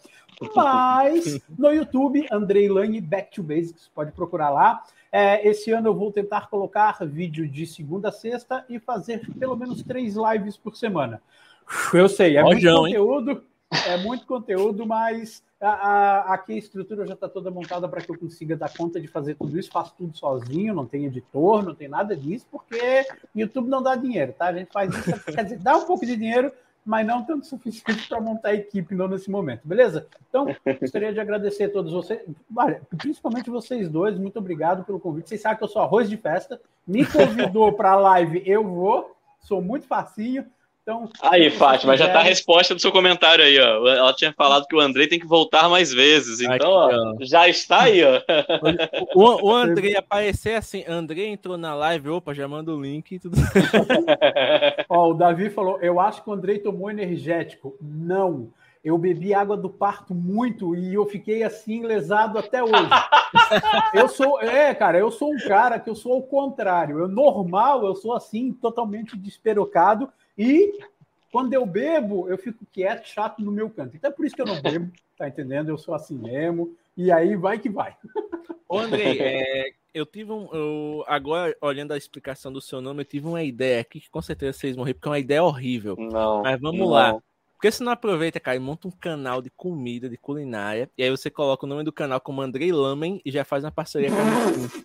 mas no YouTube, Andrei Lane Back to Basics, pode procurar lá. Esse ano eu vou tentar colocar vídeo de segunda a sexta e fazer pelo menos 3 lives por semana. Eu sei, muito conteúdo, É muito conteúdo, mas aqui a estrutura já está toda montada para que eu consiga dar conta de fazer tudo isso. Faço tudo sozinho, não tem editor, não tem nada disso, porque YouTube não dá dinheiro, tá? A gente faz isso, quer dizer, dá um pouco de dinheiro, mas não tanto suficiente para montar a equipe não nesse momento, beleza? Então, gostaria de agradecer a todos vocês, principalmente vocês dois, muito obrigado pelo convite. Vocês sabem que eu sou arroz de festa, me convidou para a live, eu vou, sou muito facinho. Então, aí, Fátima, já tá a resposta do seu comentário aí, ó. Ela tinha falado que o Andrei tem que voltar mais vezes. Então, aqui, ó, já está aí, ó. O Andrei aparecer assim, Andrei entrou na live, opa, já manda o link e tudo. Ó, o Davi falou, eu acho que o Andrei tomou energético. Não, eu bebi água do parto muito e eu fiquei assim, lesado até hoje. Eu sou um cara que eu sou ao contrário. Eu sou assim, totalmente despirocado. E quando eu bebo, eu fico quieto, chato no meu canto. Então é por isso que eu não bebo, tá entendendo? Eu sou assim mesmo, e aí vai que vai. Ô, Andrei, agora, olhando a explicação do seu nome, eu tive uma ideia aqui que com certeza vocês vão rir, porque é uma ideia horrível. Não. Mas vamos lá. Porque você não aproveita, cara, e monta um canal de comida, de culinária, e aí você coloca o nome do canal como Andrei Lamen e já faz uma parceria com a gente.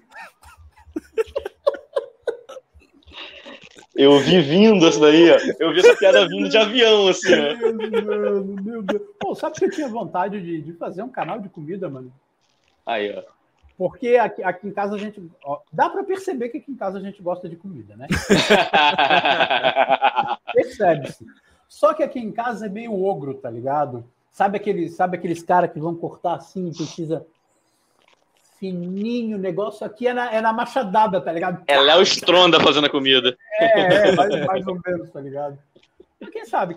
Eu vi vindo essa daí, ó. Eu vi essa piada vindo de avião, assim, ó. Meu Deus. Pô, sabe que eu tinha vontade de fazer um canal de comida, mano? Aí, ó. Porque aqui em casa a gente... Ó, dá pra perceber que aqui em casa a gente gosta de comida, né? Percebe-se. Só que aqui em casa é meio ogro, tá ligado? Sabe aqueles caras que vão cortar assim, precisa... fininho, o negócio aqui é na machadada, tá ligado? É Léo Stronda fazendo a comida. Mais ou menos, tá ligado? Quem sabe?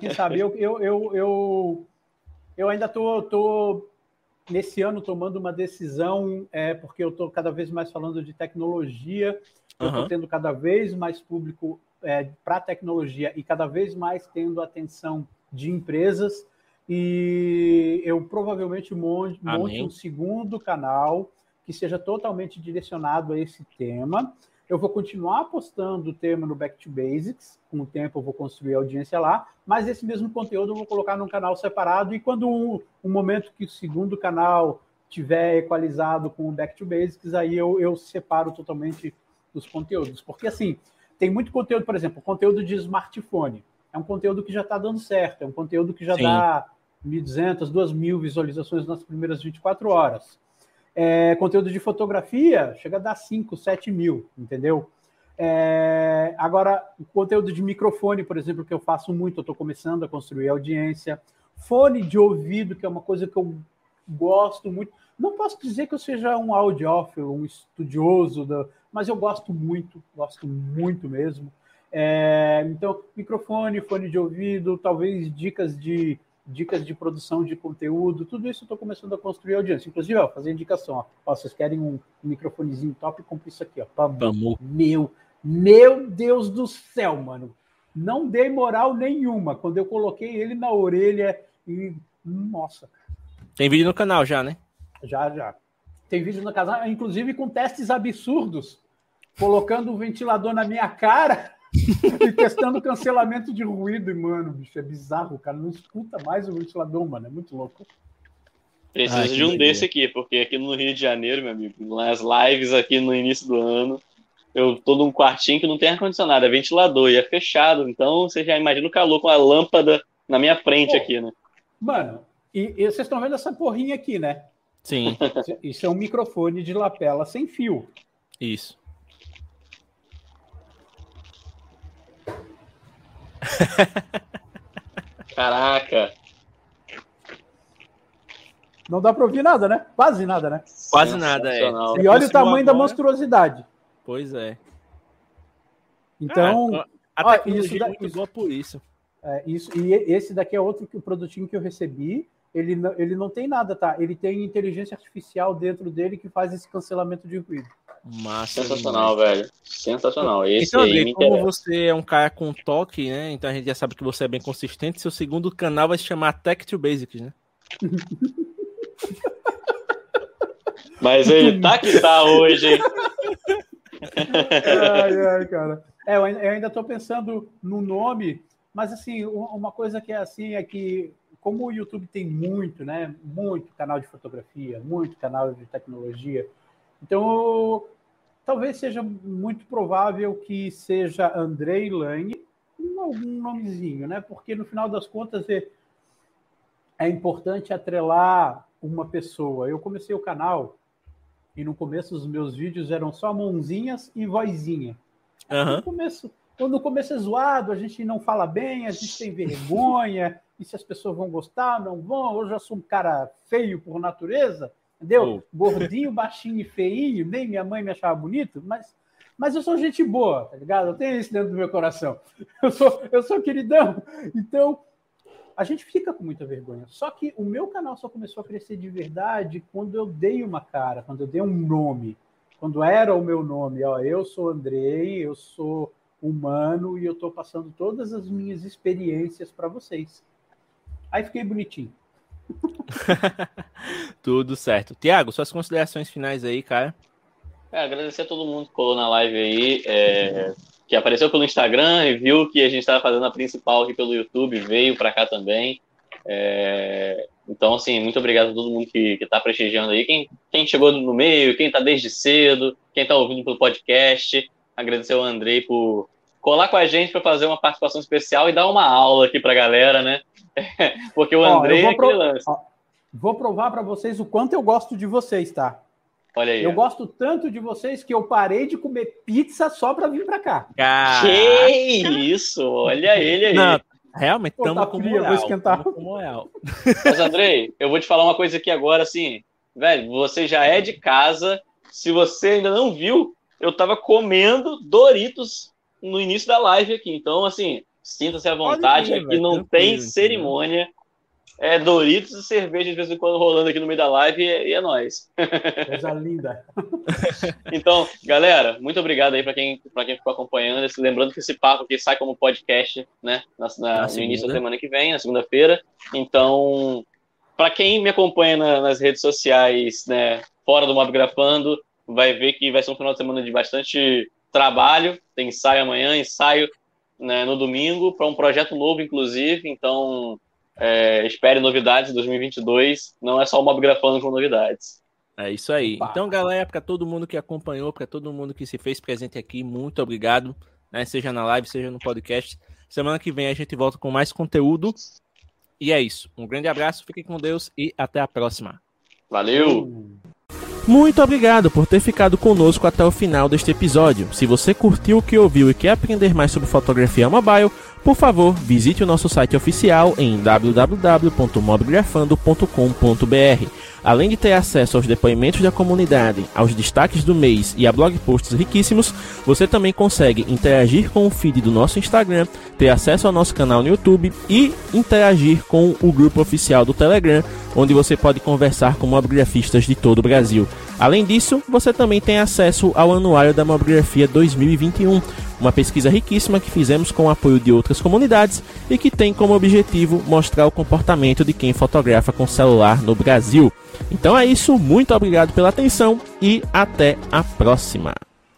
Eu ainda tô nesse ano tomando uma decisão, porque eu tô cada vez mais falando de tecnologia, eu tô tendo cada vez mais público para tecnologia e cada vez mais tendo atenção de empresas, e eu provavelmente monte um segundo canal que seja totalmente direcionado a esse tema. Eu vou continuar postando o tema no Back to Basics, com o tempo eu vou construir a audiência lá, mas esse mesmo conteúdo eu vou colocar num canal separado, e quando um momento que o segundo canal tiver equalizado com o Back to Basics, aí eu separo totalmente os conteúdos. Porque, assim, tem muito conteúdo, por exemplo, conteúdo de smartphone. É um conteúdo que já está dando certo, é um conteúdo que já dá 1.200, 2.000 visualizações nas primeiras 24 horas. Conteúdo de fotografia chega a dar 5, 7 mil, entendeu? Agora, o conteúdo de microfone, por exemplo, que eu faço muito, eu estou começando a construir audiência. Fone de ouvido, que é uma coisa que eu gosto muito. Não posso dizer que eu seja um audiófilo, um estudioso, mas eu gosto muito mesmo. Então, microfone, fone de ouvido, talvez dicas de produção de conteúdo, tudo isso eu estou começando a construir audiência. Inclusive, ó, fazer indicação, ó, vocês querem um microfonezinho top, compre isso aqui, ó. Meu Deus do céu, mano. Não dei moral nenhuma quando eu coloquei ele na orelha e... Nossa. Tem vídeo no canal já, né? Já. Tem vídeo no canal, inclusive com testes absurdos, colocando um ventilador na minha cara... e testando cancelamento de ruído, e, mano, bicho, é bizarro, o cara não escuta mais o ventilador, mano, é muito louco. Preciso de um desse aqui, porque aqui no Rio de Janeiro, meu amigo, nas lives aqui no início do ano, eu tô num quartinho que não tem ar-condicionado, é ventilador, e é fechado, então você já imagina o calor com a lâmpada na minha frente aqui, né? Mano, e vocês estão vendo essa porrinha aqui, né? Sim. Isso é um microfone de lapela sem fio. Isso. Caraca. Não dá para ouvir nada, né? Quase nada, né? Quase nada, E olha o tamanho da monstruosidade. Pois é. Então... a tecnologia é muito boa por isso. E esse daqui é outro produtinho que eu recebi. Ele não tem nada, tá? Ele tem inteligência artificial dentro dele que faz esse cancelamento de ruído. Massa, sensacional, velho. Sensacional. Esse então, aí André, como você é um cara com toque, né? Então a gente já sabe que você é bem consistente. Seu segundo canal vai se chamar Tech to Basics, né? Mas ele tá que tá hoje, hein? Ai, cara. Eu ainda tô pensando no nome, mas assim, uma coisa que é assim é que como o YouTube tem muito, né? Muito canal de fotografia, muito canal de tecnologia. Então, talvez seja muito provável que seja Andrei Lange, com algum nomezinho, né? Porque, no final das contas, é importante atrelar uma pessoa. Eu comecei o canal e, no começo, os meus vídeos eram só mãozinhas e vozinha. No começo é zoado, a gente não fala bem, a gente tem vergonha, e se as pessoas vão gostar, não vão. Eu já sou um cara feio por natureza, entendeu? Gordinho, baixinho e feinho, nem minha mãe me achava bonito, mas eu sou gente boa, tá ligado? Eu tenho isso dentro do meu coração. Eu sou queridão. Então, a gente fica com muita vergonha. Só que o meu canal só começou a crescer de verdade quando eu dei uma cara, quando eu dei um nome, quando era o meu nome. Ó, eu sou Andrei, eu sou humano e eu estou passando todas as minhas experiências para vocês. Aí fiquei bonitinho. Tudo certo. Tiago, suas considerações finais aí, cara. Agradecer a todo mundo que colou na live aí, que apareceu pelo Instagram e viu que a gente estava fazendo a principal aqui pelo YouTube, veio para cá também. Então, assim, muito obrigado a todo mundo que está prestigiando aí. Quem chegou no meio, quem está desde cedo, quem está ouvindo pelo podcast. Agradecer ao Andrei por colar com a gente para fazer uma participação especial e dar uma aula aqui para a galera, né? Porque o Andrei é aquele lance. Vou provar para vocês o quanto eu gosto de vocês, tá? Olha aí. Eu gosto tanto de vocês que eu parei de comer pizza só para vir para cá. Que isso? Olha ele aí. Não, realmente, estamos com moral. Mas, Andrei, eu vou te falar uma coisa aqui agora, assim, velho, você já é de casa. Se você ainda não viu, eu tava comendo Doritos no início da live aqui. Então, assim, sinta-se à vontade. Aqui não tem cerimônia. É Doritos e cerveja de vez em quando rolando aqui no meio da live e é nóis. Coisa linda. Então, galera, muito obrigado aí para quem ficou acompanhando. Lembrando que esse papo aqui sai como podcast, né? No início da semana que vem, na segunda-feira. Então, para quem me acompanha nas redes sociais, né, fora do Mobgrafando, vai ver que vai ser um final de semana de bastante trabalho. Tem ensaio amanhã, ensaio, né, no domingo, para um projeto novo, inclusive. Então, espere novidades em 2022. Não é só o Mobgrafando com novidades. É isso aí. Opa. Então, galera, para todo mundo que acompanhou, para todo mundo que se fez presente aqui, muito obrigado, né? Seja na live, seja no podcast. Semana que vem a gente volta com mais conteúdo. E é isso. Um grande abraço, fiquem com Deus e até a próxima. Valeu! Muito obrigado por ter ficado conosco até o final deste episódio. Se você curtiu o que ouviu e quer aprender mais sobre fotografia mobile, por favor, visite o nosso site oficial em www.mobgrafando.com.br. Além de ter acesso aos depoimentos da comunidade, aos destaques do mês e a blog posts riquíssimos, você também consegue interagir com o feed do nosso Instagram, ter acesso ao nosso canal no YouTube e interagir com o grupo oficial do Telegram, onde você pode conversar com mobgrafistas de todo o Brasil. Além disso, você também tem acesso ao Anuário da Mobgrafia 2021, uma pesquisa riquíssima que fizemos com o apoio de outras comunidades e que tem como objetivo mostrar o comportamento de quem fotografa com celular no Brasil. Então é isso, muito obrigado pela atenção e até a próxima!